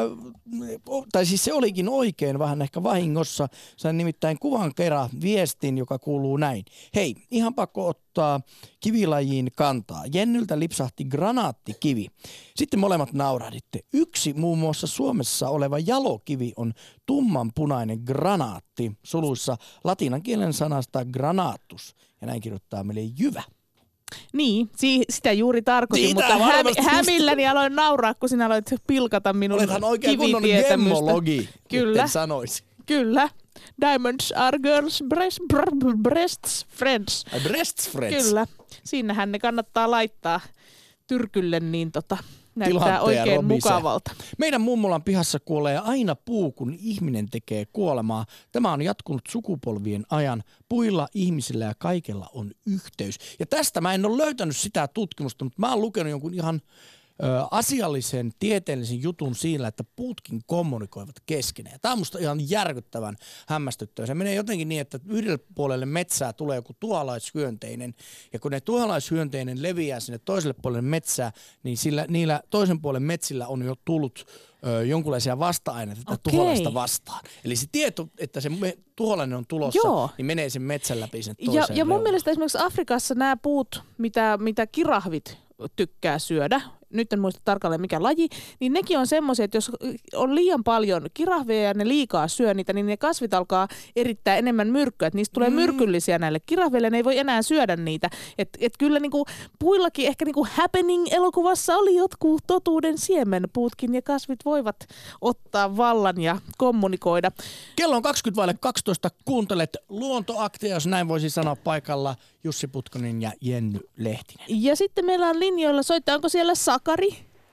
tai siis se olikin oikein vähän ehkä vahingossa. Sain nimittäin kuvan kerran viestin, joka kuuluu näin. Hei, ihan pakko ottaa kivilajiin kantaa. Jennyltä lipsahti granaattikivi. Sitten molemmat naurahditte. Yksi muun muassa Suomessa oleva jalokivi on tummanpunainen granaatti, suluissa latinan kielen sanasta granatus. Ja näin kirjoittaa meille Jyvä. Niin, si- sitä juuri tarkoitin, Niitä mutta hä- varmasti hämilläni aloin nauraa, kun sinä aloit pilkata minun Olethan oikein kunnon kivitietämystä. gemmologi, Kyllä, etten sanoisi. kyllä. Diamonds are girls' breast, br- breasts friends. Ai, breasts friends. Kyllä, sinnehän ne kannattaa laittaa tyrkylle, niin tota, näyttää Tilanteen oikein Robise. mukavalta. Meidän mummolan pihassa kuolee aina puu, kun ihminen tekee kuolemaa. Tämä on jatkunut sukupolvien ajan. Puilla, ihmisillä ja kaikella on yhteys. Ja tästä mä en ole löytänyt sitä tutkimusta, mutta mä oon lukenut jonkun ihan ö, asiallisen, tieteellisen jutun siinä, että puutkin kommunikoivat keskenään. Tämä on musta ihan järkyttävän hämmästyttävä. Se menee jotenkin niin, että yhdelle puolelle metsää tulee joku tuholaishyönteinen, ja kun ne tuholaishyönteinen leviää sinne toiselle puolelle metsää, niin sillä, niillä toisen puolen metsillä on jo tullut ö, jonkunlaisia vasta-aineita tätä Okei. tuholaista vastaan. Eli se tieto, että se me, tuholainen on tulossa, Joo. niin menee sen metsän läpi sen Ja, toiseen ja mun reunaan. mielestä esimerkiksi Afrikassa nämä puut, mitä, mitä kirahvit tykkää syödä, nyt en muista tarkalleen mikä laji, niin nekin on semmoisia, että jos on liian paljon kirahveja ja ne liikaa syö niitä, niin ne kasvit alkaa erittää enemmän myrkkyä, että niistä tulee mm. myrkyllisiä näille kirahveille, ne ei voi enää syödä niitä. Että et kyllä niinku puillakin ehkä niinku Happening-elokuvassa oli jotkut totuuden siemenpuutkin ja kasvit voivat ottaa vallan ja kommunikoida. Kello on kaksikymmentä vaille kaksitoista. Kuuntelet Luontoaktia, jos näin voisi sanoa paikalla Jussi Putkonen ja Jenny Lehtinen. Ja sitten meillä on linjoilla soittaa, onko siellä Sakari?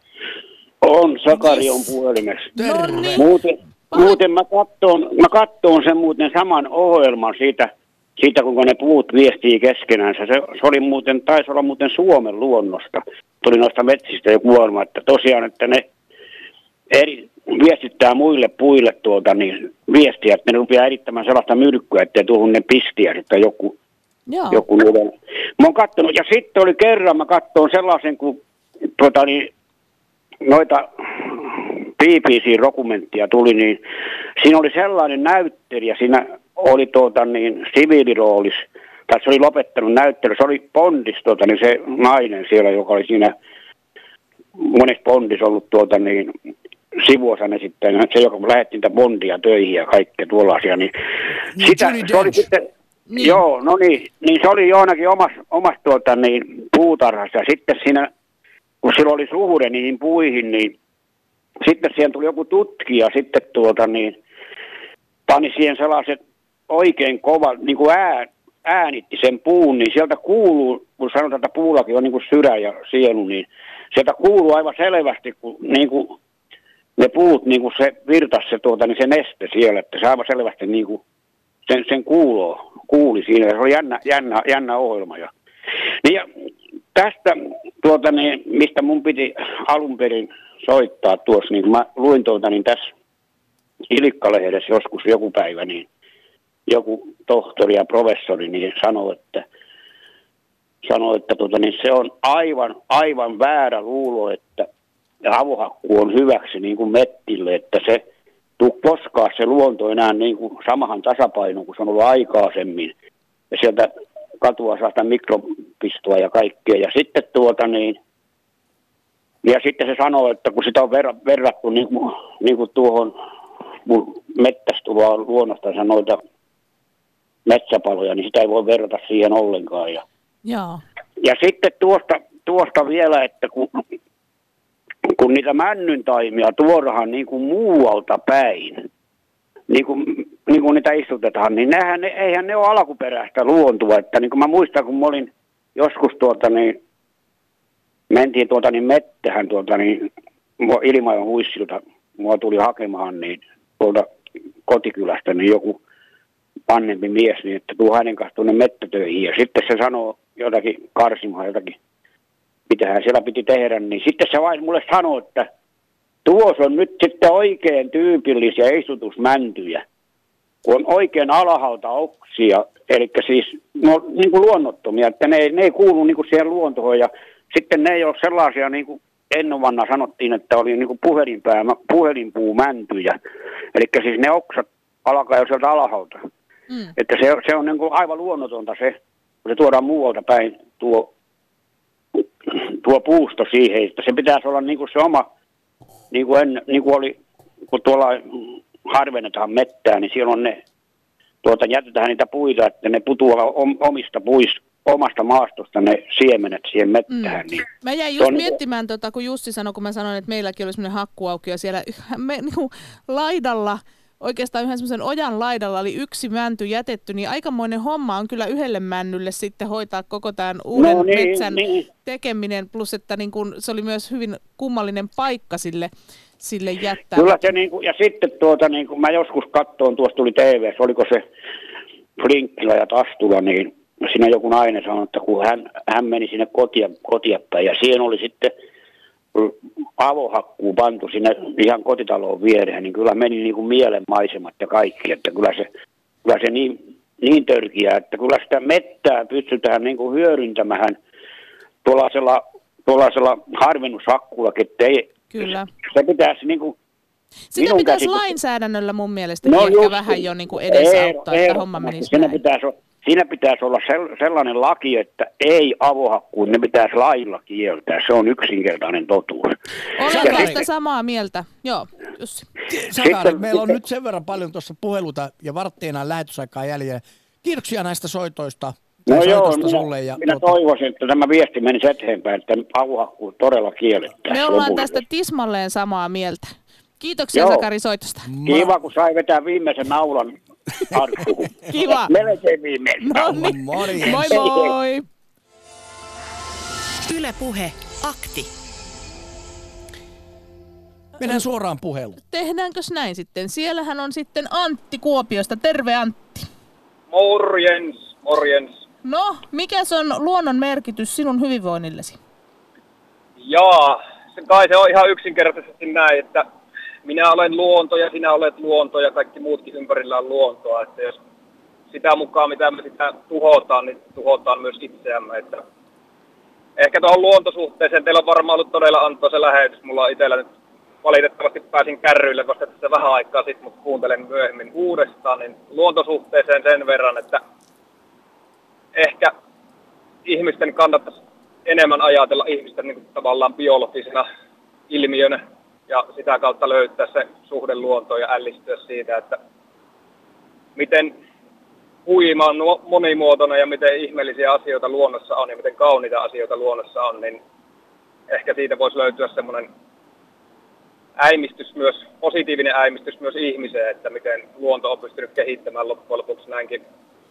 On, Sakari on puhelimessa. Noniin. Muuten, muuten mä kattoon, mä kattoon sen muuten saman ohjelman siitä, siitä kuinka ne puut viestii keskenänsä. Se, se oli muuten, taisi olla muuten Suomen luonnosta. Tuli noista metsistä jo kuorma, että tosiaan, että ne eri, viestittää muille puille tuota, niin viestiä, että ne rupeaa erittämään sellaista myrkkyä, ettei tuohon ne pistiä sitten joku, joku nuuden. Mä oon kattonut, ja sitten oli kerran, mä kattoon sellaisen, kun tuota, niin, noita B B C-dokumenttia tuli, niin siinä oli sellainen näyttelijä, siinä oli tuota, niin, siviiliroolis, tai se oli lopettanut näyttely, se oli Bondis, tuota, niin se nainen siellä, joka oli siinä monessa Bondissa ollut tuota, niin, sivuosan esittäjänä, se joka lähetti niitä Bondia töihin ja kaikkea tuollaisia, niin, niin sitä, se oli sitten, niin. Joo, no niin, niin se oli jonakin omassa omas, tuota, niin, puutarhassa, ja sitten siinä, kun sillä oli suhde niihin puihin, niin sitten siihen tuli joku tutkija, sitten tuota, niin, pani siihen sellaiset oikein kova, niin kuin ää, äänitti sen puun, niin sieltä kuuluu, kun sanotaan, että puullakin on niin kuin sydän ja sielu, niin sieltä kuuluu aivan selvästi, kun niin kuin ne puut, niin kuin se virtas se, tuota, niin se neste siellä, että se aivan selvästi niin kuin sen, sen kuuloo, kuuli siinä, ja se oli jännä, jännä, jännä ohjelma. Ja, niin ja tästä, tuota, niin, mistä mun piti alun perin soittaa tuossa, niin kun mä luin tuota, niin tässä Ilikka-lehdessä joskus joku päivä, niin joku tohtori ja professori niin sanoi, että, sanoi, että tuota, niin se on aivan, aivan väärä luulo, että avohakkuu on hyväksi niin kuin mettille, että se tuu koskaan se luonto enää niin kuin samahan tasapainoon kuin se on ollut aikaisemmin. Ja sieltä katua saa sitä mikropistoa ja kaikkea. Ja sitten tuota niin, ja sitten se sanoo, että kun sitä on ver- verrattu niin kuin, niin kuin tuohon mun mettästuloa luonnostansa noita metsäpaloja, niin sitä ei voi verrata siihen ollenkaan. Ja, Joo. ja sitten tuosta, tuosta vielä, että kun, kun niitä männyntaimia tuodaan niin kuin muualta päin, niin kuin, niin kuin niitä istutetaan, niin nehän, eihän ne ole alkuperäistä luontoa. Että niin kuin mä muistan, kun mä olin joskus tuota niin, mentiin tuota niin mettähän tuota niin, Ilmajoen huissilta, mua tuli hakemaan niin tuolta kotikylästä, niin joku vanhempi mies, niin että tuu hänen kanssa tuonne mettätöihin. Ja sitten se sanoo jotakin karsimaan, jotakin, mitähän siellä piti tehdä, niin sitten se vain mulle sanoo, että tuossa on nyt sitten oikein tyypillisiä istutusmäntyjä, kun on oikein alhaalta oksia, eli siis no, niin kuin luonnottomia, että ne, ne ei kuulu niin kuin siihen luontoon, ja sitten ne ei ole sellaisia, niin kuin ennen vanha sanottiin, että oli niin kuin puhelinpää, puhelinpuumäntyjä. Eli siis ne oksat alkaa jo sieltä alhaalta. Mm. Että se, se on niin kuin aivan luonnotonta se, kun se tuodaan muualta päin tuo, tuo puusto siihen. Että se pitäisi olla niin kuin se oma, niin kuin, en, niin kuin oli, kun tuolla harvennetaan mettää, niin siellä on ne, tuota, jätetään niitä puita, että ne putoaa omista puista, omasta maastosta ne siemenet siihen mettään. Mm. Niin mä jäin just miettimään, niin, tota, kun Jussi sanoi, kun mä sanoin, että meilläkin oli semmoinen hakkuaukio siellä me, niin kuin laidalla, oikeastaan yhden semmoisen ojan laidalla oli yksi mänty jätetty, niin aikamoinen homma on kyllä yhdelle männylle sitten hoitaa koko tämän uuden no, niin, metsän niin. tekeminen, plus että niin kun, se oli myös hyvin kummallinen paikka sille, sille jättää. Kyllä se, niin kuin, ja sitten tuota, niin kuin mä joskus katsoin, tuossa tuli T V:ssä, oliko se Flinkkilä ja Tastula, niin siinä joku nainen sanoi, että kun hän, hän meni sinne kotia, kotia päin, ja siihen oli sitten avohakkuu pantu sinne ihan kotitaloon viereen, niin kyllä meni niin kuin mielenmaisemat ja kaikki, että kyllä se, kyllä se niin, niin törkiää, että kyllä sitä mettää pystytään niin kuin hyödyntämään tuollaisella, tuollaisella harvennushakkuullakin, että ei, kyllä. Se pitäisi niin kuin sitä pitäisi käsit... lainsäädännöllä mun mielestä no ehkä just, vähän jo niin kuin edesauttaa, että homma menisi siinä pitäisi, siinä pitäisi olla sellainen laki, että ei avohakkuun, ne pitäisi lailla kieltää. Se on yksinkertainen totuus. Olen tästä samaa mieltä. Joo, Jussi. Sakari, meillä on nyt sen verran paljon tuossa puheluta ja varttienaan lähetysaikaa jäljellä. Kiitoksia näistä soitoista. No joo, minä, sulle ja minä tuota... toivoisin, että tämä viesti menisi eteenpäin, että avohakkuu todella kielletään. Me ollaan tästä tismalleen samaa mieltä. Kiitoksia joo. Sakari soitosta. Kiva, kun sai vetää viimeisen naulan arkkuun. Kiva. Melkein viimeisen naulan. No niin. Moi moi. Yle Puhe, akti. Mennään suoraan puheluun. Tehdäänkös näin sitten? Siellähän on sitten Antti Kuopiosta. Terve Antti. Morjens, morjens. No, mikäs on luonnon merkitys sinun hyvinvoinnillesi? Jaa, se kai se on ihan yksinkertaisesti näin, että minä olen luonto ja sinä olet luonto ja kaikki muutkin ympärillä on luontoa. Että jos sitä mukaan, mitä me sitä tuhotaan, niin tuhotaan myös itseämme. Että ehkä tuohon luontosuhteeseen teillä on varmaan ollut todella antoisa lähetys. Mulla on itsellä nyt valitettavasti pääsin kärryille vasta tässä vähän aikaa sitten, mutta kuuntelen myöhemmin uudestaan. Niin luontosuhteeseen sen verran, että ehkä ihmisten kannattaisi enemmän ajatella ihmisten niin kuin tavallaan biologisena ilmiönä ja sitä kautta löytää se suhde luontoon ja ällistyä siitä, että miten huima on monimuotoinen ja miten ihmeellisiä asioita luonnossa on ja miten kauniita asioita luonnossa on, niin ehkä siitä voisi löytyä semmoinen äimistys myös, positiivinen äimistys myös ihmiseen, että miten luonto on pystynyt kehittämään loppujen lopuksi näinkin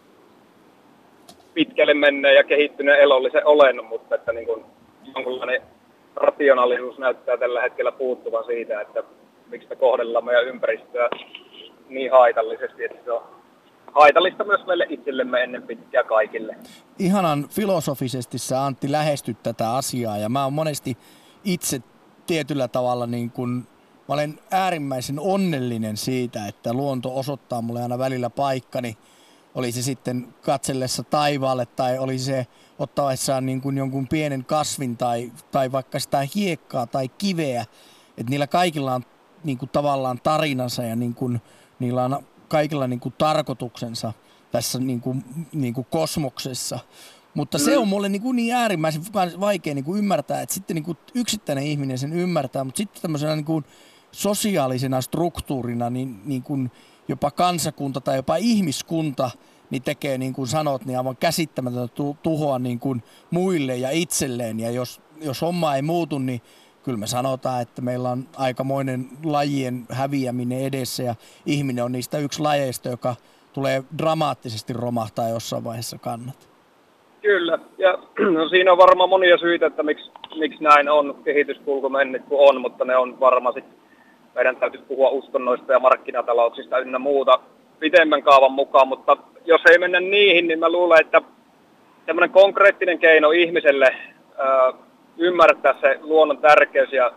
pitkälle menneen ja kehittyneen elollisen olennon, mutta että niin kuin jonkunlainen rationaalisuus näyttää tällä hetkellä puuttuvan siitä, että miksi me kohdellaan meidän ympäristöä niin haitallisesti, että se on haitallista myös meille itsellemme ennen pitkää kaikille. Ihanan filosofisesti sä Antti lähestyt tätä asiaa ja mä oon monesti itse tietyllä tavalla niin kuin, mä olen äärimmäisen onnellinen siitä, että luonto osoittaa mulle aina välillä paikkani. Oli se sitten katsellessa taivaalle tai oli se ottaessaan niin kuin jonkun pienen kasvin tai, tai vaikka sitä hiekkaa tai kiveä. Että niillä kaikilla on niin kuin tavallaan tarinansa ja niin kuin, niillä on kaikilla niin kuin tarkoituksensa tässä niin kuin, niin kuin kosmoksessa. Mutta se on mulle niin, kuin niin äärimmäisen vaikea niin kuin ymmärtää, että sitten niin kuin yksittäinen ihminen sen ymmärtää, mutta sitten tämmöisenä niin kuin sosiaalisena struktuurina niin, niin kuin jopa kansakunta tai jopa ihmiskunta niin tekee, niin kuin sanot, niin aivan käsittämätöntä tuhoa niin kuin muille ja itselleen. Ja jos, jos homma ei muutu, niin kyllä me sanotaan, että meillä on aikamoinen lajien häviäminen edessä ja ihminen on niistä yksi lajeista, joka tulee dramaattisesti romahtaa jossain vaiheessa kannat. Kyllä, ja no, siinä on varmaan monia syitä, että miksi, miksi näin on kehityskulku mennyt kuin on, mutta ne on varmaan sitten, meidän täytyy puhua uskonnoista ja markkinatalouksista ynnä muuta pitemmän kaavan mukaan, mutta jos ei mennä niihin, niin mä luulen, että semmoinen konkreettinen keino ihmiselle ö, ymmärtää se luonnon tärkeys ja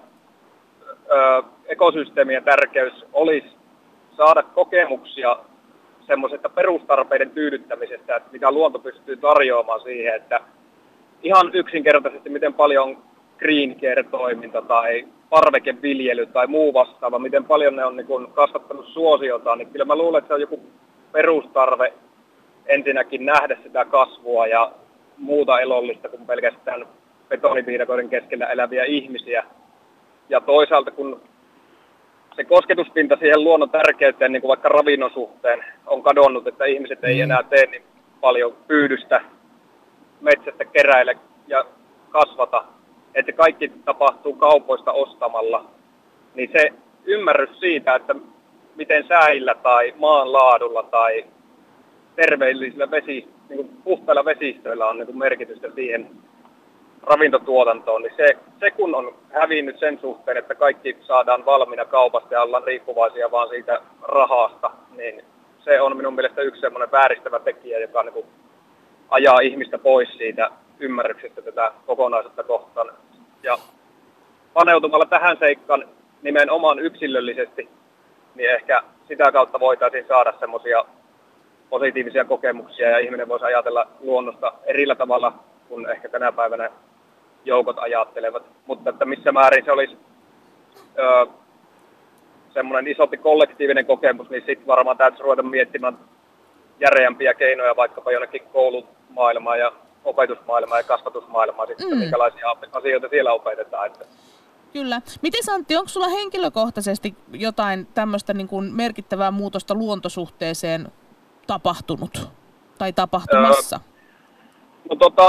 ö, ekosysteemien tärkeys olisi saada kokemuksia semmoisesta perustarpeiden tyydyttämisestä, että mitä luonto pystyy tarjoamaan siihen, että ihan yksinkertaisesti, miten paljon green care-toiminta tai parvekeviljely tai muu vastaava, miten paljon ne on niin kuin kasvattanut suosiotaan, niin kyllä mä luulen, että se on joku perustarve ensinnäkin nähdä sitä kasvua ja muuta elollista kuin pelkästään betoniviidakoiden keskellä eläviä ihmisiä. Ja toisaalta kun se kosketuspinta siihen luonnon tärkeyteen, niin kuin vaikka ravinnon suhteen, on kadonnut, että ihmiset ei enää tee niin paljon pyydystä metsästä keräile ja kasvata, että kaikki tapahtuu kaupoista ostamalla, niin se ymmärrys siitä, että miten säillä tai maanlaadulla tai terveellisillä vesi, niin kuin puhtailla vesistöillä on niin kuin merkitystä siihen ravintotuotantoon, niin se, se kun on hävinnyt sen suhteen, että kaikki saadaan valmiina kaupasta ja ollaan riippuvaisia vaan siitä rahasta, niin se on minun mielestä yksi semmoinen vääristävä tekijä, joka niin kuin ajaa ihmistä pois siitä ymmärryksestä tätä kokonaisuutta kohtaan. Ja paneutumalla tähän seikkaan nimenomaan yksilöllisesti, niin ehkä sitä kautta voitaisiin saada semmoisia positiivisia kokemuksia ja ihminen voisi ajatella luonnosta erillä tavalla kuin ehkä tänä päivänä joukot ajattelevat. Mutta että missä määrin se olisi öö, semmoinen isompi kollektiivinen kokemus, niin sitten varmaan täytyisi ruveta miettimään järeämpiä keinoja vaikkapa jonnekin koulumaailmaan ja opetusmaailmaan ja kasvatusmaailmaan, sitten, mm. minkälaisia asioita siellä opetetaan. Että. Kyllä. Miten Antti, onko sulla henkilökohtaisesti jotain tämmöistä niin kuin merkittävää muutosta luontosuhteeseen tapahtunut tai tapahtumassa? Öö, no tota,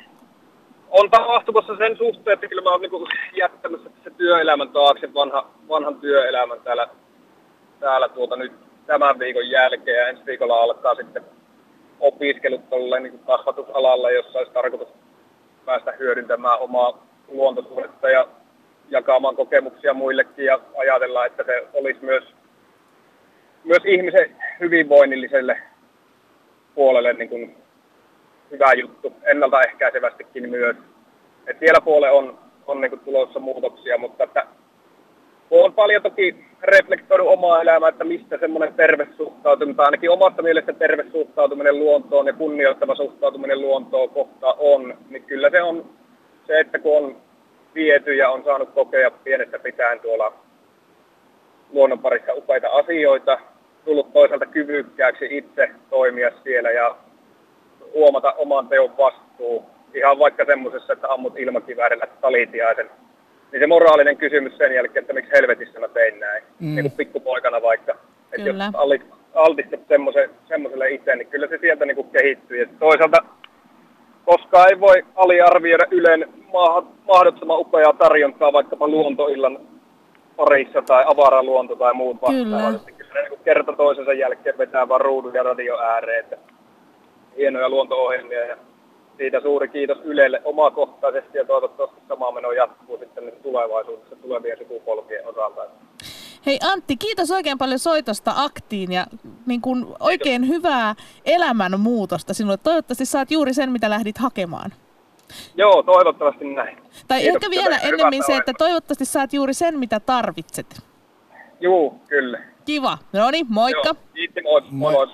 on tapahtumassa sen suhteen, että kyllä mä oon niin jättämässä se työelämän taakse, vanha, vanhan työelämän täällä, täällä tuota nyt tämän viikon jälkeen ja ensi viikolla alkaa sitten opiskelut tolleen niin kasvatusalalla, jossa olisi tarkoitus päästä hyödyntämään omaa luontosuhdetta ja jakamaan kokemuksia muillekin ja ajatella, että se olisi myös, myös ihmisen hyvinvoinnilliselle puolelle niin kuin hyvä juttu, ennaltaehkäisevästikin myös. Et siellä puolella on, on niin kuin tulossa muutoksia, mutta että olen paljon toki reflektoinut omaa elämää, että mistä semmoinen terve suhtautuminen, tai ainakin omasta mielestä terve suhtautuminen luontoon ja kunnioittava suhtautuminen luontoon kohtaan on, niin kyllä se on se, että kun on viety ja on saanut kokea pienestä pitäen tuolla luonnon parissa upeita asioita, tullut toisaalta kyvykkääksi itse toimia siellä ja huomata oman teon vastuu, ihan vaikka semmoisessa, että ammut ilmakiväärillä talitiaisen. Niin se moraalinen kysymys sen jälkeen, että miksi helvetissä mä tein näin, mm. niin kuin pikkupoikana vaikka. Että jos altistut semmoiselle itse, niin kyllä se sieltä niin kuin kehittyy. Ja toisaalta koska ei voi aliarvioida Ylen mahdottoman upeaa tarjontaa vaikkapa luontoillan parissa tai avaraluonto tai muut vastaavat. Kyllä. Kyllä ne niin kerta toisensa jälkeen vetää vaan ruudun ja radio ääreen. Että hienoja luonto-ohjelmia ja siitä suuri kiitos Ylelle omakohtaisesti ja toivottavasti sama meno jatkuu sitten tulevaisuudessa tulevien sukupolvien osalta. Hei Antti, kiitos oikein paljon soitosta Aktiin ja niin kuin oikein hyvää elämänmuutosta sinulle. Toivottavasti saat juuri sen, mitä lähdit hakemaan. Joo, toivottavasti näin. Tai kiitos, ehkä vielä ennemmin se, että toivottavasti saat juuri sen, mitä tarvitset. Joo, kyllä. Kiva. No niin, moikka. Joo, kiitti, moi. moi. moi.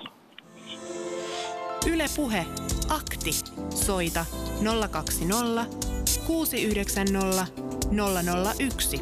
Yle Puhe. Akti. Soita nolla kaksi nolla kuusi yhdeksän nolla nolla nolla yksi.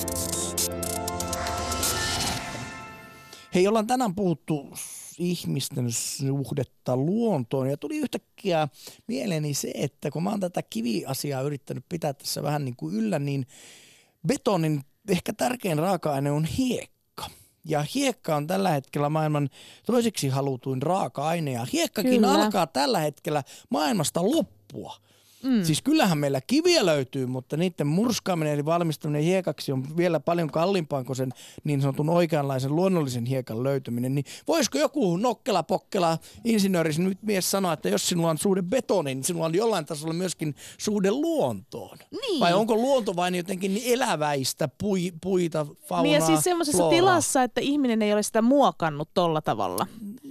Hei, ollaan tänään puhuttu ihmisten suhdetta luontoon ja tuli yhtäkkiä mieleeni se, että kun mä oon tätä kiviasiaa yrittänyt pitää tässä vähän niin kuin yllä, niin betonin ehkä tärkein raaka-aine on hiekka. Ja hiekka on tällä hetkellä maailman toiseksi halutuin raaka-aine ja hiekkakin Kyllä. alkaa tällä hetkellä maailmasta loppua. Mm. Siis kyllähän meillä kiviä löytyy, mutta niiden murskaaminen eli valmistaminen hiekaksi on vielä paljon kalliimpaa kuin sen niin sanotun oikeanlaisen luonnollisen hiekan löytyminen. Niin voisiko joku nokkela pokkela insinööri nyt mies sanoa, että jos sinulla on suhde betoniin, niin sinulla on jollain tasolla myöskin suhde luontoon? Niin. Vai onko luonto vain jotenkin eläväistä pui, puita, faunaa, niin ja siis semmoisessa flooraa? tilassa, että ihminen ei ole sitä muokannut tolla tavalla.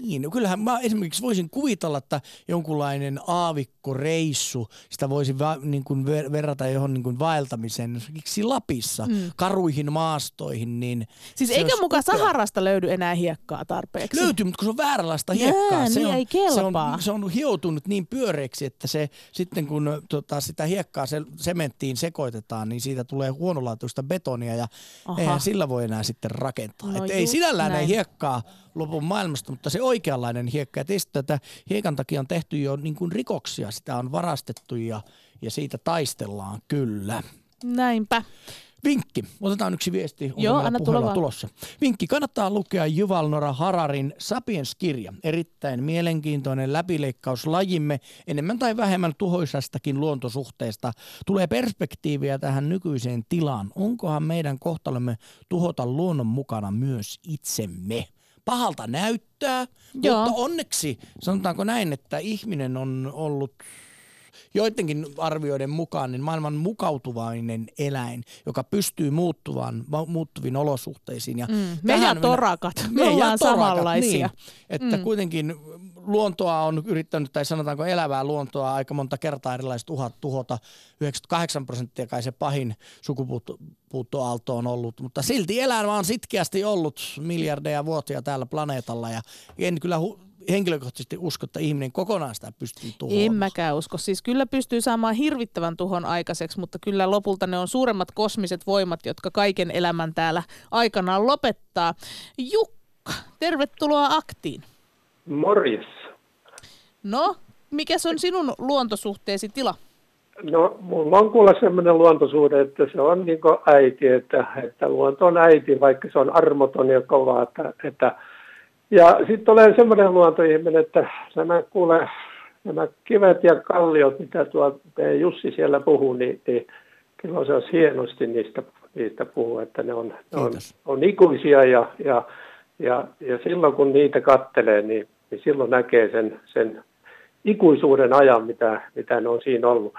Niin, kyllähän mä esimerkiksi voisin kuvitella, että jonkunlainen aavikkoreissu, sitä voisi va, niin kuin ver, verrata johon niin kuin vaeltamiseen, esimerkiksi Lapissa, mm. karuihin maastoihin. Niin siis eikä muka Saharasta löydy enää hiekkaa tarpeeksi? Löytyy, mutta kun se on vääränlaista hiekkaa. Jää, se, niin on, ei se, on, kelpaa. se on hioutunut niin pyöreäksi, että se sitten kun tota, sitä hiekkaa se, sementtiin sekoitetaan, niin siitä tulee huonolaatuista betonia ja Aha. eihän sillä voi enää sitten rakentaa. No Et ei sinällään näin. ei hiekkaa lopun maailmasta, mutta se oikeanlainen hiekka. Ja tietysti tätä hiekan takia on tehty jo niin kuin rikoksia. Sitä on varastettu ja, ja siitä taistellaan kyllä. Näinpä. Vinkki. Otetaan yksi viesti. Onko Joo, meillä anna puhella tulla tulossa? Vinkki. Kannattaa lukea Yuval Noah Hararin Sapiens-kirja. Erittäin mielenkiintoinen läpileikkaus lajimme enemmän tai vähemmän tuhoisastakin luontosuhteesta. Tulee perspektiiviä tähän nykyiseen tilaan. Onkohan meidän kohtalomme tuhota luonnon mukana myös itsemme? Pahalta näyttää, Joo. mutta onneksi sanotaanko näin, että ihminen on ollut joidenkin arvioiden mukaan niin maailman mukautuvainen eläin, joka pystyy muuttuvan, muuttuviin olosuhteisiin. Ja mm, me ja torakat, me, me ollaan torakat, samanlaisia. Niin, että mm. kuitenkin luontoa on yrittänyt, tai sanotaanko elävää luontoa aika monta kertaa erilaiset uhat tuhota. yhdeksänkymmentäkahdeksan prosenttia kai se pahin sukupuuttoaalto on ollut, mutta silti elämä on sitkeästi ollut miljardeja vuotia täällä planeetalla ja en kyllä hu- henkilökohtaisesti usko, että ihminen kokonaan sitä pystyy tuhoamaan. En mäkään usko. Siis kyllä pystyy saamaan hirvittävän tuhon aikaiseksi, mutta kyllä lopulta ne on suuremmat kosmiset voimat, jotka kaiken elämän täällä aikanaan lopettaa. Jukka, tervetuloa Aktiin. Morjes. No, mikäs on sinun luontosuhteesi tila? No, mulla on kuulla sellainen luontosuhde, että se on niin kuin äiti, että, että luonto on äiti, vaikka se on armoton ja kova, että, että ja sitten olen semmoinen luontoihminen, että nämä, kuule, nämä kivet ja kalliot, mitä tuo Jussi siellä puhuu, niin, niin kyllä se olisi hienosti niistä, niistä puhua, että ne on, ne on, on ikuisia ja, ja, ja, ja silloin kun niitä kattelee, niin, niin silloin näkee sen, sen ikuisuuden ajan, mitä, mitä ne on siinä ollut.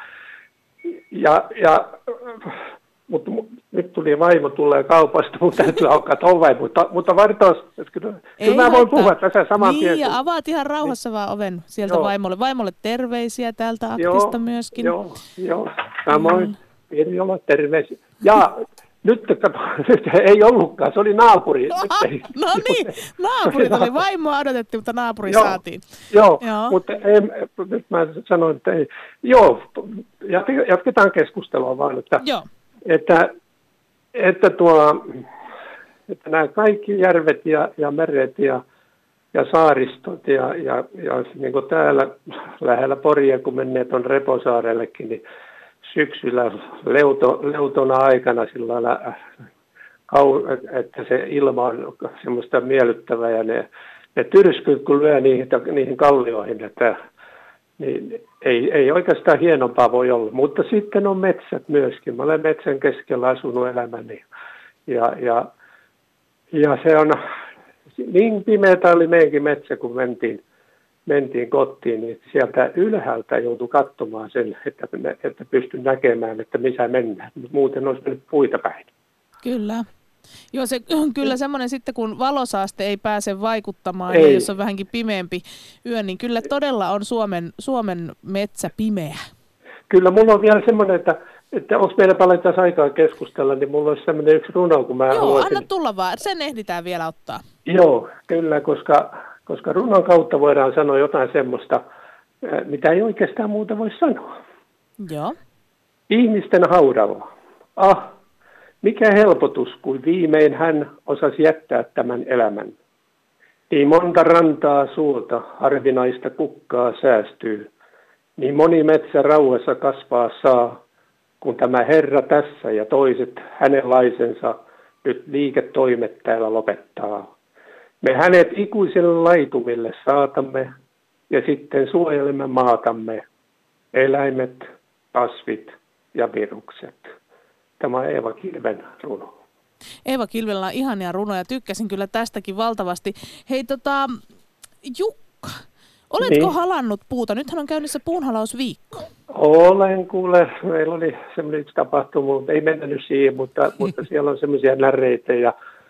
Ja, ja mutta nyt tuli vaimo, tulee kaupasta, mun täytyy aukata oven, mutta, mutta vartaus, kyllä, kyllä mä voin puhua tässä saman niin, tien. Niin, ja avaat ihan rauhassa niin. vaan oven sieltä joo. vaimolle. Vaimolle terveisiä täältä Aktista joo, myöskin. Joo, joo, samoin. Pieni olla terveisiä. Ja nyt, kato, nyt ei ollutkaan, se oli naapuri. No, no niin, naapuri oli, vaimoa odotettiin, mutta naapuri joo, saatiin. Joo, joo. mutta ei, nyt mä sanoin, että ei. Joo, jatketaan keskustelua vaan, että... Joo. Että, että, tuo, että nämä kaikki järvet ja, ja meret ja, ja saaristot ja, ja, ja niin kuin täällä lähellä Poria, kun menee tuon Reposaarellekin, niin syksyllä leuto, leutona aikana sillä lailla, että se ilma on semmoista miellyttävää ja ne, ne tyrskyt, kun lyö niihin, niihin kallioihin, että niin ei, ei oikeastaan hienompaa voi olla, mutta sitten on metsät myöskin. Mä olen metsän keskellä asunut elämäni ja, ja, ja se on niin pimeätä oli meidänkin metsä, kun mentiin, mentiin kotiin, niin sieltä ylhäältä joutui katsomaan sen, että, että pystyn näkemään, että missä mennään. Muuten olisi mennyt puita päin. Kyllä. Joo, se on kyllä semmoinen sitten, kun valosaaste ei pääse vaikuttamaan, ei. Ja jos on vähänkin pimeämpi yö, niin kyllä todella on Suomen, Suomen metsä pimeä. Kyllä, mulla on vielä semmoinen, että, että onko meillä paljon tässä aikaa keskustella, niin mulla olisi semmoinen yksi runo, kun mä Joo, haluaisin... anna tulla vaan, sen ehditään vielä ottaa. Joo, kyllä, koska, koska runon kautta voidaan sanoa jotain semmoista, mitä ei oikeastaan muuta voi sanoa. Joo. Ihmisten haudalla. Ah, mikä helpotus, kun viimein hän osasi jättää tämän elämän. Niin monta rantaa suota, harvinaista kukkaa säästyy. Niin moni metsä rauhassa kasvaa saa, kun tämä Herra tässä ja toiset hänenlaisensa nyt liiketoimet täällä lopettaa. Me hänet ikuiselle laitumille saatamme ja sitten suojelemme maatamme, eläimet, kasvit ja virukset. Tämä on Eeva Kilven runo. Eeva Kilvellä on ihania runoja. Tykkäsin kyllä tästäkin valtavasti. Hei tota, Jukka, oletko niin. halannut puuta? Nythän on käynnissä puunhalausviikko. Olen, kuule. Meillä oli semmoinen yksi tapahtuma, mutta ei mennyt siihen, mutta, mutta siellä on semmoisia näreitä ja,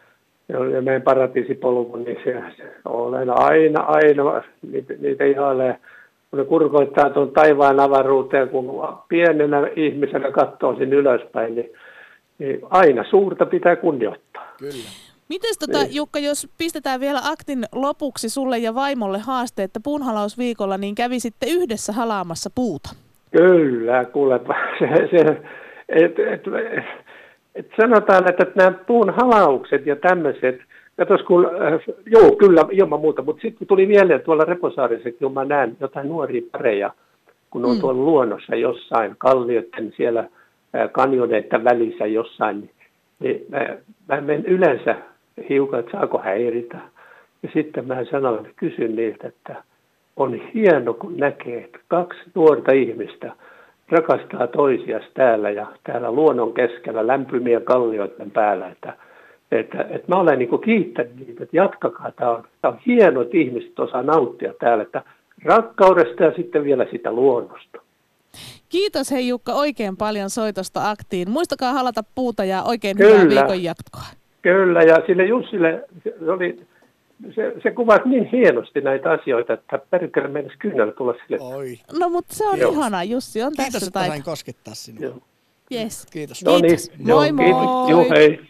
ja meidän paratiisipolku, niin se, se olen aina, aina, niitä, niitä ihailee, kun ne kurkoittaa tuon taivaan avaruuteen, kun pienenä ihmisenä katsoo sinne ylöspäin, niin, niin aina suurta pitää kunnioittaa. Kyllä. Mites tota, niin. Jukka, jos pistetään vielä aktin lopuksi sulle ja vaimolle haaste, että puunhalausviikolla, niin kävisitte yhdessä halaamassa puuta? Kyllä, kuulepa. Se, se, et, et, et, et sanotaan, että nämä puun halaukset ja tämmöiset, katos kun, äh, joo, kyllä, ilman muuta, mutta sitten tuli vielä tuolla Reposaarissakin, kun mä näen jotain nuoria pareja, kun on mm. tuolla luonnossa jossain, kallioiden siellä äh, kanjoneiden välissä jossain, niin, niin mä, mä menen yleensä hiukan, että saako häiritä. Ja sitten mä sanoin, kysyn niiltä, että on hieno, kun näkee, että kaksi nuorta ihmistä rakastaa toisiaan täällä ja täällä luonnon keskellä lämpimien kallioiden päällä. Että, että, että mä olen niin kuin kiittänyt niitä, että jatkakaa. Tämä on, tämä on hieno, että ihmiset osaa nauttia täällä, että rakkaudesta ja sitten vielä sitä luonnosta. Kiitos hei Jukka oikein paljon soitosta aktiin. Muistakaa halata puuta ja oikein Kyllä. hyvää viikon jatkoa. Kyllä, ja sille Jussille se, oli, se, se kuvasi niin hienosti näitä asioita, että perkele mennessä kyynällä tulla sille. Oi. No mutta se on Joo. ihanaa, Jussi, on Kiitos, tässä että taito. sain koskettaa sinua. Joo. Yes. Kiitos. No niin, Moi moi. Kiitos. Joo, hei.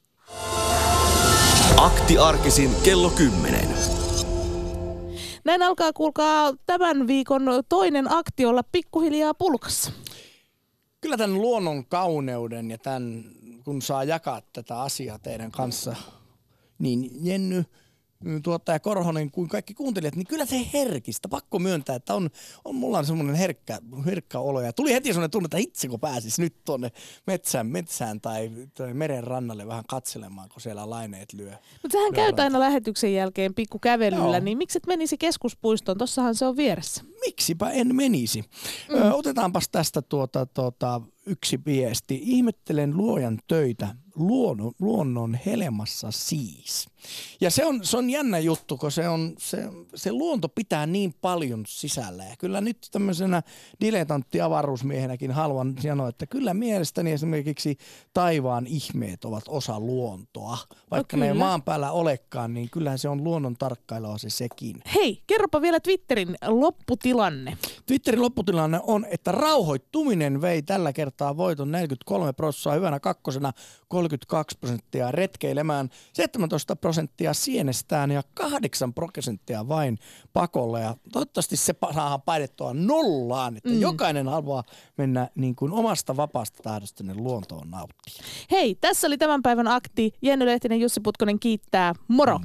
Akti arkisin kello kymmenen. Näin alkaa, kuulkaa, tämän viikon toinen akti olla pikkuhiljaa pulkassa. Kyllä tämän luonnon kauneuden ja tämän, kun saa jakaa tätä asiaa teidän kanssa, niin Jenny, tuottaja Korhonen kuin kaikki kuuntelijat, niin kyllä se herkistä. Pakko myöntää, että on, on mulla on semmoinen herkkä, herkkä olo. Ja tuli heti semmoinen tunne, että itse kun pääsis nyt tuonne metsään, metsään tai, tai meren rannalle vähän katselemaan, kun siellä laineet lyö. Mutta sähän käyt aina lähetyksen jälkeen pikku kävelyllä, Joo. niin miksi et menisi keskuspuistoon? Tossahan se on vieressä. Miksipä en menisi? Mm. Ö, otetaanpas tästä tuota, tuota, yksi viesti. Ihmettelen luojan töitä luonnon, luonnon helmassa siis. Ja se on, se on jännä juttu, kun se, on, se, se luonto pitää niin paljon sisällä. Ja kyllä nyt tämmöisenä dilettantti-avaruusmiehenäkin haluan sanoa, että kyllä mielestäni esimerkiksi taivaan ihmeet ovat osa luontoa. Vaikka no ne ei maan päällä olekaan, niin kyllähän se on luonnon tarkkailua se sekin. Hei, kerropa vielä Twitterin lopputilanne. Twitterin lopputilanne on, että rauhoittuminen vei tällä kertaa voiton neljäkymmentäkolme prosenttia, hyvänä kakkosena kolmekymmentäkaksi prosenttia retkeilemään, seitsemäntoista prosenttia sienestään ja kahdeksan prosenttia vain pakolla. Ja toivottavasti se saadaan painettua nollaan, että mm. jokainen haluaa mennä niin kuin omasta vapaasta tahdosta luontoon nauttia. Hei, tässä oli tämän päivän akti. Jenny Lehtinen, Jussi Putkonen kiittää. Moro!